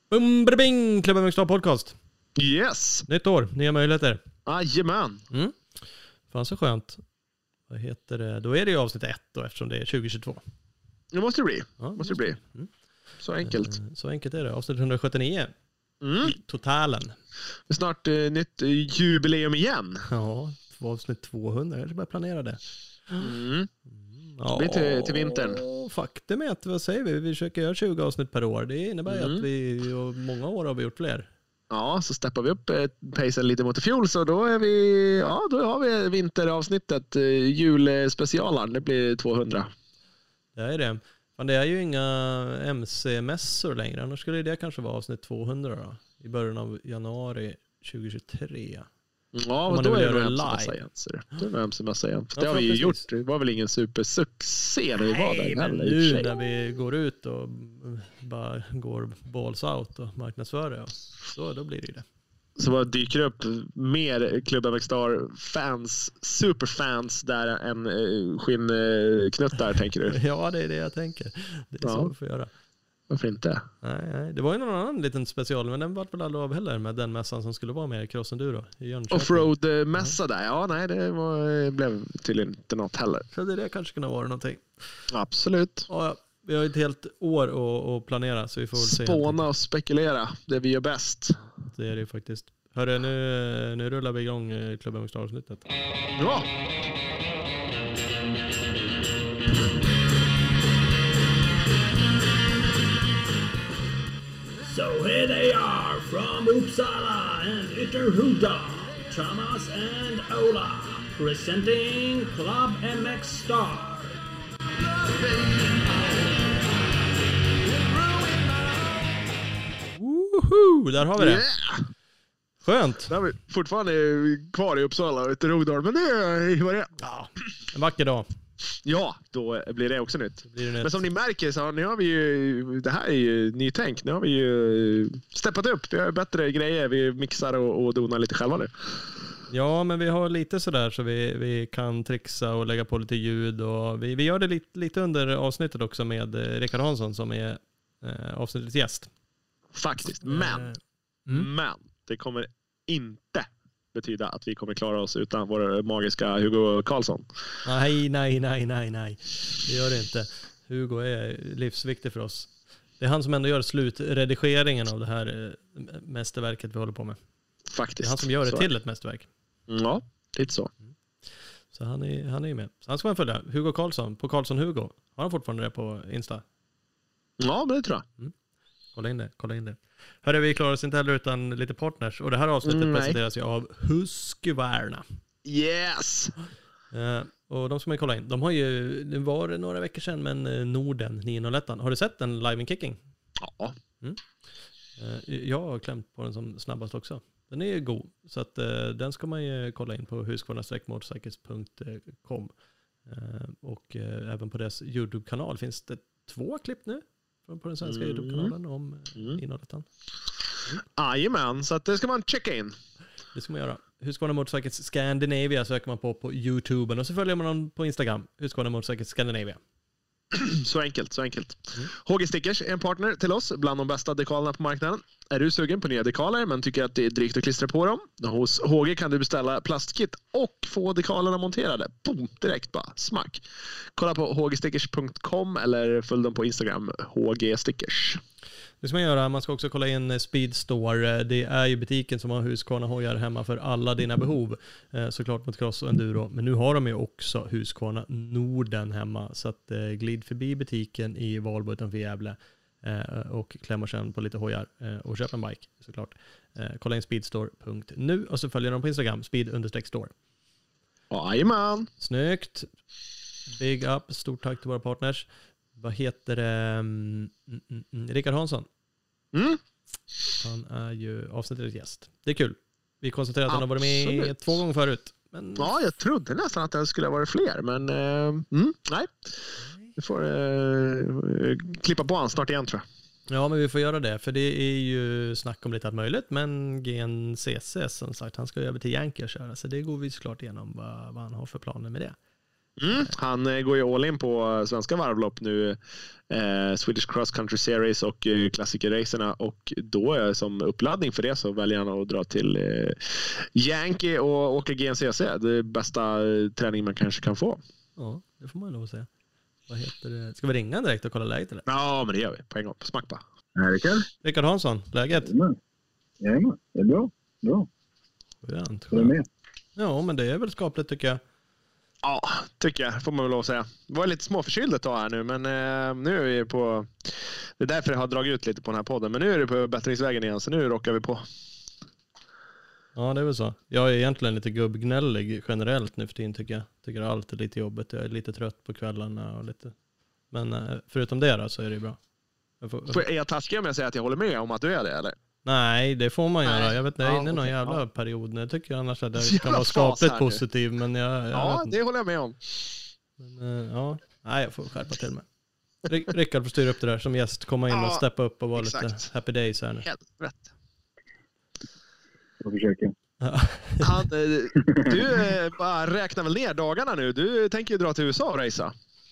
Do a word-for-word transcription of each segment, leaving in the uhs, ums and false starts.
Bum, bing, Klubben Mixstar podcast. Yes. Nytt år, nya möjligheter. Jajamän. Mm. Fan så skönt. Vad heter det? Då är det ju avsnitt ett då, eftersom det är tjugohundratjugotvå. Det måste det bli. Ja, måste det bli. Mm. Så enkelt. Så enkelt är det. Avsnitt etthundrasjuttionio. Mm. Totalen. Det är snart eh, nytt eh, jubileum igen. Ja, avsnitt tvåhundra. Jag ska bara planera det. Mm. Ja, Det blir till, till vintern. Faktum är att, vad säger vi? Vi försöker göra tjugo avsnitt per år. Det innebär Mm. att vi, och många år har vi gjort fler. Ja, så steppar vi upp eh, pacen lite mot i fjol, så då är vi, ja, då har vi vinteravsnittet, eh, julspecialen. Det blir tvåhundra. Det är det. Men det är ju inga M C-mässor längre. Annars skulle det kanske vara avsnitt tvåhundra då. I början av januari tjugohundratjugotre. Ja, men då är det nog M C-mässa igen. Så det är nog M C-mässa igen. För Ja, det har vi ju precis. gjort. Det var väl ingen supersuccé när vi var där. Nej, men heller, i och för nu sig. när vi går ut och bara går balls out och marknadsför det, så då blir det ju det. Så vad dyker upp mer Klubben Mixstar-fans, superfans där än eh, skinnknuttar, tänker du? Ja, det är det jag tänker. Det är Ja. så vi får göra. Varför inte? Nej, nej. Det var ju någon annan liten special, men den var väl aldrig av heller med den mässan som skulle vara med i Cross Enduro i Jönköping. Offroad-mässa där. Ja, nej, det var, blev tydligen inte något heller. Så det, det kanske kunde vara någonting. Absolut. Ja, vi har ett helt år att, att planera, så vi får väl se. Spåna och spekulera. Det vi gör bäst. Det är det faktiskt. Hörru, nu, nu rullar vi igång eh, Klubben Mixstar-avsnittet. Bra! So here they are from Uppsala and Ytterhuda, Thomas and Ola, presenting Club M X Star. Woho! Där har vi det. Yeah! Skönt. Där är vi fortfarande kvar i Uppsala, ute i Rogdal, men det är vad det är. Ja, en vacker dag. Ja, då blir det också nytt. Blir det nytt. Men som ni märker så har, nu har vi ju, det här är ju nytänk. Nu har vi ju steppat upp. Vi har bättre grejer. Vi mixar och, och donar lite själva nu. Ja, men vi har lite sådär så vi, vi kan trixa och lägga på lite ljud. Och vi, vi gör det lite, lite under avsnittet också med eh, Rickard Hansson som är eh, avsnittets gäst. Faktiskt. Men, Eh, mm. men det kommer inte betyda att vi kommer klara oss utan vår magiska Hugo Karlsson. Nej, nej, nej, nej, nej. Det gör det inte. Hugo är livsviktig för oss. Det är han som ändå gör slutredigeringen av det här eh, mästerverket vi håller på med. Faktiskt. Det är han som gör det Så. till ett mästerverk. Ja, lite så. Så han är, han är ju med. Så han ska man följa. Hugo Karlsson, på Karlsson Hugo. Har han fortfarande det på Insta? Ja, men det tror jag. Kolla in det, kolla in det. Hörru, vi klarar oss inte heller utan lite partners. Och det här avsnittet Mm, nej. presenteras ju av Husqvarna. Yes! Eh, och de ska man ju kolla in. De har ju, det var några veckor sedan, men eh, Norden nio noll ett. Har du sett den live in kicking? Ja. Eh, jag har klämt på den som snabbast också. Den är ju god. Så att eh, den ska man ju kolla in på husqvarna motorcycles punkt com. Eh, och eh, även på deras YouTube-kanal finns det två klipp nu. På den svenska Mm. YouTube-kanalen om eh, Mm. nio noll ett. Jajamän, så att det ska man checka in. Det ska man göra. Husqvarna Motorcycles Scandinavia söker man på på YouTube. Och så följer man dem på Instagram. Husqvarna Motorcycles Scandinavia. Så enkelt, så enkelt. Mm. H G Stickers är en partner till oss, bland de bästa dekalerna på marknaden. Är du sugen på nya dekaler men tycker att det är drygt att klistra på dem? Hos H G kan du beställa plastkit och få dekalerna monterade. Boom, direkt bara, smack. Kolla på h g stickers punkt com eller följ dem på Instagram, H G Stickers. Det ska man göra. Man ska också kolla in Speedstore. Det är ju butiken som har Husqvarna-hojar hemma för alla dina behov. Eh, såklart mot cross och enduro. Men nu har de ju också Husqvarna Norden hemma. Så att eh, glid förbi butiken i Valbo utanför Gävle. Eh, och klämmer sen på lite hojar. Eh, och köp en bike såklart. Eh, kolla in speedstore punkt nu och så följer de på Instagram. Speed-store. Jajamän. Snyggt. Big up. Stort tack till våra partners. Vad heter det? Mm, mm, mm. Rickard Hansson. Mm. Han är ju avsnittets gäst. Det är kul. Vi konstaterar att han har varit med Absolut. två gånger förut. Men Ja, jag trodde nästan att det skulle ha varit fler, men eh, mm, nej. Vi får eh, klippa på han snart igen, tror jag. ja, men vi får göra det. För det är ju snack om lite allt möjligt. Men G N C C som sagt, han ska över till Yankee och köra. Så det går vi såklart igenom vad, vad han har för planer med det. Mm, han eh, går ju all in på svenska varvlopp nu. Eh, Swedish Cross Country Series och eh, klassikerracerna. Och då eh, som uppladdning för det så väljer han att dra till eh, Yankee och åka G N C C. Det är bästa eh, träning man kanske kan få. Ja, det får man lov att säga. Vad heter det? Ska vi ringa direkt och kolla läget eller? Ja, men det gör vi på en gång. Smack bara. Hej Rickard. Rickard Hansson, läget? Jajamän. Jajamän, det är bra. Bra. Skönt, Är du med? Ja, men det är väl skapligt tycker jag. Ja, tycker jag. Får man väl lov att säga. Det var lite småförkyld ett tag här nu, men eh, nu är vi på... Det är därför jag har dragit ut lite på den här podden. Men nu är det på bättringsvägen igen, så nu rockar vi på. Ja, det är väl så. Jag är egentligen lite gubbgnällig generellt nu för tiden tycker jag. Tycker allt är lite jobbigt. Jag är lite trött på kvällarna och lite... Men eh, förutom det då så är det bra. Jag får... Får, är jag taskig om jag säger att jag håller med om att du är det, eller? Nej, det får man göra. Jag vet inte, jag är inne i någon okay. jävla ja. period nu. Jag tycker annars att jag kan Jävla vara skapligt här, positiv, men jag... jag ja, det håller jag med om. Men, uh, ja, nej, jag får skärpa till mig. Rik- Rickard får styra upp det där som gäst, komma in Ja, och steppa upp och vara exakt. lite happy days här nu. Helvete. Jag försöker. Han, eh, du eh, bara räknar väl ner dagarna nu? Du tänker ju dra till U S A och racea.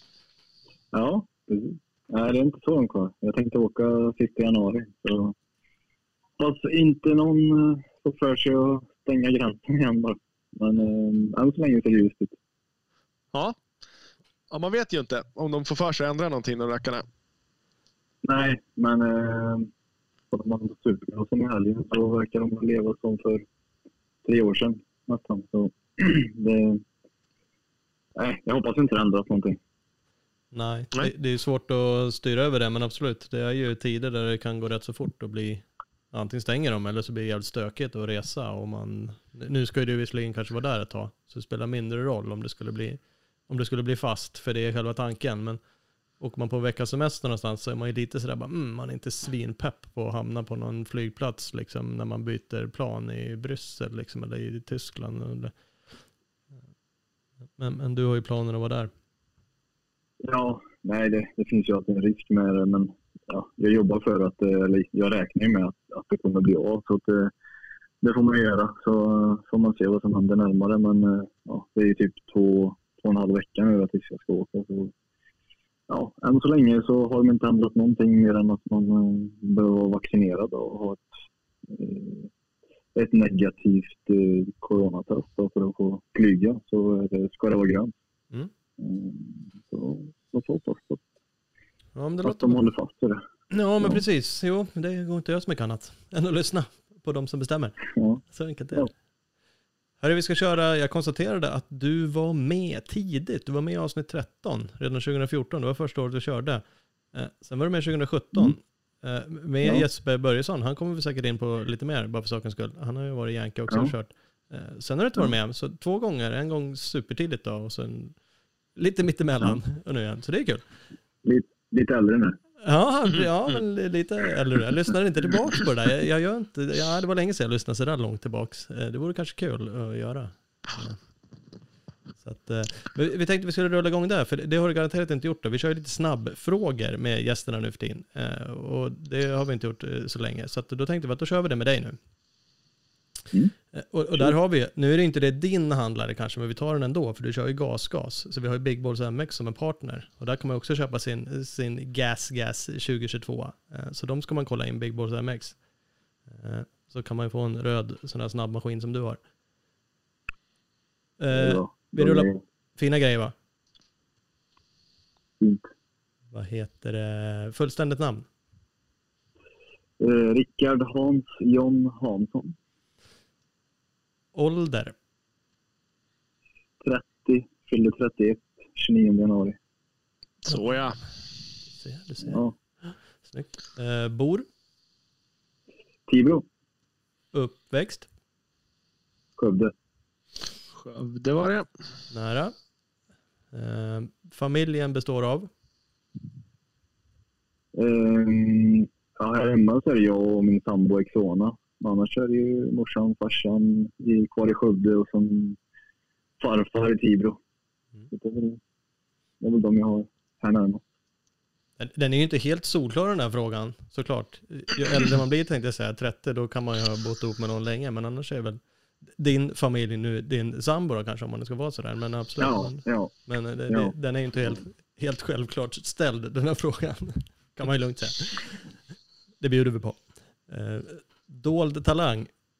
Ja, precis. Nej, det är inte så långt kvar. Jag tänkte åka sista januari. Så... Fast inte någon uh, får för sig att stänga gränsen igen bara. Men uh, än så länge ser det ljust ut. Ja. Ja, man vet ju inte om de får för sig att ändra någonting, de rackarna. Nej, men uh, får man på supercrossen i helgen så verkar de leva som för tre år sedan nästan. Så det... Nej, jag hoppas inte det ändras någonting. Nej, Nej. Det, det är svårt att styra över det, men absolut. Det är ju tider där det kan gå rätt så fort och bli... Antingen stänger de eller så blir det jävligt stökigt att resa. Och man, nu ska ju du visserligen kanske vara där ett tag. Så det spelar mindre roll om det skulle bli, om det skulle bli fast. För det är själva tanken. Men åker man på veckans semester någonstans så är man ju lite sådär bara, mm, man är inte svinpepp på att hamna på någon flygplats liksom, när man byter plan i Bryssel liksom, eller i Tyskland. Men, men du har ju planer att vara där. Ja, nej det, det finns ju alltid en risk med det, men ja, jag jobbar för att, eller jag räknar med att, att det kommer bli av, så att det, det får man göra, så får man se vad som händer närmare, men ja, det är ju typ två, två och en halv vecka nu att jag ska åka, så ja, än så länge så har de inte ändrat någonting mer än att man behöver vara vaccinerad och ha ett, ett negativt coronatest för att få flyga, så ska det vara grönt. Mm. Så så får hoppas på Ja, men det att låter de håller fast i det. Ja, men Ja. precis. Jo, det går inte att göra så mycket annat än att lyssna på de som bestämmer. Ja. Så enkelt är det. Ja. Hörru, vi ska köra, jag konstaterade att du var med tidigt. Du var med i avsnitt tretton redan tjugo fjorton. Det var första året du körde. Eh, sen var du med tjugo sjutton. Mm. Eh, med Ja. Jesper Börjesson. Han kommer vi säkert in på lite mer, bara för sakens skull. Han har ju varit i Yankee också Ja. och kört. Eh, sen har du inte varit med. Så två gånger. En gång supertidigt då och sen lite mittemellan. Ja. Och nu igen. Så det är kul. Lite, lite äldre nu. Ja, ja, men lite eller jag lyssnade inte tillbaks på det där. Jag, jag gör inte, ja, det var länge sedan jag lyssnade så där långt tillbaks. Det vore kanske kul att göra. Så att, vi, vi tänkte vi skulle rulla igång där, för det har du garanterat inte gjort. Då. Vi kör ju lite snabbfrågor med gästerna nu för tiden. Och det har vi inte gjort så länge. Så att då tänkte vi att då kör vi det med dig nu. Mm. Och, och där har vi, nu är det inte det din handlare kanske, men vi tar den ändå, för du kör ju gasgas. Så vi har ju Big Balls M X som en partner. Och där kan man också köpa sin, sin Gas Gas tjugo tjugotvå. Så de ska man kolla in, Big Balls M X. Så kan man ju få en röd sån här snabb maskin som du har. Ja, vi de rullar är fina grejer va? fint. Vad heter det? Fullständigt namn? Eh, Rickard Hans John Hansson. Ålder? trettio, fyllde trettioett, tjugonionde januari. Så ja. Du ser, du ser. Ja. Snyggt. Eh, bor? Tibro, Uppväxt? Skövde. Skövde var det. Nära. Eh, familjen består av? Eh, ja, här hemma så är det jag och min sambo Exona. Annars är det ju morsan, farsan i, kvar i Skövde och sen farfar i Tibro. Mm. Det, är väl, det är väl de jag har här närmast. Den, den är ju inte helt solklar den här frågan, såklart. Ju äldre man blir tänkte jag säga, trettio, då kan man ju ha bott ihop med någon länge, men annars är det väl din familj nu, din sambo då, kanske, om man ska vara sådär, men absolut. Ja, men ja. men det, Ja. det, den är ju inte helt, helt självklart ställd, den här frågan. Kan man ju lugnt säga. Det bjuder vi på. Eh, dold talang.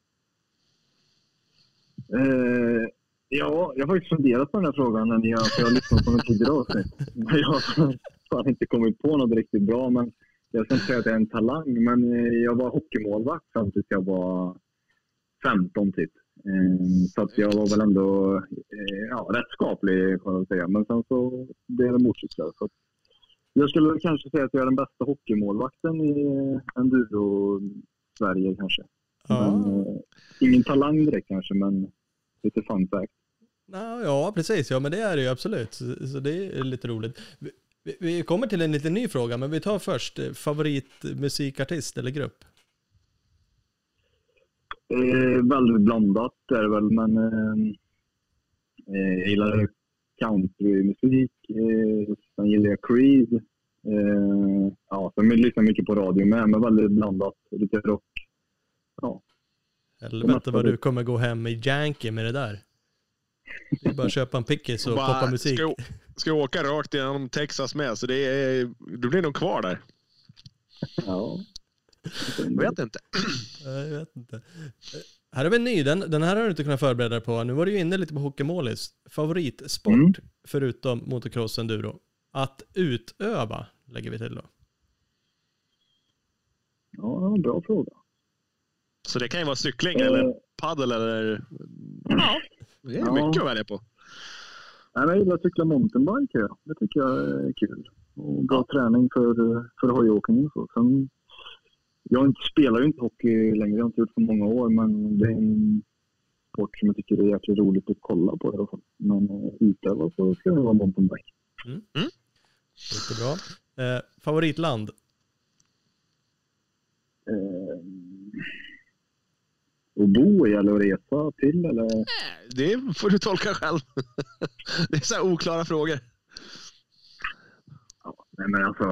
Eh, ja, jag har faktiskt funderat på den här frågan när jag, för jag har lyssnat på den tidigare avsnitt. Men jag har fan inte kommit på något riktigt bra, men jag ska inte säga att jag är en talang, men jag var hockeymålvakt fram tills jag var femton typ. Eh, så att jag var väl ändå eh, ja, rätt skaplig, kan jag säga. Men sen så blev det motorcyklar. Så jag skulle kanske säga att jag är den bästa hockeymålvakten i enduro-Sverige kanske. Ja. Men, eh, ingen talang direkt kanske, men lite fun fact. Ja, ja, precis. Ja, men det är det ju absolut. Så, så det är lite roligt. Vi, vi, vi kommer till en lite ny fråga, men vi tar först eh, favoritmusikartist eller grupp. Eh, väldigt blandat är det väl, men eh, eh, jag gillar countrymusik, eh, sen gillar jag Creed. Eh, ja, sen lyssnar jag mycket på radio med, men väldigt blandat, lite rock. Ja. Helvete vad du kommer gå hem i Yankee med det där. Det är bara att köpa en pickis och Bara, poppa musik. Ska, ska jag åka rakt genom Texas med, så det är, du blir nog kvar där. Ja. Jag vet inte. Jag vet inte. Här har vi en ny. Den, den här har du inte kunnat förbereda dig på. Nu var du ju inne lite på hockeymålis. Favoritsport, Mm. förutom motocross enduro. Att utöva, lägger vi till då. Ja, bra fråga. Så det kan ju vara cykling Eh. eller paddel eller... Ja, det är Ja. mycket att välja på. Nej, men jag gillar att cykla mountainbike. Ja. Det tycker jag är kul. Och bra Ja. träning för, för hojåkning och så. Sen, jag inte, spelar ju inte hockey längre. Jag har inte gjort det på många år. Men det är en sport som jag tycker är jäkligt roligt att kolla på i alla fall. Men uh, utöva så ska det vara mountainbike. Mm. Mm. Jättebra. Eh, favoritland? Eh, och bo i eller att resa till eller? Det får du tolka själv. Det är så här oklara frågor. Ja, nej men alltså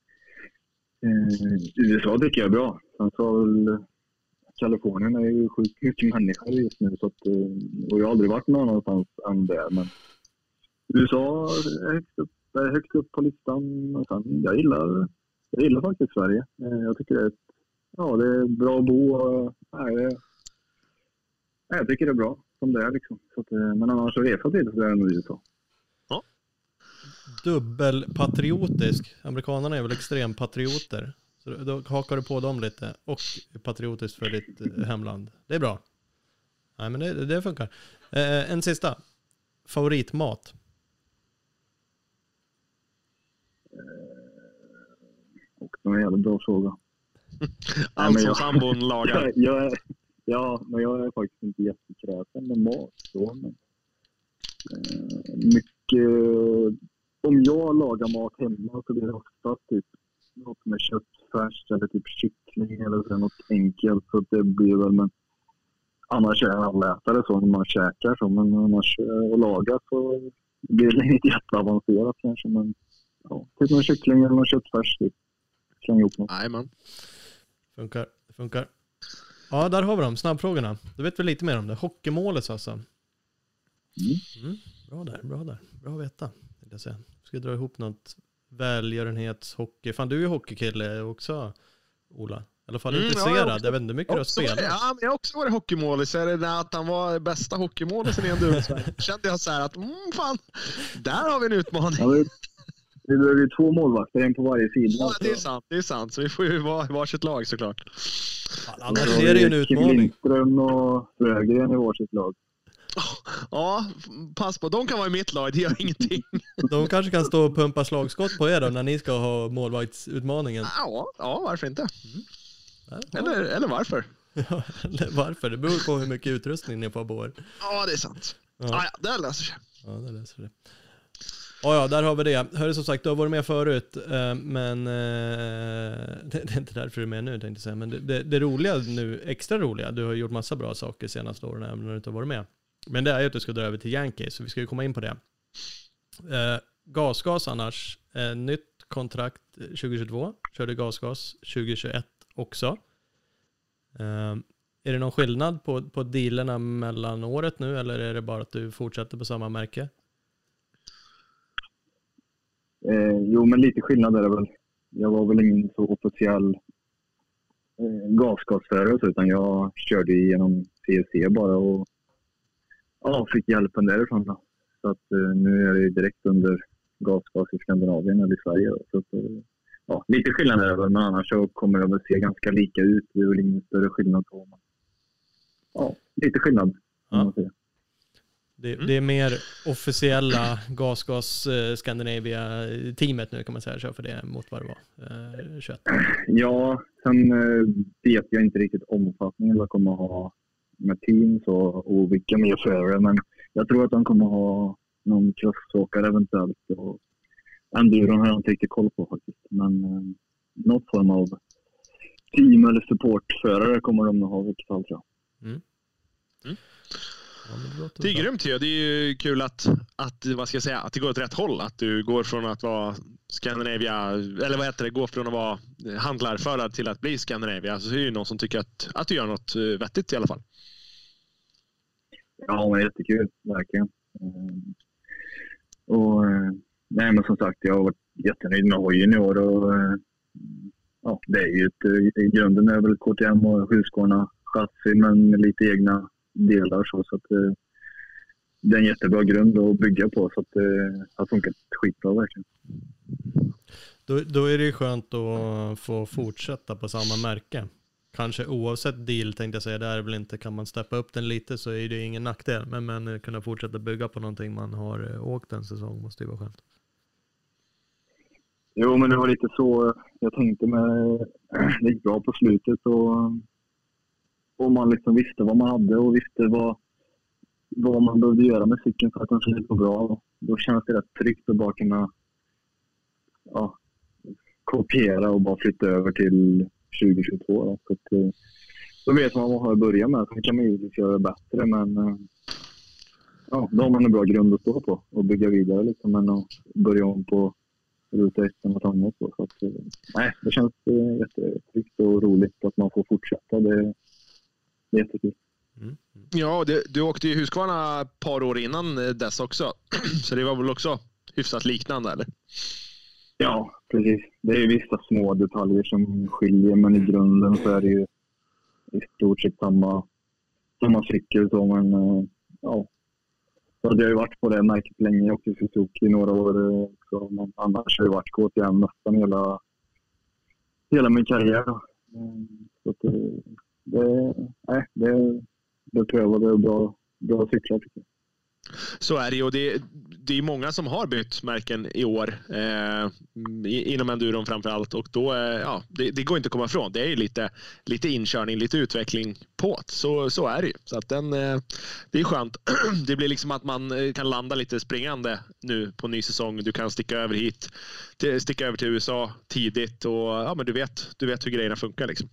eh, U S A tycker jag är bra. Sen så väl Kalifornien är ju sjukt mycket människor just nu så att, eh, och jag har aldrig varit någon annanstans än där, men U S A är högst upp, är högst upp på listan. Och sen, jag gillar jag gillar faktiskt Sverige. Eh, jag tycker det är, ett, ja, det är bra att bo och nej, det, nej, jag tycker det är bra som det är liksom. Så att, eh, men annars att resa till så är det nog U S A. Dubbelpatriotisk. Amerikanerna är väl extrempatrioter. Så då, då hakar du på dem lite. Och patriotiskt för ditt eh, hemland. Det är bra. Nej, men det, det funkar. Eh, en sista. Favoritmat. Och det är en jävla bra fråga. Allt men som jag- sambon lagar. Jag, jag är, ja, men jag är faktiskt inte jättekräsen med mat. Så, men, eh, mycket, om jag lagar mat hemma så blir det ofta typ något med köttfärs eller typ kyckling eller så, något enkelt. Så det blir väl, men annars är jag allätare så när man käkar så. Men annars eh, att laga så blir det inte jätteavancerat kanske. Men ja, typ någon kyckling eller någon köttfärs typ. Släng ihop något. Nej, man. Funkar, det funkar. Ja, där har vi dem. Snabbfrågorna. Då vet vi lite mer om det. Hockeymålet alltså. Mm. Bra där, bra där. Bra att veta. Jag säga. Ska dra ihop något välgörenhetshockey. Fan, du är ju hockeykille också, Ola. I alla fall Mm, intresserad. ja, jag, också, jag vet inte hur mycket du har också, var det- spelat. ja, men jag har också varit hockeymålis. Är det när att han var bästa hockeymålisen i enduro-Sverige? Kände jag så här att, mm, fan, där har vi en utmaning. Ja, vi, vi behöver ju två målvakter, en på varje sida. Ja, det är sant, det är sant. Så vi får ju vara i varsitt lag såklart. Fan, annars är det ju en Kim utmaning. Lindström och Frögren i varsitt lag. Ja, pass på. De kan vara i mitt lag, det gör ingenting. De kanske kan stå och pumpa slagskott på er då när ni ska ha målvaktsutmaningen. Ja, ja varför inte? Ja, Eller, eller varför? ja, eller varför? Det beror på hur mycket utrustning ni får på er. Ja, det är sant. Ja. Ja, ja, det löser sig. Ja, det löser det. Ja, ja, där har vi det. Hörru, som sagt, du har varit med förut, eh, men eh, det, det är inte därför du är med nu, tänkte jag säga. Men det, det, det roliga nu, extra roliga, du har gjort massa bra saker senaste åren, även när du inte har varit med. Men det är ju att du ska dra över till Yankee, så vi ska ju komma in på det. Eh, Gasgas annars, eh, nytt kontrakt tjugohundratjugotvå, körde Gasgas tjugohundratjugoett också. Eh, Är det någon skillnad på, på dealerna mellan året nu, eller är det bara att du fortsätter på samma märke? Eh, jo, men lite skillnad är det väl. Jag var väl ingen så officiell eh, gasgasförare, utan jag körde igenom C S C bara och ja, fick hjälpen därifrån. Då. Så att eh, nu är det direkt under gasgas i Skandinavien eller i Sverige. Då. Så att, eh, ja, lite skillnad är det väl, men annars så kommer det väl se ganska lika ut. Det är väl ingen större skillnad på. Men, ja, lite skillnad. Ja. Det, det är mer officiella Gasgas eh, Scandinavia-teamet nu kan man säga, kör för det mot vad det var. Eh, tjugoett. Ja, sen eh, vet jag inte riktigt omfattningen vad kommer ha med teams och, och vilka mer förare, men jag tror att de kommer ha någon crossåkare eventuellt och enduron har jag inte riktigt koll på faktiskt, men eh, något form av team eller supportförare kommer de att ha, vilket fall tror jag. Mm. Mm. Ja, det, det är grymt ju. Det är ju kul att, att, vad ska jag säga, att det går åt rätt håll. Att du går från att vara Scandinavia, eller vad heter det, går från att vara handlarförare till att bli Scandinavia. Så är det ju någon som tycker att, att du gör något vettigt i alla fall. Ja, men jättekul, verkligen. Och nej, men som sagt, jag har varit jättenöjd med hojen i år och ja, det är ju ett, i grunden är väl K T M och Husqvarna chassi, men med lite egna delar så, så att eh, det är en jättebra grund att bygga på, så att det eh, har funkat skitbra verkligen. Då, då är det ju skönt att få fortsätta på samma märke. Kanske oavsett deal tänkte jag säga, där väl inte, kan man steppa upp den lite så är det ingen nackdel, men, men kunna fortsätta bygga på någonting man har åkt en säsong måste ju vara skönt. Jo, men det var lite så jag tänkte med, det gick bra på slutet och Och man liksom visste vad man hade och visste vad, vad man behövde göra med cykeln för att den skulle gå bra. Då känns det rätt tryggt att bara kunna ja, kopiera och bara flytta över till tjugo tjugotvå. Då. Så att, då vet man vad man har att börja med. Så kan man ju göra bättre, men ja, då har man en bra grund att stå på och bygga vidare liksom, men att börja om på ruta ett och något annat. Så att, nej, det känns jättetryggt och roligt att man får fortsätta. Det jättekul. Mm. Ja, det, du åkte ju Husqvarna ett par år innan dess också. Så det var väl också hyfsat liknande, eller? Ja, precis. Det är vissa små detaljer som skiljer, men i grunden så är det ju i stort sett samma, samma cykel. Så man, ja. Så jag har ju varit på det märket länge och också Suzuki i några år. Så man, annars har jag varit K T M nästan hela, hela min karriär. Så att, Det, nej, det, det prövade och bra, bra cyklar tycker jag. Så är det ju, och det, det är många som har bytt märken i år eh, inom enduron framförallt, och då, eh, ja, det, det går inte att komma ifrån. Det är ju lite, lite inkörning, lite utveckling på det. Så, så är det ju. Så att den, eh, det är skönt. Det blir liksom att man kan landa lite springande nu på ny säsong. Du kan sticka över hit, till, sticka över till U S A tidigt och ja, men du vet, du vet hur grejerna funkar liksom.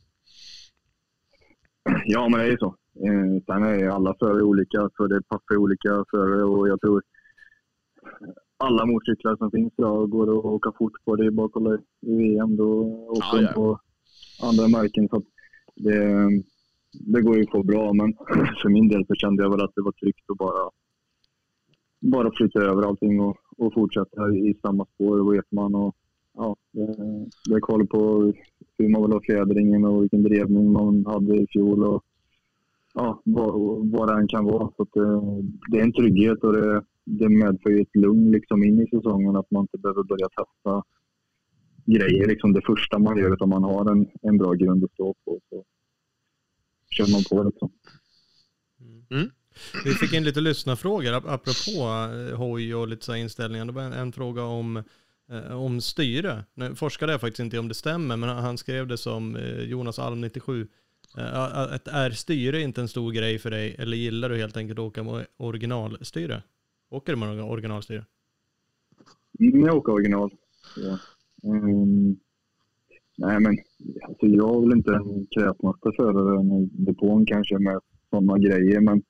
Ja, men det är ju så. Eh, sen är alla förare olika, så det passar olika förare, och jag tror alla motorcyklar som finns idag går att åka fort på. Det är bara att kolla i V M, då åker de ja, ja. på andra märken. Så att det, det går ju på bra, men för min del så kände jag väl att det var tryggt att bara, bara flytta över allting och, och fortsätta i samma spår, och vet man. Och, ja, det, det är koll på hur man vill ha fjädringen och vilken drevning man hade i fjol och ja, vad, vad det än kan vara. Så att det, det är en trygghet, och det, det medför ju ett lugn liksom in i säsongen, att man inte behöver börja testa grejer liksom det första man gör, utan man har en, en bra grund att stå på, så kör man på liksom. Mm. Vi fick in lite lyssnarfrågor apropå hoj och lite så inställningar. Det var en, en fråga om om styre. Nu forskade jag faktiskt inte om det stämmer, men han skrev det som Jonas Alm nittiosju. Att är styre inte en stor grej för dig, eller gillar du helt enkelt att åka med originalstyre? Åker du med originalstyre? Jag åker original. Ja. Um, nej, men alltså, jag är väl inte en kräsmaste förare än depån kanske med sådana grejer, men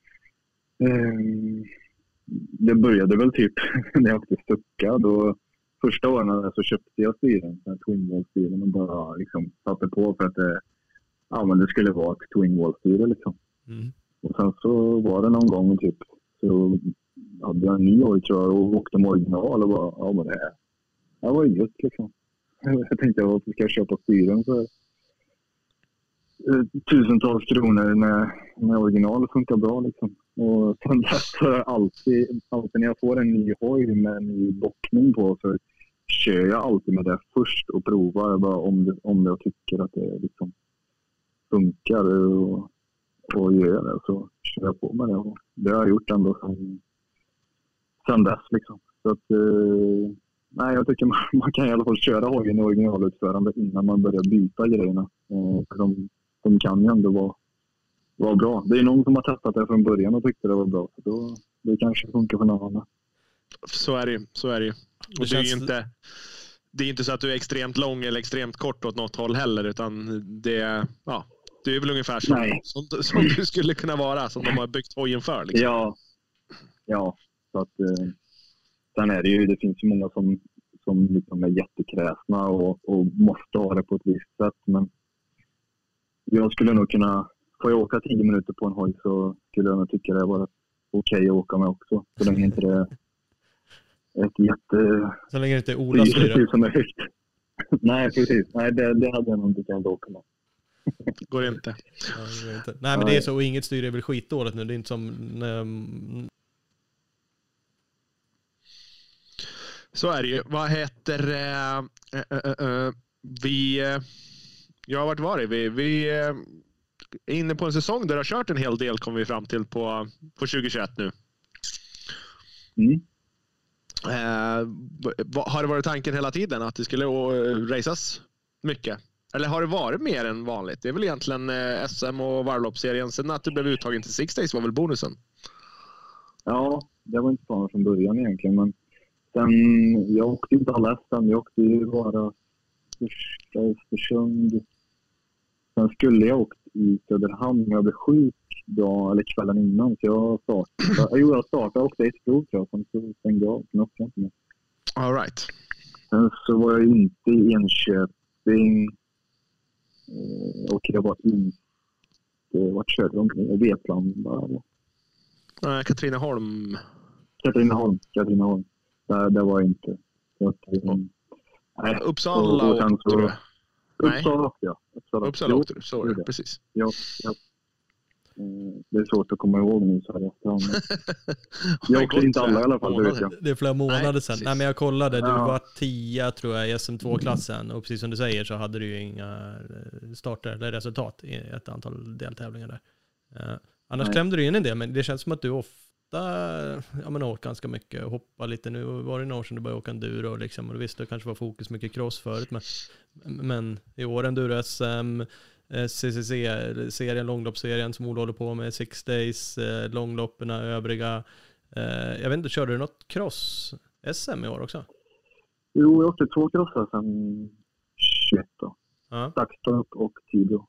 um, det började väl typ när jag åkte Stucka. Då första åren så köpte jag styren, den Twinwall-styren, och bara liksom satte på för att det, ja, men det skulle vara ett twin wall-styre liksom. Mm. Och sen så var det någon gång typ så hade jag en ny hoj tror jag och åkte med original och bara, ja men det här, det var ju gött liksom. Jag tänkte att jag ska köpa styren för tusentals kronor med, med original funkar bra liksom. Och sen dess så alltid, alltid när jag får en ny hoj med en ny bockning på så kör jag alltid med det först och provar bara om, det, om jag tycker att det liksom funkar och, och gör det så kör jag på med det. Och det har jag gjort ändå sen, sen dess liksom. Så att, eh, nej, jag tycker man, man kan i alla fall köra hojen i originalutförande innan man börjar byta grejerna. Eh, för de, de kan ju ändå vara, vara bra. Det är någon som har testat det från början och tyckte det var bra. Så då, det kanske funkar för någon annan. Så är det ju. Så är det ju. Och Det det är ju känns- inte, det är inte så att du är extremt lång eller extremt kort åt något håll heller. Utan det är, ja, det är väl ungefär som, Nej. som, som du skulle kunna vara. Som de har byggt hojen för. Liksom. Ja, ja. Så att, eh, sen är det ju, det finns ju många som, som liksom är jättekräsna och, och måste ha det på ett visst sätt. Men jag skulle nog kunna, får jag åka tio minuter på en hoj så skulle jag nog tycka det var okej att åka med också. Så länge inte det är ett jätte Så länge det inte är Ola styre. styre som är högt. Nej, precis. Nej, det, det hade jag nog inte kunnat åka med. Går inte. Ja, det går inte. Nej men det är så, och inget styre är väl skitdåligt nu. Det är inte som... Um, Så är det ju. Vad heter äh, äh, äh, äh, vi... Äh, jag har varit var vi? Vi äh, är inne på en säsong där du har kört en hel del, kommer vi fram till på, på tjugohundratjugoett nu. Mm. Äh, vad, har det varit tanken hela tiden att det skulle uh, raceas mycket? Eller har det varit mer än vanligt? Det är väl egentligen uh, S M och varvloppsserien. Sen att du blev uttagen till Six Days var väl bonusen? Ja, det var inte planen från början egentligen. Men sen, jag åkte inte alla S M. Jag åkte ju bara första Östersund. Sen skulle jag åkt i Söderhamn men jag blev sjuk dag, eller kvällen innan. Så jag startade. Jo, jag startade och åkte ett prov tror jag. Sen så stängde jag av. Sen åkte jag inte mer. All right. Sen så var jag inte i Enköping. Eh, och jag var inte... Vart körde de? Vetlanda eller? Uh, Katrineholm. Katrineholm. Katrineholm. Där, där var jag inte. Så att, um, nej. Uppsala Och- och sen åkte så- du. Nej. Uppsala åkte jag. Uppsala, Uppsala Jo, åkte du, så är det är det. det. Precis. Ja, ja. Mm, det är svårt att komma ihåg nu så här i efterhand. Jag åkte inte alla i alla fall, det vet jag. det är flera månader Nej, sedan. precis. Nej men jag kollade, du Ja. var tia tror jag i S M två-klassen. Och precis som du säger så hade du ju inga eh, starter eller resultat i ett antal deltävlingar där. Eh, annars Nej. klämde du in en del, men det känns som att du ofta ja, men åkt ganska mycket och hoppar lite. Nu var det några år sedan du började åka enduro liksom, och visst det kanske var fokus mycket cross förut, men, men i år enduro S M, eh, C C C-serien, långloppsserien som Ola håller på med, Six Days, eh, långloppen, övriga. Eh, jag vet inte, körde du något cross-S M i år också? Jo, jag åkte två krossar sedan tjugoett då. Ja. Dagstorp och Tibro.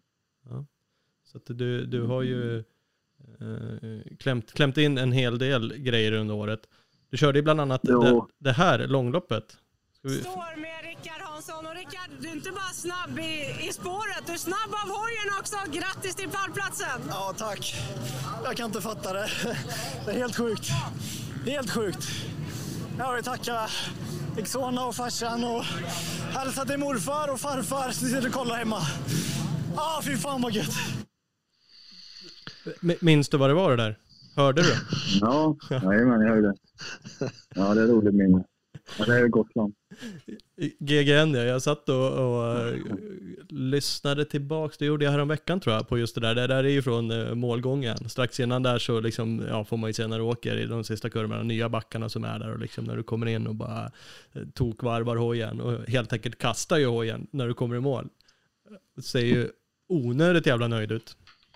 Så att du, du har ju eh, klämt, klämt in en hel del grejer under året. Du körde ju bland annat Jo. det, det här långloppet. Ska vi, Står med Rickard Hansson. Och Rickard, du är inte bara snabb i, i spåret, du är snabb av hojen också. Grattis till pallplatsen! Ja, tack. Jag kan inte fatta det. Det är helt sjukt. Helt sjukt. Jag vill tacka Exona och farsan och hälsa till morfar och farfar som sitter och kollar hemma. Ah, fy fan vad gött. M- minns du vad det var det där? Hörde du? Ja, nej, men jag hörde. Ja, det är roligt minne. Ja, det är Gotland. G G N, ja. Jag satt och, och uh, lyssnade tillbaks. Det gjorde jag här om veckan tror jag på just det där. Det där är ju från uh, målgången. Strax innan där så liksom, ja, får man ju se när du åker i de sista kurvorna, de nya backarna som är där och liksom när du kommer in och bara uh, tokvarvar hojen och helt enkelt kastar ju hojen när du kommer i mål. Det ser ju onödigt jävla nöjd ut.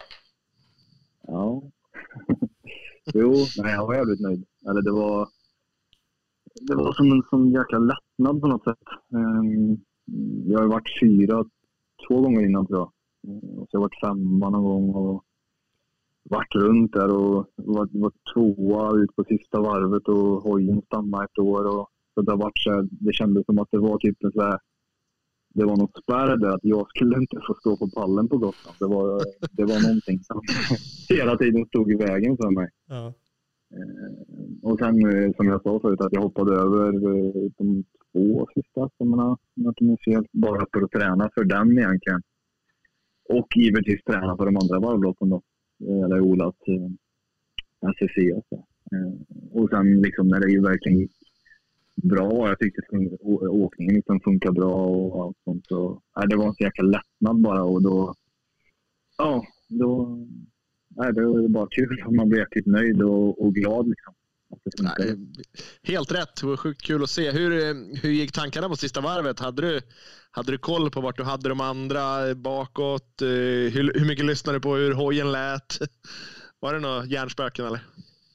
Ja. Jo, nej, jag var jävligt nöjd. Eller det var... Det var som en sån jäkla lättnad på något sätt. Um, jag har varit fyra två gånger innan tror jag. Uh, så jag har varit femma någon gång och varit runt där och var, var tvåa ut på sista varvet och hojen stannade ett år. Och, så det, har varit så här, det kändes som att det var typ en så här det var något spärr där att jag skulle inte få stå på pallen på Gotland. Det var, det var någonting som hela tiden stod i vägen för mig. Ja. Och sen som jag sa förut att jag hoppade över de två sista som man har fel, bara för att träna för den egentligen. Och givetvis träna för de andra varvloppen då. Eller Olas S C C. Och sen liksom när det ju verkligen gick bra. Jag tyckte åkningen liksom funkar bra och allt sånt. Så, nej, det var en så jäkla lättnad bara och då ja, då nej, det var bara kul. Man blev jäkligt nöjd och, och glad liksom. Nej, helt rätt. Det var sjukt kul att se. Hur, hur gick tankarna på sista varvet? Hade du, hade du koll på vart du hade de andra bakåt? Hur, hur mycket lyssnade du på hur hojen lät? Var det några hjärnspöken eller?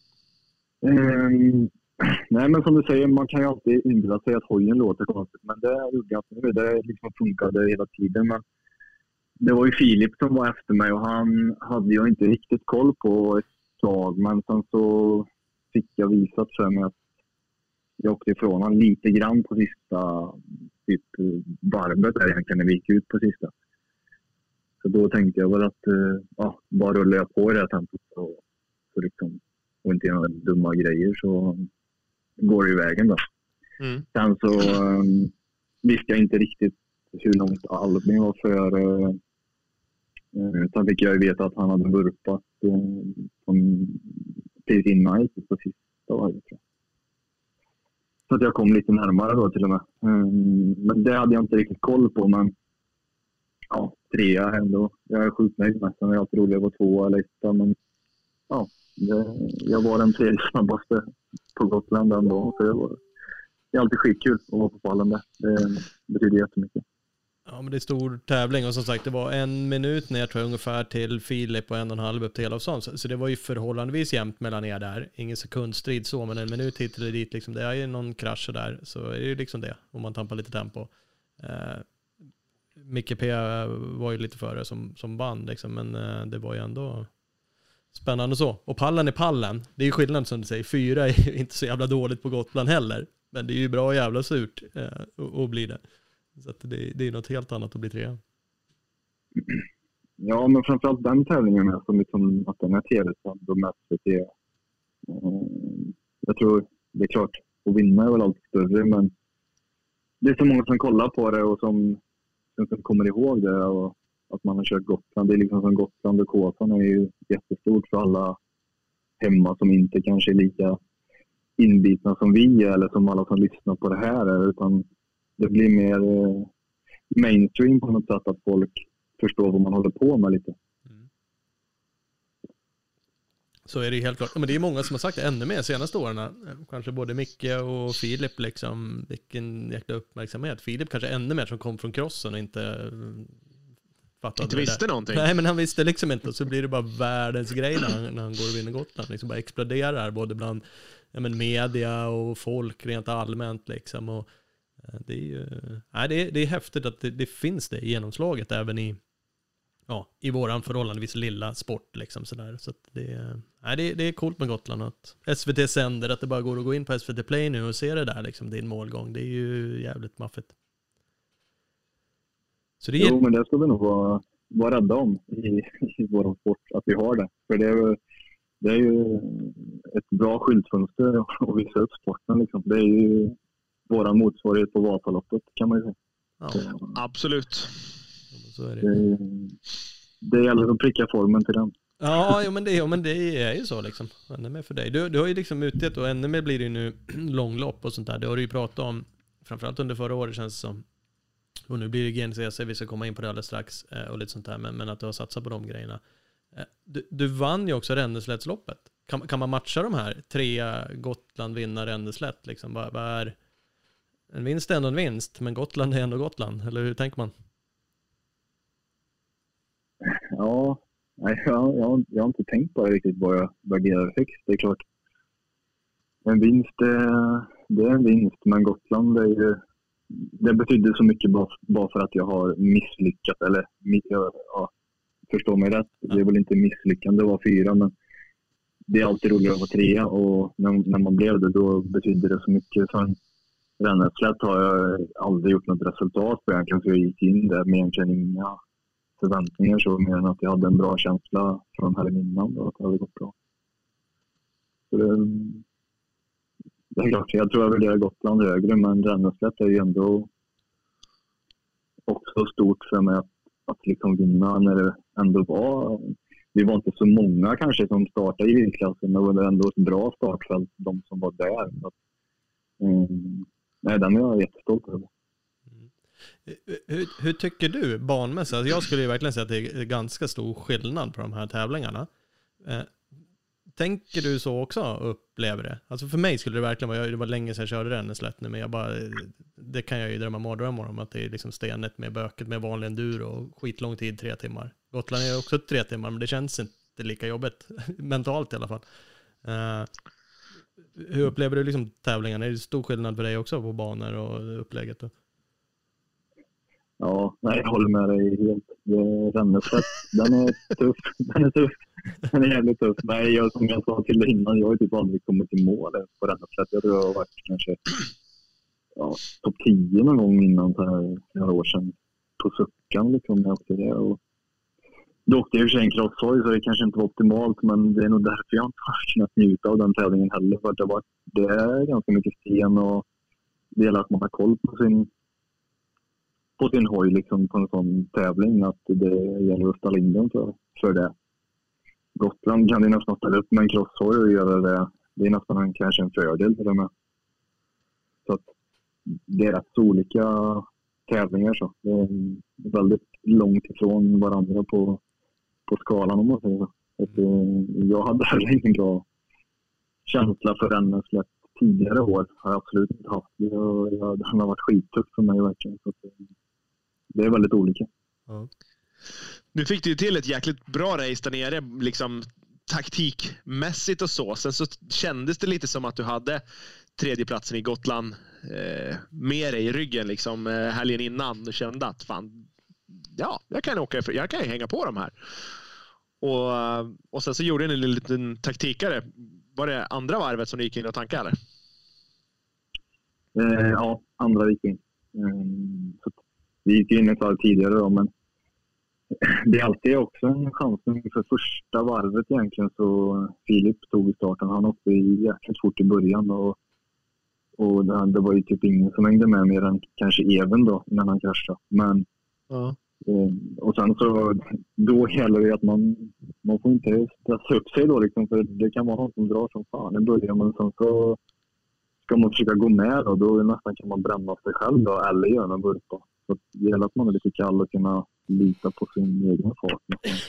Mm, nej, men som du säger, man kan ju alltid inbilla sig att hojen låter konstigt. Men det gjorde jag inte. Det liksom funkade hela tiden. Men det var ju Filip som var efter mig och han hade jag inte riktigt koll på ett tag. Men sen så fick jag visat för mig att jag åkte ifrån han lite grann på sista typ varvet där egentligen när vi gick ut på sista. Så då tänkte jag väl att ja, bara rullar jag på i det här tempot och, så liksom, och inte göra dumma grejer så går det i vägen då. Mm. Sen så um, visste jag inte riktigt hur långt Albin var för uh, sen fick jag ju veta att han hade vurpat uh, precis innan jag gick på sista varvet. Så att jag kom lite närmare då till och med. Um, men det hade jag inte riktigt koll på, men ja, trea ändå. Jag är sjukt nöjd med. Sen är jag alltid rolig att vara tvåa eller etta, men ja, det, jag var den tredje snabbaste på Gotland den dagen. Så jag var, det är alltid skitkul att vara på pallen där. Det betyder jättemycket. Ja, men det är stor tävling och som sagt det var en minut ner tror jag ungefär till Filip och en och en halv upp till Elofsson. Så, så det var ju förhållandevis jämnt mellan er där. Ingen sekundstrid så, men en minut hit eller dit liksom, det är ju någon krasch där så är det ju liksom det om man tampar lite tempo. Eh, Micke P var ju lite före som, som band liksom, men eh, det var ju ändå spännande så. Och pallen är pallen. Det är ju skillnad som du säger. Fyra är ju inte så jävla dåligt på Gotland heller. Men det är ju bra jävla surt eh, och, och bli det. Så att det, det är något helt annat att bli trea. Ja, men framförallt den tävlingen är som liksom att den är tv-sänd och mest för det. Jag tror, det är klart, att vinna är väl alltid större, men det är så många som kollar på det och som, som kommer ihåg det och att man har kört Gotland. Det är liksom som Gotland och Kåsan är ju jättestort för alla hemma som inte kanske är lika inbitna som vi eller som alla som lyssnar på det här är, utan det blir mer mainstream på något sätt att folk förstår vad man håller på med lite. Mm. Så är det helt klart. Men det är många som har sagt det ännu mer senaste åren. Kanske både Micke och Filip liksom, vilken jäkla uppmärksamhet. Filip kanske ännu mer som kom från crossen och inte fattade inte visste det. någonting. Nej, men han visste liksom inte. Och så blir det bara världens grej när han, när han går och vinner Gotland. Liksom bara exploderar både bland ja, men media och folk rent allmänt liksom. Och det är ju, nej, det är, det är häftigt att det, det finns det genomslaget även i ja, i våran förhållandevis lilla sport liksom sådär. Så att det, nej, det, det är coolt med Gotland att S V T sänder, att det bara går att gå in på S V T Play nu och se det där liksom, din målgång. Det är ju jävligt maffigt. Så det är... Jo, men det ska vi nog vara, vara rädda om i, i vår sport, att vi har det. För det är, det är ju ett bra skyltfönster att visa upp sporten liksom. Det är ju våran motsvarighet på Vasaloppet kan man ju säga. Ja, så, absolut. Så är det. Det, det gäller att pricka formen till den. Ja, jo, men, det, jo, men det är ju så liksom. Ännu mer för dig. Du, du har ju liksom utgett och ännu mer blir det ju nu långlopp och sånt där. Det har du ju pratat om framförallt under förra året känns det som. Och nu blir det G N C C, vi ska komma in på det alldeles strax och lite sånt där. Men, men att du har satsat på de grejerna. Du, du vann ju också Ränneslättsloppet. Kan, kan man matcha de här? Tre Gotland vinner Ränneslätt liksom. Vad, vad är... En vinst är ändå en vinst, men Gotland är ändå Gotland. Eller hur tänker man? Ja, nej, jag, jag, jag har inte tänkt på det riktigt vad jag värderar högst. Det är klart, en vinst det, det är en vinst, men Gotland är ju, det betyder så mycket bara, bara för att jag har misslyckats. Eller, ja, förstå mig rätt, det är väl inte misslyckande att vara fyra, men det är alltid roligare att vara trea och när, när man blev det då betyder det så mycket. Sen Ränneslätt har jag aldrig gjort något resultat på egentligen, så jag gick in där med egentligen inga förväntningar så mer än att jag hade en bra känsla från helgen innan då, att det hade gått bra. Så det, det är klart, jag tror jag vill göra Gotland högre, men Ränneslätt är ju ändå också stort för mig att, att liksom vinna när det ändå var. Vi var inte så många kanske som startade i vildklassen, men det var ändå ett bra startfält, de som var där. Så att, mm, nej, den är jag jättestolt över. Mm. Hur, hur tycker du banmässigt? Alltså jag skulle ju verkligen säga att det är ganska stor skillnad på de här tävlingarna. Eh, tänker du så också, upplever det? Alltså för mig skulle det verkligen vara, det var länge sedan jag körde Ränneslätt nu, men jag bara, det kan jag ju drömma mardrömmar om, att det är liksom stenet med böket med vanlig enduro och skitlång tid, tre timmar. Gotland är också tre timmar, men det känns inte lika jobbigt, mentalt i alla fall. Uh, hur upplever du liksom tävlingarna? Är det stor skillnad för dig också på banor och upplägget då? Ja, nej, jag håller med dig helt. Ränneslätt, den är tuff. Den är tuff. Den är jävligt tuff. Nej, jag, som jag sa till dig innan, jag har typ aldrig kommit till mål på Ränneslätt. Jag tror jag har varit kanske ja, topp tio någon gång innan så här, några år sedan. På Suckan liksom, när jag åkte det. Och då åkte jag i och för sig en crosshoj, så det kanske inte var optimalt, men det är nog därför jag inte har kunnat njuta av den tävlingen heller. För att det, var, det är ganska mycket sten och det gäller att man har koll på sin på sin hoj liksom, på en sån tävling, att det gäller att ställa in den för, för det. Gotland kan ju nästan ställa upp med en crosshoj och göra det. Det är nästan en, kanske en fördel för det med. Så att det är rätt så olika tävlingar så. Det är väldigt långt ifrån varandra på, på skalan om man säger så. Att, jag hade heller ingen bra känsla för Ränneslätt tidigare år. Har jag absolut inte haft. Jag, jag, den har varit skittufft för mig verkligen. Så att, det är väldigt olika. Ja. Nu fick du ju till ett jäkligt bra race där nere, liksom taktikmässigt och så. Sen så kändes det lite som att du hade tredjeplatsen i Gotland eh, med dig i ryggen liksom eh, helgen innan. Du kände att fan, ja, jag kan åka, jag kan hänga på de här. Och, och sen så gjorde ni en liten taktikare. Var det andra varvet som du gick in och tankade eller? Eh, ja, andra gick in. Eh, så vi gick in ett varv tidigare då, men det är alltid också en chansning för första varvet egentligen, så Filip tog i starten. Han åkte jäkligt fort i början och, och det, det var ju typ ingen som hängde med mer än kanske Even då innan han kraschade. Men ja. eh, och sen så då gäller det att man, man får inte stressa upp sig då liksom, för det kan vara någon som drar som fan i början, men sen så ska man försöka gå med och då nästan kan man bränna sig själv då, eller göra en burpa. Så det gäller att man är lite kall och kunna lita på sin egen fart.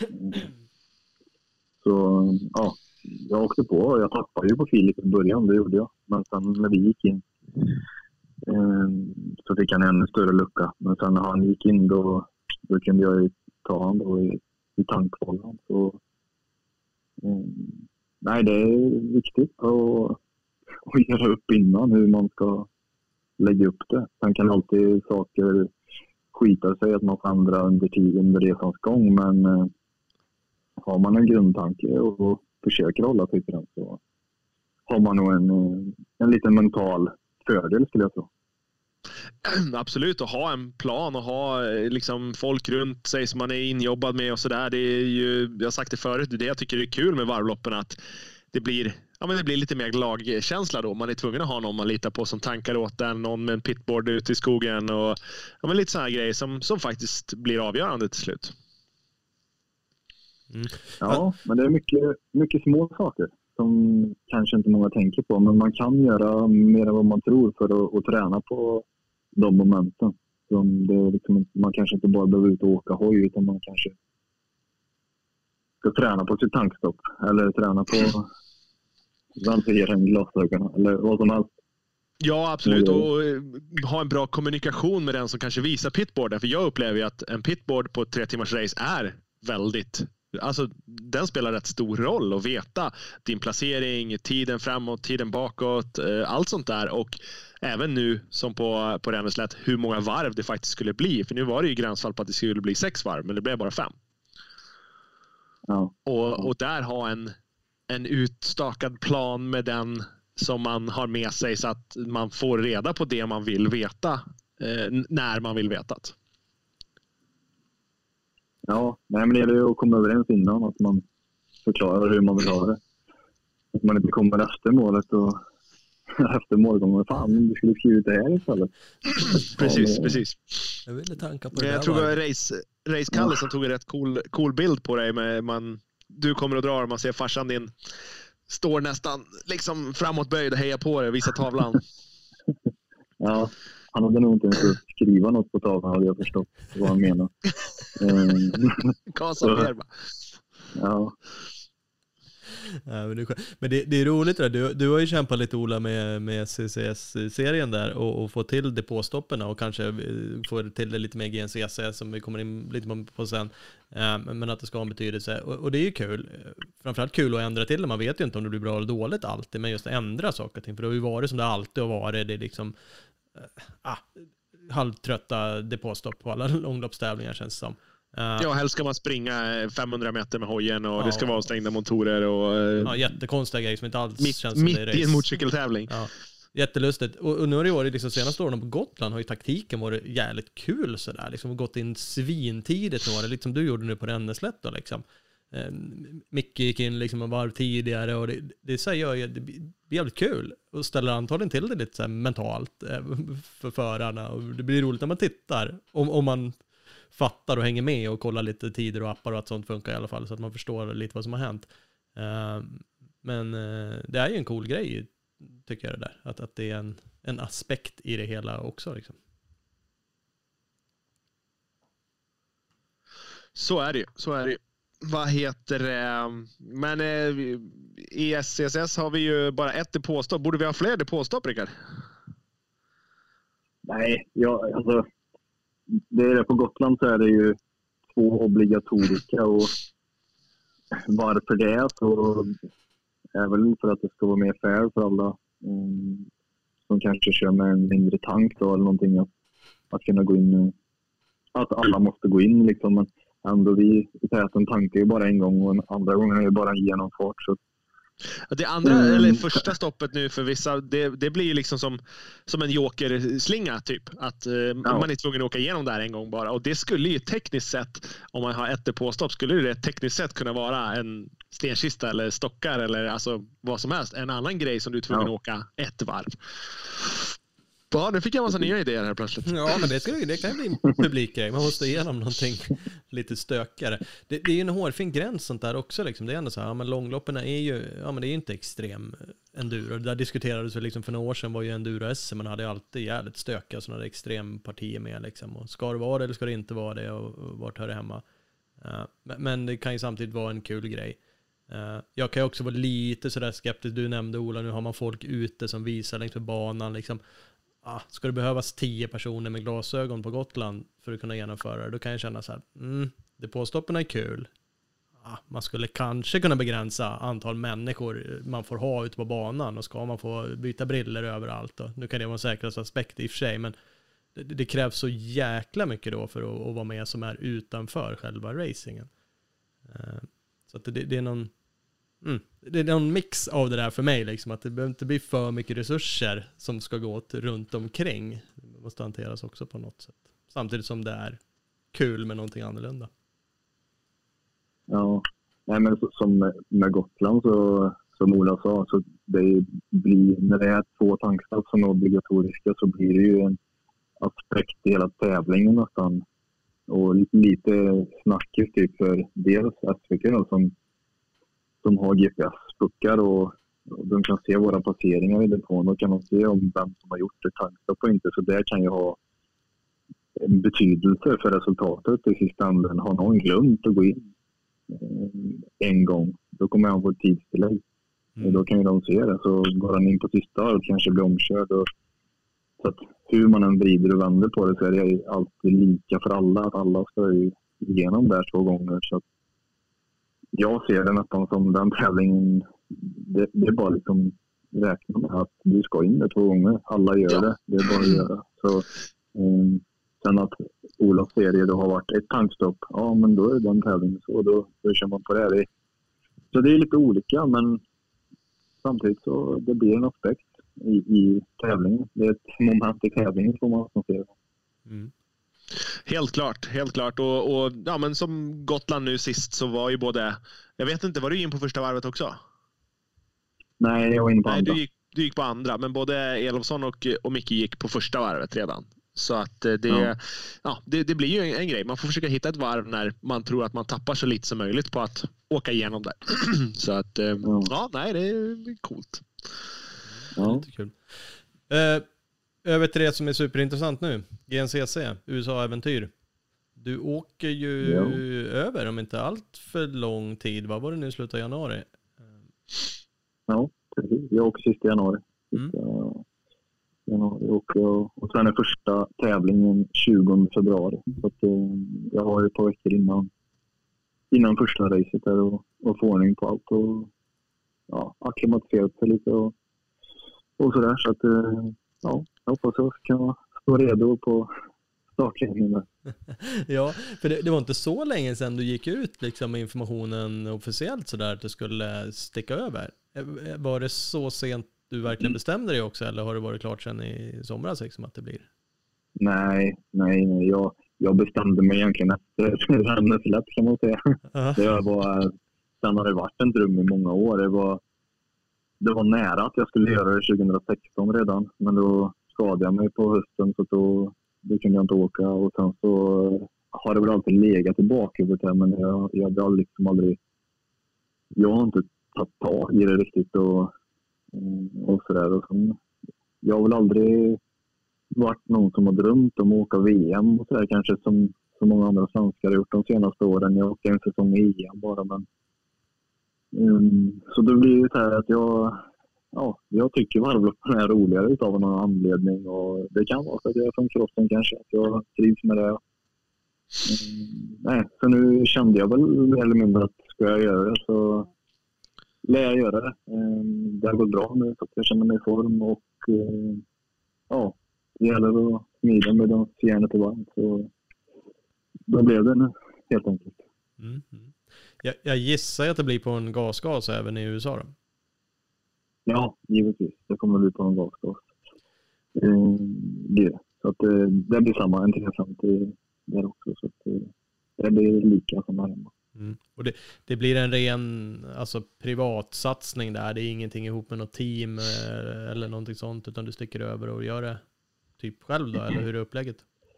Så ja, jag åkte på och jag tappade ju på Filip i början, det gjorde jag. Men sen när vi gick in eh, så fick han en ännu större lucka. Men sen när han gick in då, då kunde jag ju ta honom då i, i tankhållaren. Så eh, nej, det är viktigt att, att göra upp innan hur man ska lägga upp det. Sen kan alltid saker skita sig att man får andra under tiden under resans gång, men eh, har man en grundtanke och, och försöker hålla sig till den, så har man nog en, en liten mental fördel skulle jag tro. Absolut, att ha en plan och ha liksom folk runt sig som man är injobbad med och sådär. Det är ju, jag har sagt det förut, det är det jag tycker är kul med varvloppen, att det blir, ja, men det blir lite mer lagkänsla då. Man är tvungen att ha någon man litar på som tankar åt den, någon med en pitboard ute i skogen och ja, men lite sådana grejer som, som faktiskt blir avgörande till slut. Mm. Ja, men det är mycket, mycket små saker som kanske inte många tänker på, men man kan göra mer än vad man tror för att, att träna på de momenten. Som det är liksom, man kanske inte bara behöver ut och åka hoj, utan man kanske ska träna på sitt tankstopp eller träna på ventilera glasögonen eller vad som helst. Ja, absolut. Och ha en bra kommunikation med den som kanske visar pitboarden. För jag upplever ju att en pitboard på ett tre timmars race är väldigt... Alltså, den spelar rätt stor roll att veta din placering, tiden framåt, tiden bakåt, allt sånt där. Och även nu som på, på Ränneslätt, hur många varv det faktiskt skulle bli. För nu var det ju gränsfall på att det skulle bli sex varv, men det blev bara fem. Ja. Och, och där ha en, en utstakad plan med den som man har med sig så att man får reda på det man vill veta eh, när man vill veta det. Ja, nej, men det gäller ju att komma överens innan, att man förklarar hur man vill ha det. Att man inte kommer efter målet och efter målgången, fan, du skulle skrivit det här istället. Precis, ja, precis. Jag ville tanka på det. Jag där tror det var var Race, Race Kalle som tog en rätt cool, cool bild på dig. Med man, du kommer och drar och man ser farsan din står nästan liksom framåtböjd och hejar på dig och visar tavlan. Ja, han hade nog inte ens skriva något på tavlan, hade jag förstått vad han menar. Kasa mer bara. Ja. Ja, men det, är, men det, det är roligt det där. Du, du har ju kämpat lite, Ola, med, med C C S-serien där och, och få till depåstopperna och kanske få till det lite med G N C C som vi kommer in lite på sen. Men att det ska ha en betydelse. Och, och det är ju kul. Framförallt kul att ändra till det. Man vet ju inte om det blir bra eller dåligt alltid, men just att ändra saker och ting. För det har ju varit som det alltid har varit. Det är liksom äh, halvtrötta depåstopp på alla långloppstävlingar, känns det som. Uh, ja, helst ska man springa femhundra meter med hojen och ja, det ska vara avstängda motorer och ja, jättekonstiga grejer som inte alls mitt, känns som mitt det är race. I en motorcykeltävling. Ja, jättelustigt. Och, och nu har det varit liksom senaste åren på Gotland har ju taktiken varit jävligt kul sådär. Liksom gått in svintidigt några, lite som du gjorde nu på Ränneslätt då liksom. Eh, Micke gick in liksom en varv tidigare och det, det, så gör ju, det blir jävligt kul och ställer antagligen till det lite så här mentalt eh, för förarna och det blir roligt när man tittar om, om man fattar och hänger med och kollar lite tider och appar och att sånt funkar i alla fall så att man förstår lite vad som har hänt. Uh, men uh, det är ju en cool grej tycker jag det där. Att, att det är en, en aspekt i det hela också liksom. Så är det ju, så är det ju. Vad heter det? Men eh, i S C S S har vi ju bara ett depåstopp. Borde vi ha fler depåstopp, Rickard? Nej, jag, alltså det är det, på Gotland så är det ju två obligatoriska och varför det är så är väl för att det ska vara mer fair för alla um, som kanske kör med en mindre tank då, eller någonting att, att kunna gå in, att alla måste gå in liksom, men ändå vi i täten tankar ju bara en gång och en andra gången är ju bara en genomfart så. Det andra, mm. eller första stoppet nu för vissa, det, det blir ju liksom som, som en jokerslinga typ. Att eh, ja. man är tvungen att åka igenom där en gång bara. Och det skulle ju tekniskt sett, om man har ett depåstopp, skulle det tekniskt sett kunna vara en stenkista eller stockar eller alltså vad som helst. En annan grej som du är tvungen ja. att åka ett varv. Ja, nu fick jag en massa nya idéer här plötsligt. Ja, men det, ska, det kan ju bli en publikgrej. Man måste igenom någonting lite stökare. Det, det är ju en hårfin gräns sånt där också. Liksom. Det är ändå så här, ja, men långloppen är ju, ja, men det är ju inte extrem enduro. Det där diskuterades väl liksom för några år sedan var ju enduro-S M. Man hade alltid jävligt stökiga sådana där extrempartier med. Liksom. Och ska det vara det eller ska det inte vara det? Och, och vart hör det hemma? Uh, men, men det kan ju samtidigt vara en kul grej. Uh, jag kan ju också vara lite sådär skeptisk. Du nämnde, Ola, nu har man folk ute som visar längs med banan liksom. Ah, ska det behövas tio personer med glasögon på Gotland för att kunna genomföra det, då kan jag känna så här, mm, depåstoppen är kul. Ah, man skulle kanske kunna begränsa antal människor man får ha ute på banan och ska man få byta briller överallt. Då. Nu kan det vara en säkerhetsaspekt i och för sig, men det, det krävs så jäkla mycket då för att, att vara med som är utanför själva racingen. Uh, så att det, det är någon Mm. Det är någon mix av det där för mig liksom, att det behöver inte bli för mycket resurser som ska gå åt runt omkring. Det måste hanteras också på något sätt. Samtidigt som det är kul med någonting annorlunda. Ja, nej, men som med Gotland så som Ola sa, så det blir, när det är två tankstopp som är obligatoriska så blir det ju en aspekt i hela tävlingen nästan. Och lite snackigt typ för dels S V K då, som som har G P S-puckar och, och de kan se våra passeringar i depån och kan de se om vem som har gjort ett tankstopp och inte. Så det kan ju ha en betydelse för resultatet i sista änden. Har någon glömt att gå in eh, en gång, då kommer han få ett tidstillägg. Mm. Och då kan ju de se det. Så går han in på sista och kanske blir omkörd. Och, så att hur man än vrider och vänder på det så är det alltid lika för alla. Att alla ska ju igenom där två gånger. Så att jag ser det nästan som den tävlingen, det, det är bara liksom räkna med att du ska in det två gånger. Alla gör ja. det, det är bara att göra. Så, um, sen att Olofs serie då har varit ett tankstopp, ja men då är den tävlingen så, då, då kör man på det. det. Så det är lite olika, men samtidigt så det blir en aspekt i, i tävlingen. Det är ett moment i tävlingen som man som ser. Mm. Helt klart, helt klart. Och, och ja, men som Gotland nu sist så var ju både, jag vet inte, var du in på första varvet också? Nej, jag var inne på Nej, andra. du gick, du gick på andra, men både Elofsson och, och Micke gick på första varvet redan. Så att det, Ja. ja, det, det blir ju en, en grej. Man får försöka hitta ett varv när man tror att man tappar så lite som möjligt på att åka igenom där. Så att, ja, ja nej, det är coolt. Ja. Lite kul. Eh, över till det som är superintressant nu. G N C C, U S A-äventyr. Du åker ju Ja. över om inte allt för lång tid. Vad var det nu, slutet av januari? Ja, precis. Jag åker sista januari. Mm. Sista januari åker jag. Och sen är första tävlingen tjugonde februari. Så att, eh, jag har ju ett par veckor innan, innan första racet där och, och få ordning på allt. Och ja, akklimatiserat sig lite och, och sådär. Så att eh, ja, jag hoppas jag kan stå redo på startlinjen där. Ja, för det, det var inte så länge sedan du gick ut liksom, med informationen officiellt sådär att du skulle sticka över. Var det så sent du verkligen bestämde dig också, eller har det varit klart sedan i somras liksom, att det blir? Nej, nej, nej. Jag, jag bestämde mig egentligen efter Ramnesläpp kan man säga. Uh-huh. Det var, sen har det varit en dröm i många år. Det var, det var nära att jag skulle göra det tjugohundrasexton redan, men då skadade jag mig på hösten så då, då kunde jag inte åka. Och sen så har det väl alltid legat tillbaka över det, men jag, jag har liksom aldrig, jag har inte tagit tag i det riktigt och, och sådär. Och sen, jag har väl aldrig varit någon som har drömt om att åka V M och sådär kanske som så många andra svenskar har gjort de senaste åren. Jag åker en säsong i E M bara, men um, så det blir ju så här att jag ja, jag tycker varvloppen är roligare utav någon anledning och det kan vara så att jag är från crossen kanske, att jag trivs med det. Mm, nej, så nu kände jag väl mer eller mindre att ska jag göra det så lär jag göra det. Um, det har gått bra nu så att jag känner mig i form och uh, ja, det gäller att smida med de järnet i varmt så då blev det nu helt enkelt. Mm. Jag, jag gissar att det blir på en gasgas även i U S A då? Ja, givetvis. Det kommer bli på en gasgas. Mm, det. Så att det, det blir samma intressant där också. Så att det, det blir lika som här hemma. Mm. Och det, det blir en ren alltså, privatsatsning där. Det är ingenting ihop med något team eller någonting sånt, utan du sticker över och gör det typ själv då, eller hur är upplägget?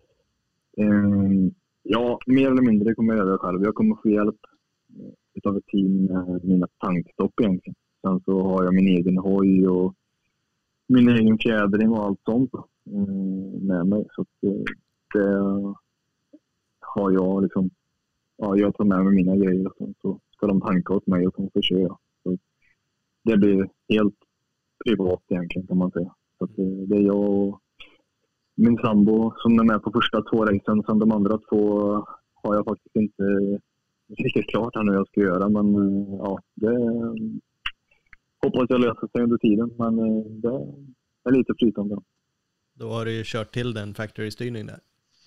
Mm, ja, mer eller mindre kommer jag göra det själv. Jag kommer få hjälp av ett team med mina tankstopp egentligen. Sen så har jag min egen hoj och min egen fjädring och allt sånt med mig. Så det, det har jag liksom, ja, jag tar med mig mina grejer och sånt, så ska de tanka åt mig och så får köra. Så det blir helt privat egentligen kan man säga. Så det, det är jag och min sambo som är med på första två racen. Sen de andra två har jag faktiskt inte riktigt klart här nu jag ska göra. Men ja, det hoppas jag löser sig under tiden. Men det är lite flytande. Då har du ju kört till den factory-styrning där.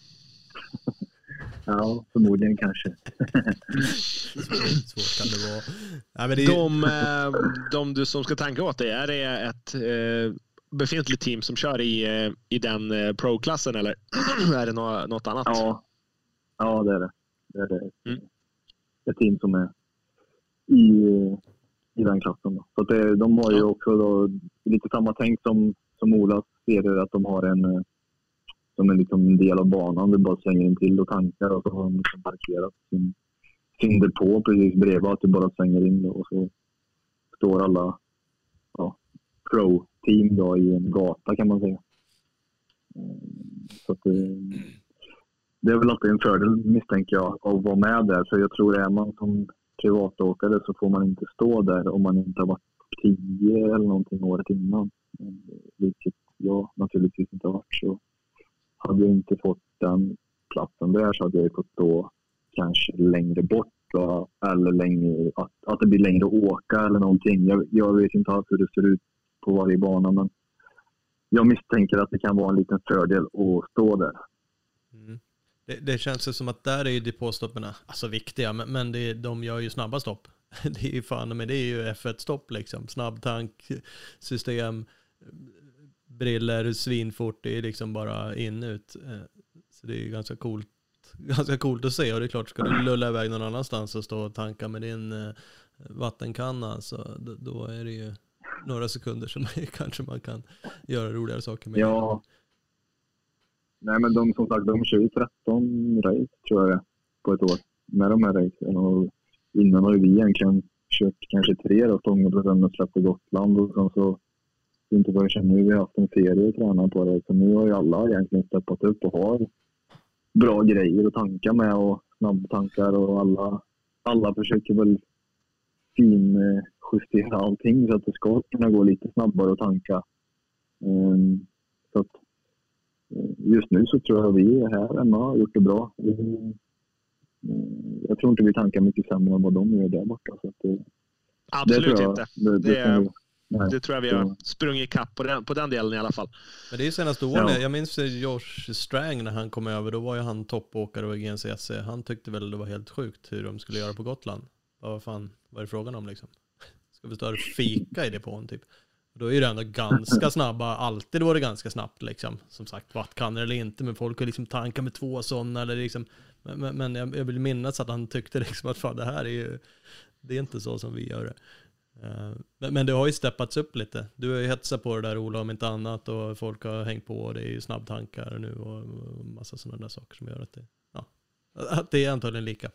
Ja, förmodligen kanske. Svårt, svårt kan det vara. Nej, men det är... de, de du som ska tanka åt dig, är det ett eh, befintligt team som kör i, i den eh, pro-klassen eller är det något, något annat? Ja, ja det är det. Det är det. Mm. Ett team som är i, i den klassen. Då. Så att det, de har ju Ja. också då, lite samma tänk som, som Olas serier, att de har en som är liksom en del av banan. Du bara svänger in till och tankar och så har de liksom parkerat sin, sin depå precis bredvid, att du bara svänger in då, och så står alla ja, pro-team då i en gata kan man säga. Så att det, det är väl alltid en fördel misstänker jag att vara med där, för jag tror är man som privatåkare så får man inte stå där om man inte har varit tio eller någonting året innan, vilket jag naturligtvis inte har varit. Så hade jag inte fått den platsen där så hade jag fått stå kanske längre bort då, eller längre, att, att det blir längre att åka eller någonting. Jag, jag vet inte alls hur det ser ut på varje bana, men jag misstänker att det kan vara en liten fördel att stå där. Mm. Det, det känns ju som att där är ju depåstopparna alltså viktiga, men, men det, de gör ju snabba stopp. det är ju fan, men det är ju F ett-stopp liksom. Snabbtanksystem, briller, svinfort, det är liksom bara in ut. Så det är ju ganska coolt. Ganska coolt att se, och det är klart, ska du lulla iväg någon annanstans och stå och tanka med din vattenkanna, så då, då är det ju några sekunder som kanske man kan göra roligare saker med. Ja. Nej, men de som sagt, de kör ju tretton race tror jag på ett år med de här racen. Och innan har vi egentligen kört kanske tre då, stångar och sen släppte Gotland, och sen så inte vad jag känner, vi har haft en serie att träna på det. Så nu har ju alla egentligen steppat upp och har bra grejer att tanka med och snabbtankar, och alla, alla försöker väl fin justera allting så att det ska kunna gå lite snabbare att tanka. Um, så att just nu så tror jag vi är här hemma har gjort det bra. Um, jag tror inte vi tankar mycket sämre än vad de gör där borta. Så att det, Absolut det jag, inte. Det, det, det, är, vi, nej, det tror jag vi har sprungit kapp på den, på den delen i alla fall. Men det är ju senaste åren. Ja. Jag minns Josh Strang när han kom över. Då var ju han toppåkare och G N C S C. Han tyckte väl det var helt sjukt hur de skulle göra på Gotland. Vad fan, vad är det frågan om liksom? Ska vi stå och fika i det på en typ? Då är det ändå ganska snabba. Alltid då är det ganska snabbt liksom. Som sagt, vattkanner eller inte. Men folk har liksom tankar med två sådana. Eller liksom, men men jag, jag vill minnas att han tyckte liksom att fan, det här är ju... Det är inte så som vi gör det. Uh, men, men det har ju steppats upp lite. Du har ju hetsat på det där, Ola, om inte annat. Och folk har hängt på. Och det är ju snabbtankar nu. Och, och massa sådana där saker som gör att det... Ja, att det är antagligen lika.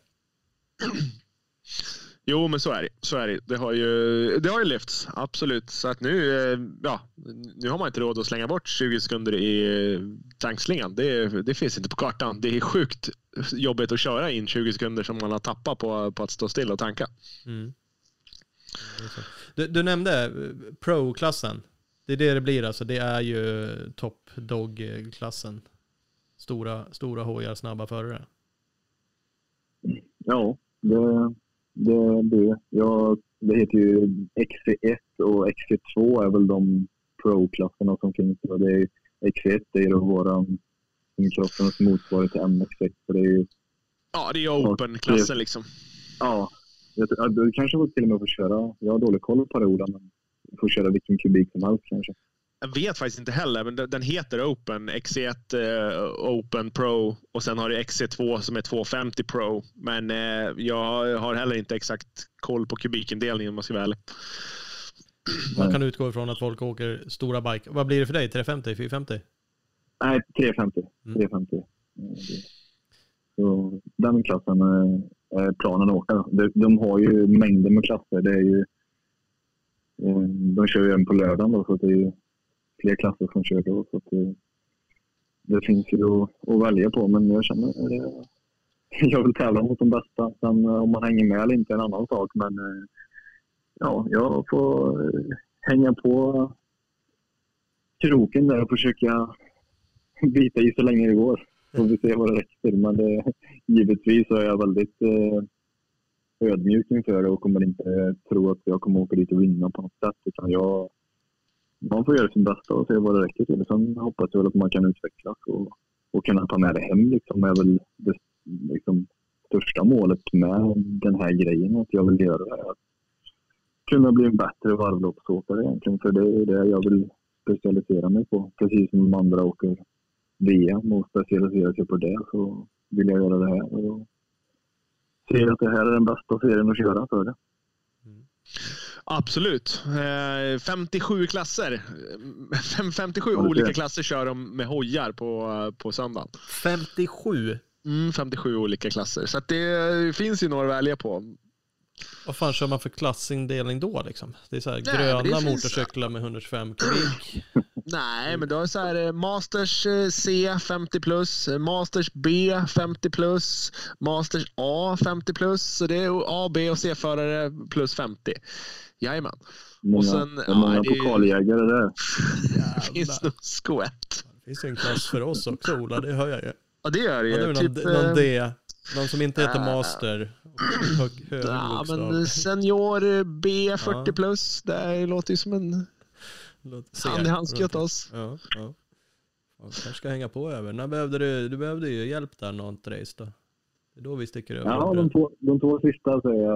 Jo, men så är det. Så är det. Det har ju, det har ju lyfts, absolut. Så att nu, ja, nu har man inte råd att slänga bort tjugo sekunder i tankslingan. Det, det finns inte på kartan. Det är sjukt jobbigt att köra in tjugo sekunder som man har tappat på, på att stå still och tanka. Mm. Du, du nämnde pro-klassen. Det är det det blir alltså. Det är ju top dog-klassen. Stora, stora hojar, snabba förare. Ja, det... Det, det, ja, det heter ju X C ett och X C två är väl de pro-klasserna som finns. Och det är, X C ett är ju våran kroppens motsvarighet till M X ett. Så det är ju, ja, det är ju open-klassen liksom. Ja, jag, du kanske får till och med få köra. Jag har dålig koll på perioden, men du får köra vilken kubik som helst kanske. Jag vet faktiskt inte heller, men den heter Open. X C ett eh, Open Pro och sen har du X C två som är tvåhundrafemtio Pro. Men eh, jag har heller inte exakt koll på kubikindelningen om man ska vara ärlig. Man kan utgå ifrån att folk åker stora bike. Vad blir det för dig? trehundrafemtio, fyrahundrafemtio? Nej, trehundrafemtio. Mm. trehundrafemtio. Så den klassen är planen att åka. De, de har ju mängder med klasser. Det är ju, de kör ju en på lördagen då, så det är ju fler klasser som kör då. Så det, det finns ju att, att välja på, men jag känner det, jag vill tävla mot de bästa. Sen om man hänger med eller inte är en annan sak, men ja, jag får hänga på kroken där och försöka bita i så länge det går. Så vi ser vad det räcker. Men det, givetvis så är jag väldigt eh, ödmjuk inför det och kommer inte tro att jag kommer åka dit och vinna på något sätt. Utan jag, man får göra sin bästa och se vad det räcker till. Sen hoppas jag väl att man kan utvecklas och, och kunna ta med det hem. Liksom, är väl det liksom, största målet med den här grejen. Att jag vill göra det. Att kunna bli en bättre varvloppsåkare egentligen. För det är det jag vill specialisera mig på. Precis som de andra åker V M och specialisera sig på det, så vill jag göra det här. Och se att det här är den bästa serien att köra för det. Mm. Absolut. Eh, femtiosju klasser. femtiosju ja, olika klasser kör de med hojar på, på söndagen. femtiosju? Mm, femtiosju olika klasser. Så att det finns ju några att välja på. Vad fan kör man för klassindelning då liksom? Det är så här, Nej, gröna finns... motorcyklar med etthundratjugofem kubik. Nej, men då är det så här Masters C femtio plus, Masters B femtio plus, Masters A femtio plus, så det är A, B och C-förare plus femtio. Jajamän. Många, och sen det är många ja, det pokaljägare där. Det finns nog skvätt. Det finns ju en klass för oss också, Ola, det hör jag ju. Ja, det gör det ju. Ja, typ, någon, någon D, någon som inte heter Master. Hög, hög ja, men senior B fyrtio ja. plus, det låter ju som en hand i handske åt oss. Ja, ja. Man kanske ska hänga på över. När behövde du, du behövde ju hjälp där något race då. Det är då vi sticker över. Ja, de två, de två sista så är jag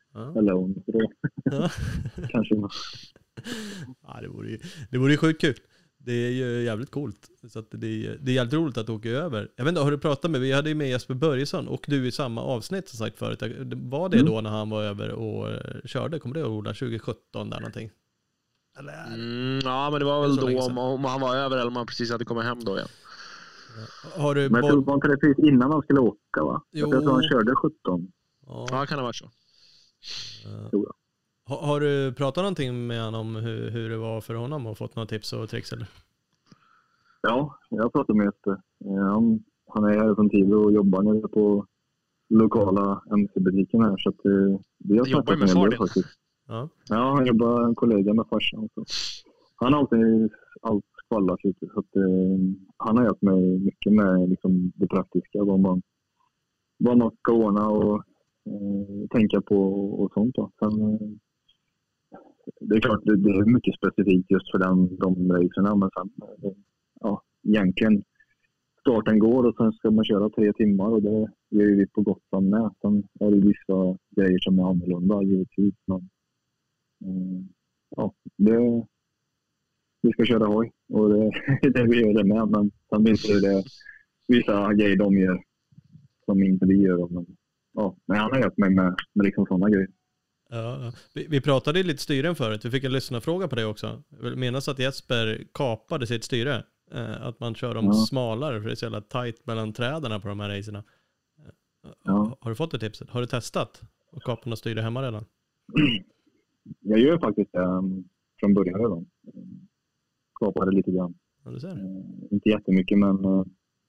ja. alone. Då. Ja. Kanske. Ja, det vore ju, det vore ju sjukt kul. Det är ju jävligt coolt. Så att det, är, det är jävligt roligt att åka över. Jag vet inte, har du pratat med, vi hade ju med Jesper Börjesson och du i samma avsnitt som sagt förut. Var det mm. då när han var över och körde? Kommer det ihåg Ola? tjugo sjutton där någonting? Eller? Mm, ja, men det var väl då om, om han var över eller om han precis hade kommit hem då igen. Ja. Har du men jag tror var inte det precis innan han skulle åka, va? Jo. Jag tror han körde sjutton. Ja, ja kan det ha varit så. Uh. Har, har du pratat någonting med honom om hur, hur det var för honom och fått några tips och tricks eller? Ja, jag har pratat med Jesper. Han, han är här från Tibro och jobbar nere på lokala M C-butiken här. Så att vi har jobbar med far faktiskt. Ja. ja, han jobbar en kollega med farsan. Så. Han har alltid allt skvallrat lite. Så att, han har hjälpt mig mycket med liksom, det praktiska. Vad man, vad man ska ordna och eh, tänka på och, och sånt. Då. Sen, eh, det är klart, det, det är mycket specifikt just för den, de racerna. Men sen, eh, ja, egentligen starten går och sen ska man köra tre timmar och det gör vi på Gotland med. Sen är det vissa grejer som är annorlunda givetvis. Men, mm, ja, det, vi ska köra hoj och det är det vi gör det med. Men sen finns det, det vissa grejer de gör som inte vi gör. Men, ja, men han har hjälpt mig med, med liksom sådana grejer. Ja, vi, vi pratade lite styren förut. Vi fick en lyssnarfråga på det också. Jag vill minnas att Jesper kapade sitt styre. Att man kör dem ja. smalare för det är så jävla tajt mellan träden på de här racerna. Ja. Har du fått det tipset? Har du testat att kapa några styre hemma redan? Jag gör faktiskt det um, från början redan. Um, kapade lite grann. Ja, du ser. Uh, inte jättemycket men uh,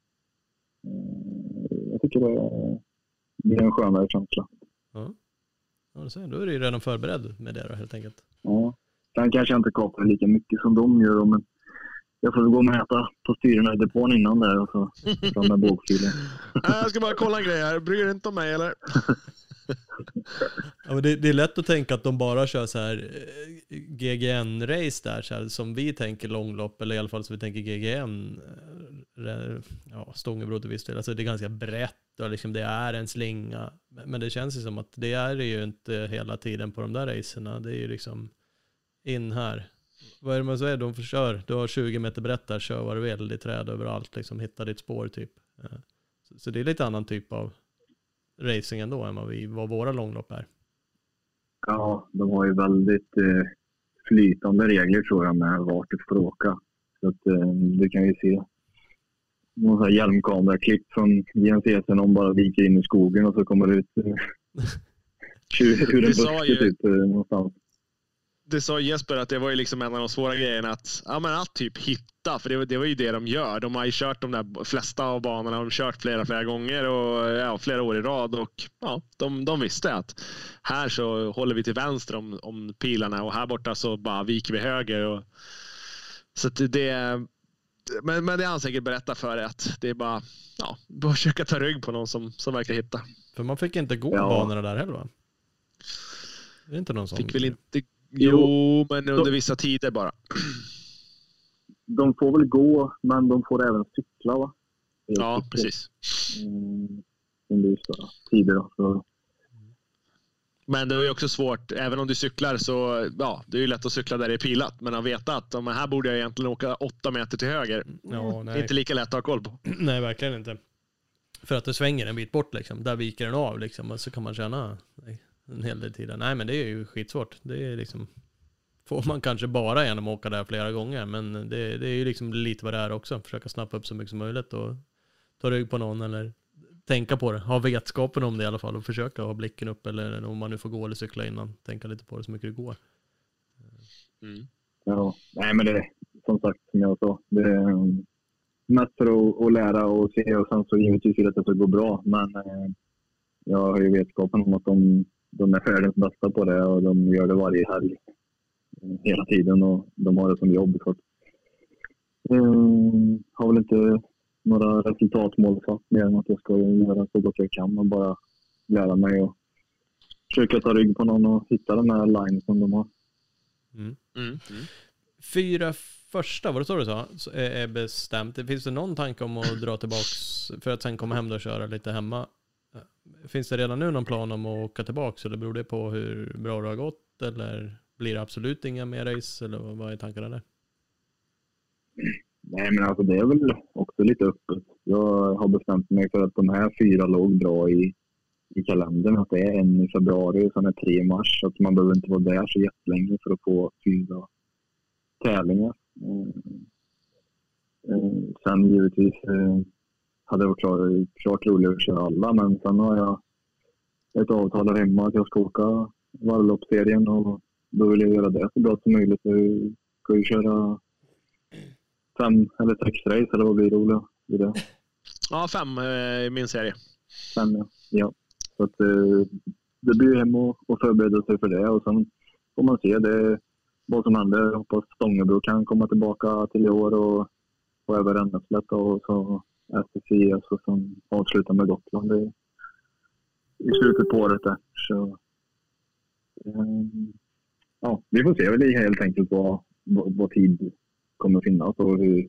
jag tycker det, det är en skönare känsla. Ja. Ja, du ser. Då är du ju redan förberedd med det då, helt enkelt. Ja. Sen kanske jag inte kapar lika mycket som de gör men jag får gå och mäta på styrorna i depån innan där och så fram med bågfilen. Jag ska bara kolla en grej här. Bryr du inte om mig eller? Ja, men det, det är lätt att tänka att de bara kör så här G G N-race där så här, som vi tänker långlopp eller i alla fall som vi tänker G G N. Ja, Stångebro till viss del. Alltså det är ganska brett och liksom det är en slinga. Men det känns ju som att det är ju inte hela tiden på de där racerna. Det är ju liksom in här. Vad är det man säger? De kör. Du har tjugo meter brett där, kör vad du vill. Det är träd överallt, liksom hitta ditt spår typ. Så, så det är lite annan typ av racing ändå än vad, vi, vad våra långlopp är. Ja, de har ju väldigt eh, flytande regler tror jag med vart du får åka. Så att eh, du kan ju se någon sån här hjälmkameraklipp från G N C S om bara viker in i skogen och så kommer det ut eh, hur en buske typ eh, någonstans. Det sa Jesper att det var ju liksom en av de svåra grejerna att, ja, men att typ hitta, för det, det var ju det de gör. De har ju kört de där flesta av banorna, de har kört flera, flera gånger och ja, flera år i rad och ja, de, de visste att här så håller vi till vänster om, om pilarna och här borta så bara viker vi höger. Och, så att det, men, men det är han säkert berätta för det att det är bara, ja, bara försöka ta rygg på någon som, som verkar hitta. För man fick inte gå ja. banorna där heller va? Det är inte någon sån. Fick väl inte Jo, men under vissa tider bara. De får väl gå, men de får även cykla va? Ja, precis. Mm, under vissa tider då. Så. Men det är ju också svårt, även om du cyklar så, ja, det är ju lätt att cykla där det är pilat. Men att veta att om här borde jag egentligen åka åtta meter till höger. Ja, nej. Det är inte lika lätt att ha koll på. Nej, verkligen inte. För att det svänger en bit bort liksom. Där viker den av liksom. Och så kan man känna... Nej. En hel del tiden. Nej men det är ju skitsvårt. Det är liksom får man kanske bara genom att åka där flera gånger men det, det är ju liksom lite vad det är också. Försöka snappa upp så mycket som möjligt och ta rygg på någon eller tänka på det. Ha vetskapen om det i alla fall och försöka ha blicken upp eller om man nu får gå eller cykla innan. Tänka lite på det så mycket det går. Mm. Ja, nej men det är som sagt som jag sa. Det är um, mest för att, att lära och se och sen så givetvis att det ska gå bra men eh, jag har ju vetskapen om att de De är världens bästa på det och de gör det varje helg hela tiden och de har det som jobb. Så att, um, har väl inte några resultatmål satt mer än att jag ska göra så gott jag kan och bara lära mig och försöka ta rygg på någon och hitta den här line som de har. Mm. Mm. Mm. Fyra första, vad det står du sa, är bestämt. Finns det någon tanke om att dra tillbaks för att sen komma hem och köra lite hemma? Finns det redan nu någon plan om att åka tillbaka, eller beror det på hur bra det har gått, eller blir det absolut inga mer race, eller vad är tankarna där? Nej, men alltså det är väl också lite öppet. Jag har bestämt mig för att de här fyra låg bra i, i kalendern. Att det är en i februari och sen är tre i mars. Så att man behöver inte vara där så jättelänge för att få fyra tävlingar. Mm. Mm. Sen givetvis eh, hade det varit klart, klart roligt att köra alla. Men sen har jag ett avtal där hemma att jag ska åka varvloppsserien. Och då vill jag göra det så bra som möjligt. Jag ska ju köra fem eller sex race, eller vad blir det, Ola? I det? Ja, fem i eh, min serie. Fem, ja. ja. Så att eh, det blir hem och, och förbereda sig för det. Och sen får man se det, vad som händer. Jag hoppas Stångebro kan komma tillbaka till i år och, och även Ränneslätt och så S T C S och sen avsluta med Gotland i, i slutet på året där. Så eh, ja, vi får se väl helt enkelt vad, vad, vad tid kommer finnas och hur,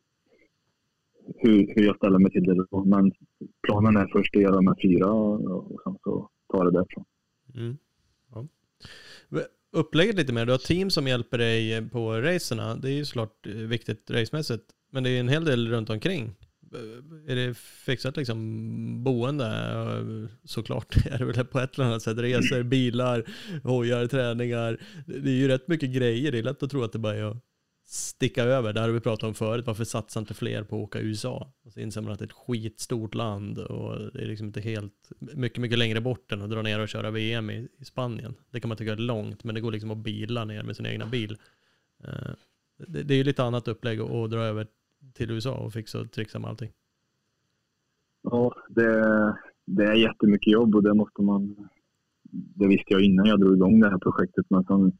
hur, hur jag ställer mig till det. Men planen är först att göra de här fyra och sen så tar det därifrån. Mm. Ja. Upplägget lite mer, du har team som hjälper dig på racerna. Det är ju såklart viktigt racemässigt, men det är en hel del runt omkring. Är det fixat liksom boende? Såklart är det väl på ett eller annat sätt. Resor, bilar, hojar, träningar. Det är ju rätt mycket grejer. Det är lätt att tro att det bara är att sticka över. Det har vi pratat om förut. Varför satsar inte fler på att åka U S A? Och så inser man att det är ett skitstort land och det är liksom inte helt mycket, mycket längre bort än att dra ner och köra V M i, i Spanien. Det kan man tycka är långt, men det går liksom att bila ner med sin egna bil. Det, det är ju lite annat upplägg att, att dra över till U S A och fixa och trixa med allting. Ja, det, det är jättemycket jobb och det måste man, det visste jag innan jag drog igång det här projektet, men sen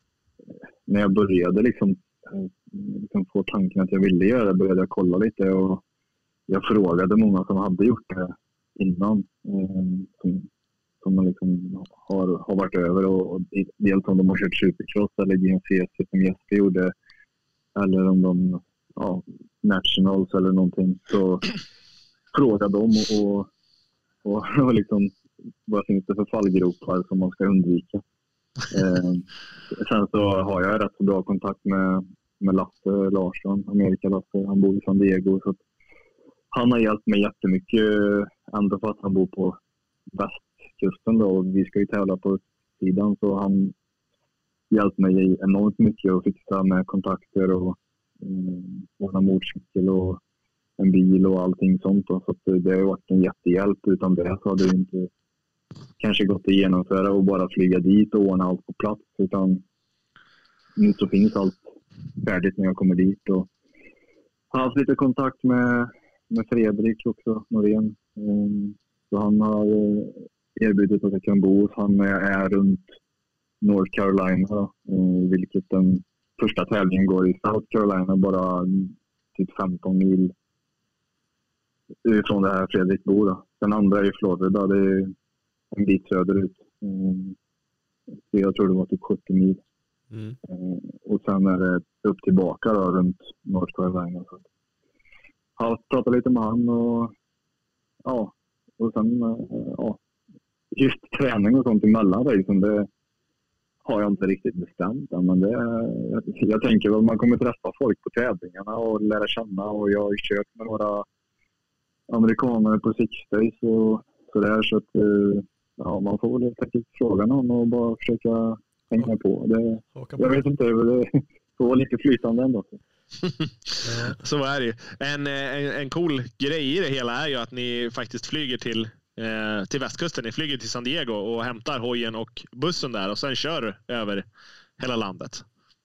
när jag började liksom liksom få tanken att jag ville göra det, började jag kolla lite och jag frågade många som hade gjort det innan, eh, som, som liksom har, har varit över och, och dels om de har kört supercross eller G N C S som Jesper gjorde, eller om de ja, nationals eller någonting, så frågade de och, och, och, och liksom vad finns det för fallgropar som man ska undvika. Eh, sen så har jag rätt så bra kontakt med med Lasse Larsson, Amerika Lasse. Han bor i San Diego. Så att han har hjälpt mig jättemycket, ända fast han bor på västkusten då. Och vi ska ju tävla på sidan, så han hjälpt mig enormt mycket att fixa med kontakter och um, ordna motorcykel och en bil och allting sånt då. Så att det har varit en jättehjälp. Utan det så hade det inte kanske gått att genomföra och bara flyga dit och ordna allt på plats, utan nu så finns allt färdigt när jag kommer dit. Och har haft lite kontakt med, med Fredrik också, Norén. Um, så han har erbjudit att jag kan bo hos han när jag är runt North Carolina, um, vilket den första tävlingen går i South Carolina, bara typ femton mil ifrån det här Fredrik bor då. Den andra är i Florida, det är en bit söderut. Um, jag tror det var typ sjuttio mil. Mm. Och sen är det upp tillbaka då, runt North Carolina. Så jag har pratat lite med han och ja, och sen ja, just träning och sånt emellan racen, det har jag inte riktigt bestämt. Men det, jag, jag tänker att man kommer träffa folk på tävlingarna och lära känna, och jag har kört med några amerikaner på Six Days och sådär, så att ja, man får väl säkert fråga någon och bara försöka hänga på. Det, jag vet inte, det får vara lite flytande ändå. Så är det ju. En, en, en cool grej i det hela är ju att ni faktiskt flyger till, eh, till västkusten. Ni flyger till San Diego och hämtar hojen och bussen där och sen kör över hela landet.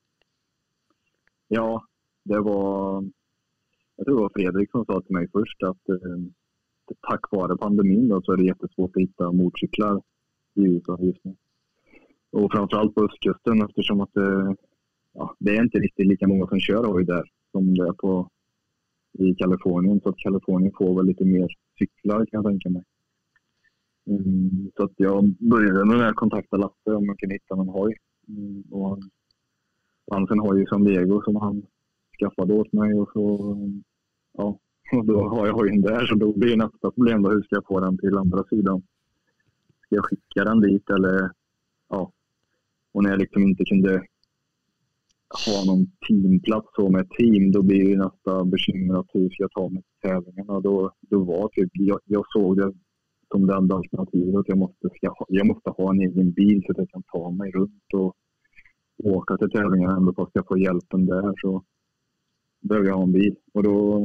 Ja, det var jag tror det var Fredrik som sa till mig först att eh, tack vare pandemin då, så är det jättesvårt att hitta motorcyklar i U S A just nu. Och framförallt på östkusten, eftersom att det, ja, det är inte riktigt lika många som kör hoj där som det är på, i Kalifornien. Så att Kalifornien får väl lite mer cyklar, kan jag tänka mig. Mm, så att jag började med att kontakta Lasse om man kan hitta någon hoj. Mm, och han, han sen har ju San Diego som han skaffade åt mig. Och så, ja, och då har jag hojen där, så då blir nästa problem då, hur ska jag få den till andra sidan ska jag skicka den dit eller ja. Och när jag liksom inte kunde ha någon teamplats så med team, då blir det nästa bekymmer att hur ska jag ta mig till tävlingarna. Då, då var typ, jag, jag såg det som det enda alternativet att jag måste, ska ha, jag måste ha en egen bil så att jag kan ta mig runt och åka till tävlingarna ändå fast jag får hjälpen där, så behöver jag ha en bil. Och då,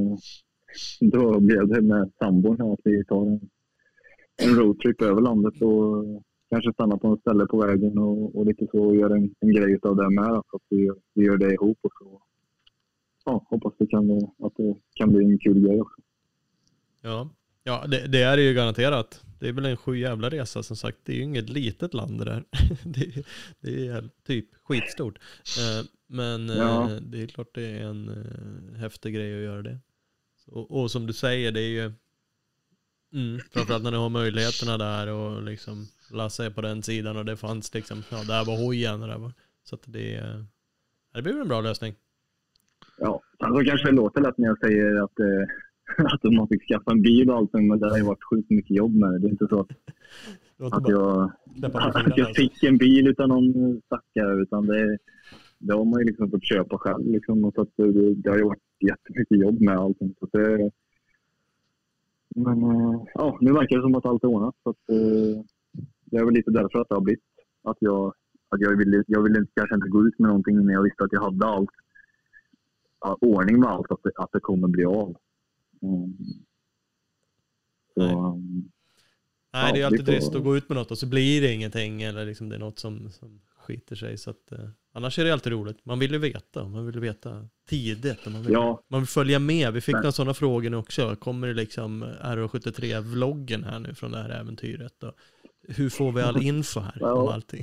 då blev det med sambon att vi tar en, en roadtrip över landet och kanske stanna på något ställe på vägen och, och lite så och göra en, en grej av det med. Så att vi, vi gör det ihop och så. Ja, hoppas det kan, att det kan bli en kul grej också. Ja, ja det, det är ju garanterat. Det är väl en sju jävla resa som sagt. Det är ju inget litet land det där. det, det är typ skitstort. Men ja. Det är klart det är en häftig grej att göra det. Och, och som du säger, det är ju mm, framförallt när du har möjligheterna där och liksom Lasse är på den sidan och det fanns liksom, ja, där var hojen och där var, så att det, det blir en bra lösning. Ja, alltså kanske det låter lätt när jag säger att, eh, att man fick skaffa en bil och allt, men det har ju varit sjukt mycket jobb med det. Det är inte så att, att jag, att jag fick en bil utan någon stackare, utan det, det har man ju liksom fått köpa själv liksom, och så att det, det har ju varit jättemycket jobb med allting. Så det, men ja, nu verkar det som att allt är ordnat, så att det är väl lite därför att det har blivit att jag, att jag ville, jag ville kanske inte gå ut med någonting när jag visste att jag hade allt, ja, ordning med allt, att det, att det kommer bli av. Mm. Så, Nej, um, Nej ja, det är alltid får... trist att gå ut med något och så blir det ingenting eller liksom det är något som, som skiter sig. Så att, eh, annars är det alltid roligt. Man vill ju veta. Man vill veta tidigt. Och man, vill, ja. man vill följa med. Vi fick Nej. några sådana frågor nu också. Kommer det liksom R H sjuttiotre-vloggen här nu från det här äventyret? Och hur får vi all info här ja. om allting?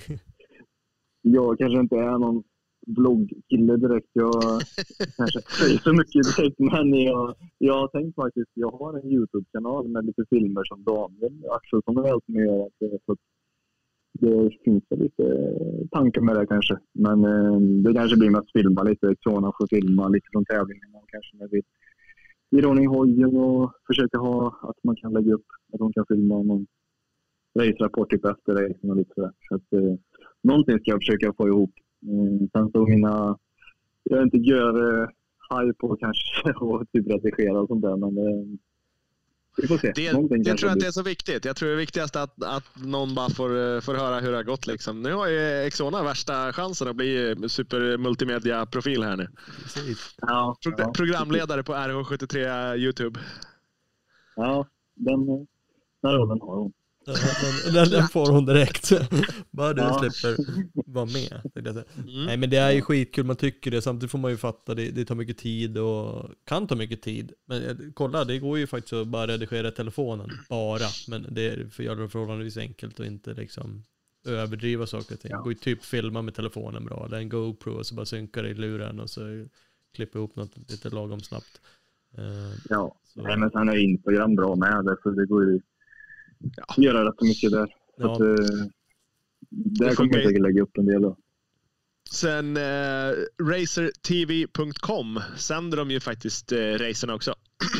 Jag kanske inte är någon bloggkille direkt. Jag kanske säger så mycket direkt, men jag, jag har tänkt faktiskt, jag har en YouTube-kanal med lite filmer som Daniel Axelsson har hjälpt mig att göra. Så det finns lite tankar med det kanske. Men eh, det kanske blir med att filma lite. Xona får filma lite från tävlingen. Och kanske när vi ger ordning hojen och försöka ha att man kan lägga upp att de kan filma någon race-rapport typ efter racen och lite sådär. Så att eh, någonting ska jag försöka få ihop. Mm, sen så mina, jag inte gör eh, haj på kanske och typ redigera och sånt där, men eh, vi får se. Det, det tror jag inte är så viktigt. Jag tror det är viktigast att, att någon bara får, får höra hur det har gått liksom. Nu har ju Xona värsta chansen att bli supermultimedia-profil här nu. Ja, Pro- ja. Programledare på R H sjuttiotre YouTube. Ja, den, den rollen har hon. Den, den får hon direkt. Bara du Ja. slipper vara med. Mm. Nej, men det är ju skitkul, man tycker det. Samtidigt får man ju fatta, det, det tar mycket tid och kan ta mycket tid. Men eh, kolla, det går ju faktiskt att bara redigera telefonen. Bara. Men det är för göra det förhållandevis enkelt och inte liksom överdriva saker och ting. Ja. Gå ju typ filma med telefonen bra. Eller en GoPro och så bara synka det i luren och så klippa ihop något lite lagom snabbt. Eh, Ja, så. Nej, men sen är Instagram bra med det, så det går ju Ja. göra rätt mycket där. Så Ja. att, eh, där Det kommer jag funkar. säkert lägga upp en del då. Sen eh, racer t v punkt com sänder de ju faktiskt eh, racerna också.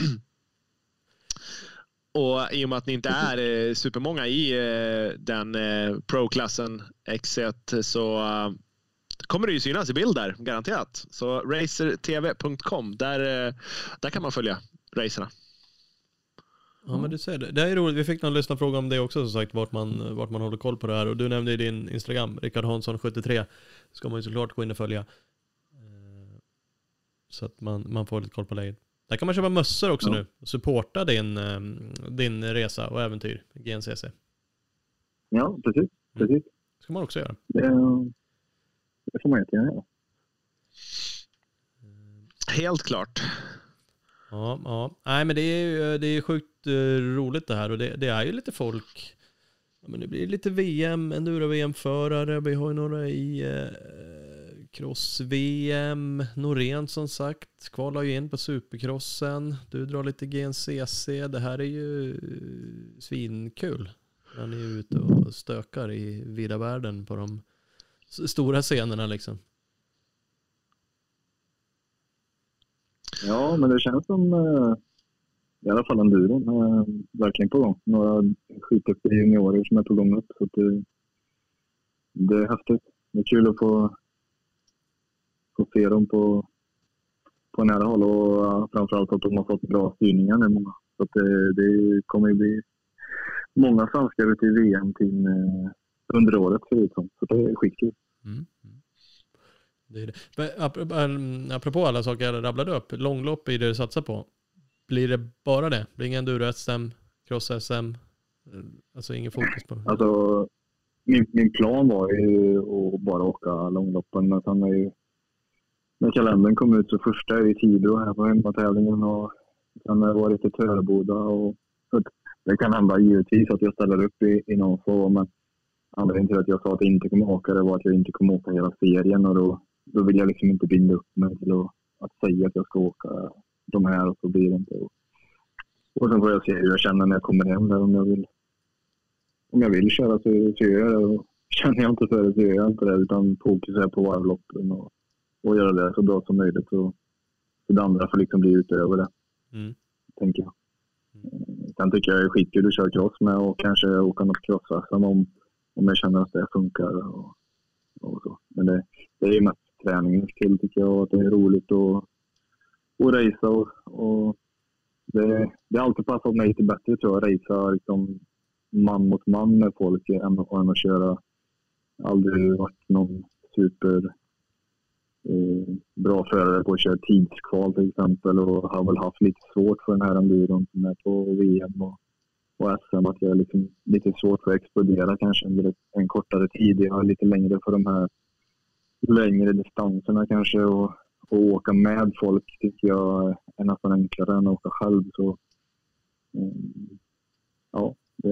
Och i och med att ni inte är eh, supermånga i eh, den eh, pro-klassen X ett så eh, kommer det ju synas i bild där, garanterat. Så racer t v punkt com, där, eh, där kan man följa racerna. Ja, men du ser det. Det är roligt. Vi fick någon lyssnarfråga om det också, som sagt, vart man, vart man håller koll på det här. Och du nämnde i din Instagram, Rickard Hansson sjuttiotre. Ska man ju såklart gå in och följa. Eh, Så att man, man får lite koll på läget. Där kan man köpa mössor också Ja. nu. Och supporta din, eh, din resa och äventyr, G N C C. Ja, precis. precis. Det ska man också göra. Det, det får man jättegärna göra. Helt klart. Ja, ja. Nej, men det är ju det är sjukt uh, roligt det här. Och det, det är ju lite folk. Ja, men det blir lite V M, enduro-V M-förare. Vi har ju några i uh, cross-V M. Norén som sagt. Kvalar ju in på supercrossen. Du drar lite G N C C. Det här är ju uh, svinkul. När ni är ute och stökar i vida världen på de s- stora scenerna liksom. Ja, men det känns som... eh, i alla fall enduron är verkligen på gång. Några skitduktiga juniorer som är på gång upp. Så att det, det är häftigt. Det är kul att få, få se dem på, på nära håll och framförallt att de har fått bra styrningar nu många. Så att det, det kommer ju bli många svenskar ute i V M-team under året ser det ut som. Så det är skitkul. Mm. Det är det. Men apropå alla saker jag rabblade upp, långlopp är det du satsar på. Blir det bara det? Blir ingen enduro-S M, cross-S M? Alltså ingen fokus på det? Alltså, min, min plan var ju att bara åka långloppen. Men sen är ju, när kalendern kom ut så första är ju Tibro här på hemmatävlingen och sen har det varit i Töreboda. Och, så det kan hända givetvis att jag ställer upp i, i någon form. Men anledningen till att jag sa att jag inte kommer åka det var att jag inte kommer åka hela serien. Och då, då vill jag liksom inte binda upp mig till att, att säga att jag ska åka de här och så blir det inte. Och sen får jag se hur jag känner när jag kommer hem där, om jag vill om jag vill köra så, så gör jag det, och känner jag inte för det så gör jag inte det, utan fokuserar på varvloppen och, och göra det så bra som möjligt, så, så det andra får liksom bli utöver det, mm. tänker jag. Mm. Sen tycker jag det är skitkul att köra cross med och kanske åka något cross om, om jag känner att det funkar och, och så. Men det, det är ju mest träningens skull tycker jag, att det är roligt och och racea och, och det, det har alltid passat mig lite bättre tror jag, racea liksom man mot man med folk än, än att köra. Aldrig varit någon super eh, bra förare på att köra tidskval till exempel, och har väl haft lite svårt för den här enduron som är på V M och, och S M, att jag är liksom lite svårt för att explodera kanske under en kortare tid. Jag har lite längre för de här längre distanserna kanske, och och åka med folk tycker jag är nästan enklare än att åka själv. Så, um, ja, det,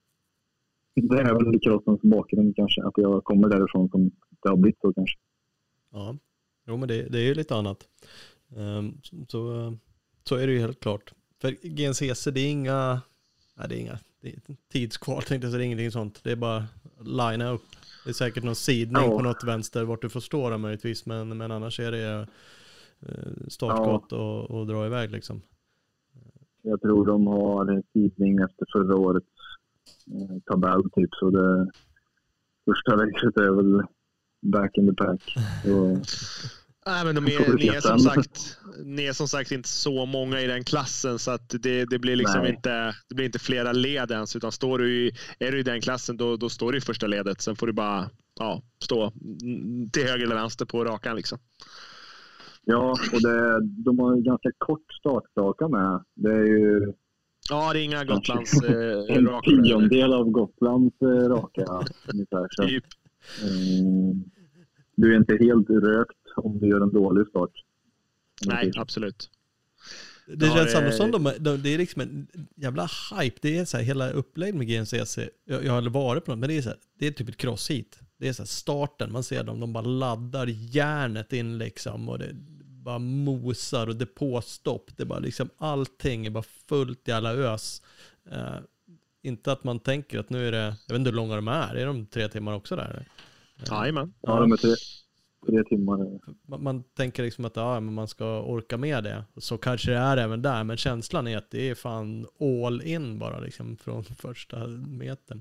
det är väl crossens bakgrund kanske, att jag kommer därifrån som det har blivit så kanske. Ja, jo, men det, det är ju lite annat. Um, så, så är det ju helt klart. För G N C C, det är inga, nej, det är inga det är tidskval, tänkte jag, så det är ingenting sånt. Det är bara line up. Det är säkert någon sidning ja. på något vänster vart du får stå där möjligtvis, men, men annars är det startskott ja. och, och dra iväg liksom. Jag tror de har en sidning efter förra årets eh, tabell typ, så det första racet är väl back in the pack. Så, nej, men de är, ni, är som sagt, ni är som sagt inte så många i den klassen, så att det, det blir liksom inte, det blir inte flera led ens, utan står du i, är du i den klassen då, då står du i första ledet, sen får du bara ja, stå till höger eller vänster på rakan liksom. Ja, och det, de har en ganska kort startraka med. Det är ju ja, det är inga Gotlands eh, en raka. En tiondel av Gotlands eh, raka ungefär, så. Typ. Mm, du är inte helt rökt om du gör en dålig start. Nej, absolut. Det ja, känns samma som de, de, det är liksom en jävla hype. Det är så här, hela upplägg med G N C C. Jag, jag har aldrig varit på något, men det är så här, det är typ ett cross-hit. Det är så här starten, man ser dem, de bara laddar järnet in liksom, och det bara mosar och depåstopp. Det är bara liksom, allting är bara fullt i alla ös. Uh, inte att man tänker att nu är det, jag vet inte hur långa de är. Är de tre timmar också där? Jajamän. Ja, de är tre, tre timmar. Man, man tänker liksom att ja, men man ska orka med det. Så kanske det är även där, men känslan är att det är fan all in bara liksom från första metern.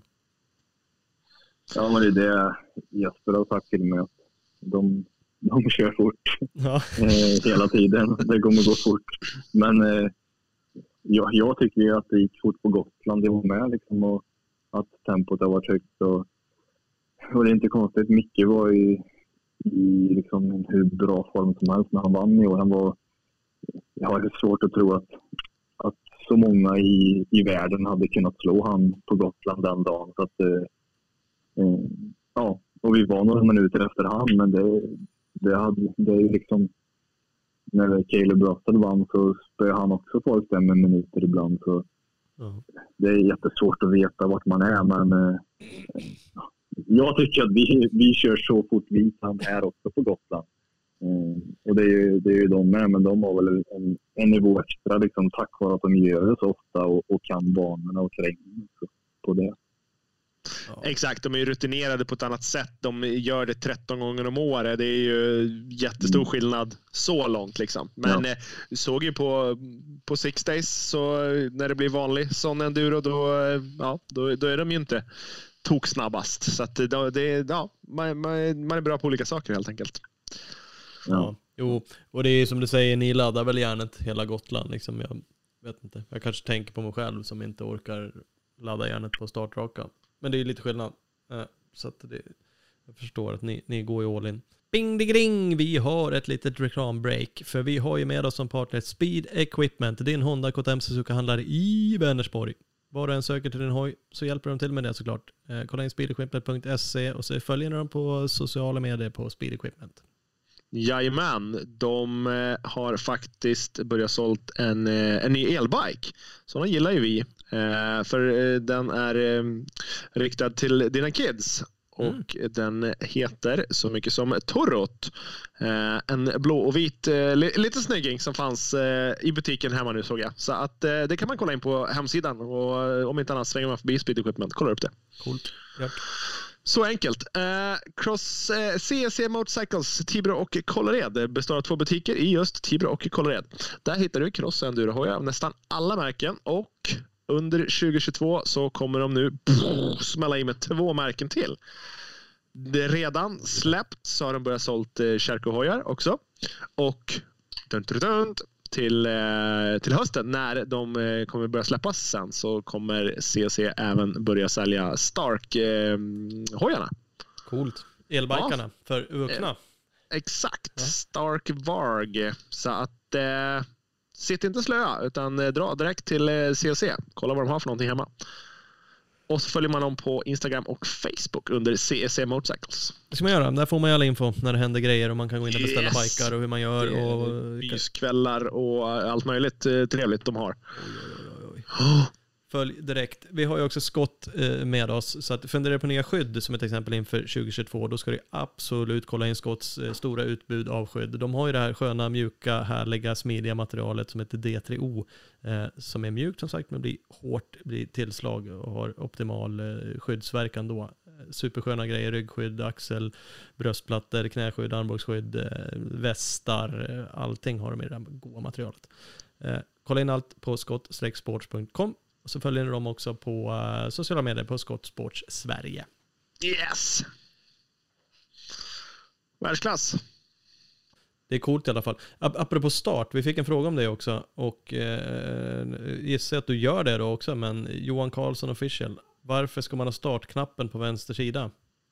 Ja, men det är det Jesper har sagt till mig, att de, de kör fort ja. eh, hela tiden. Det kommer gå fort. Men eh, jag, jag tycker ju att det gick fort på Gotland. Det var med liksom, och att tempot har varit högt. Och, och det är inte konstigt. Micke var i, i liksom en hur bra form som helst när han vann i år. Han var, jag har svårt att tro att, att så många i, i världen hade kunnat slå han på Gotland den dagen. Så att eh, Mm. ja, och vi var några minuter efter han, men det, det, hade, det är ju liksom när Caleb Russell vann så spöade han också folk där med minuter ibland, så mm. det är jättesvårt att veta vart man är, men eh, jag tycker att vi, vi kör så fort vi kan här också på Gotland. Mm. Och det är, ju, det är ju de med, men de har väl en, en nivå extra liksom, tack vare att de gör det så ofta och, och kan banorna och terrängen på det. Ja. Exakt, de är ju rutinerade på ett annat sätt. De gör det tretton gånger om året. Det är ju jättestor mm. skillnad så långt liksom. Men ja. eh, såg ju på, på Six Days, så när det blir vanlig sån enduro, då, ja, då, då är de ju inte tok snabbast. Så att det, det, ja, man, man, man är bra på olika saker helt enkelt. Ja. Ja. Jo, och det är som du säger, ni laddar väl järnet hela Gotland liksom. Jag vet inte, jag kanske tänker på mig själv som inte orkar ladda järnet på startraka. Men det är lite skillnad. Så att det, jag förstår att ni, ni går i all in. Bing digring, vi har ett litet reklambreak. För vi har ju med oss som partner Speed Equipment. Din Honda K T M Suzuka-handlare i Vänersborg. Var du än söker till din hoj så hjälper de till med det såklart. Eh, kolla in speed equipment punkt se och så följer ni dem på sociala medier på Speed Equipment. Jajamän, de eh, har faktiskt börjat sålt en, eh, en ny elbike. Så den gillar ju vi. Eh, för eh, den är eh, riktad till dina kids. Och mm. den heter så mycket som Torrot. Eh, en blå och vit eh, lite snygging som fanns eh, i butiken hemma nu, såg jag. Så att eh, det kan man kolla in på hemsidan. Och eh, om inte annat svänger man förbi Speed Equipment. Kolla upp det. Coolt. Ja. Så enkelt. Eh, cross eh, C S C Motorcycles, Tibro och Kållered består av två butiker i just Tibro och Kållered. Där hittar du cross- och endurohojar av nästan alla märken, och under tjugo tjugotvå så kommer de nu pff, smälla in med två märken till. Det är redan släppt, så har de börjat sålt eh, kärkohojar också. Och dunt, dunt, dunt, till, eh, till hösten när de eh, kommer börja släppas sen, så kommer C S C även börja sälja Stark-hojarna. Eh, Coolt. Elbikarna ja. För vuxna. Eh, exakt. Ja. Stark Varg. Så att eh, sitt inte slöa, utan eh, dra direkt till eh, C S C. Kolla vad de har för någonting hemma. Och så följer man dem på Instagram och Facebook under C S C Motorcycles. Det ska man göra. Där får man ju alla info när det händer grejer, och man kan gå in och beställa yes. bikar och hur man gör. Och byskvällar och allt möjligt trevligt de har. Oj, oj, oj, oj. Följ direkt. Vi har ju också Scott med oss, så att funderar på nya skydd som ett exempel inför tjugo tjugotvå, då ska du absolut kolla in Scotts stora utbud av skydd. De har ju det här sköna, mjuka, härliga, smidiga materialet som heter D tre O, eh, som är mjukt som sagt, men blir hårt, blir tillslag och har optimal eh, skyddsverkan då. Supersköna grejer, ryggskydd, axel, bröstplattor, knäskydd, armbågsskydd, eh, västar, eh, allting har de i det här goda materialet. Eh, kolla in allt på scott sports punkt com. Och så följer ni dem också på uh, sociala medier på Scott Sports Sverige. Yes! Världsklass. Det är coolt i alla fall. Apropå start, vi fick en fråga om det också. Och eh, gissar att du gör det då också, men Johan Karlsson Official. Varför ska man ha startknappen på vänster sida?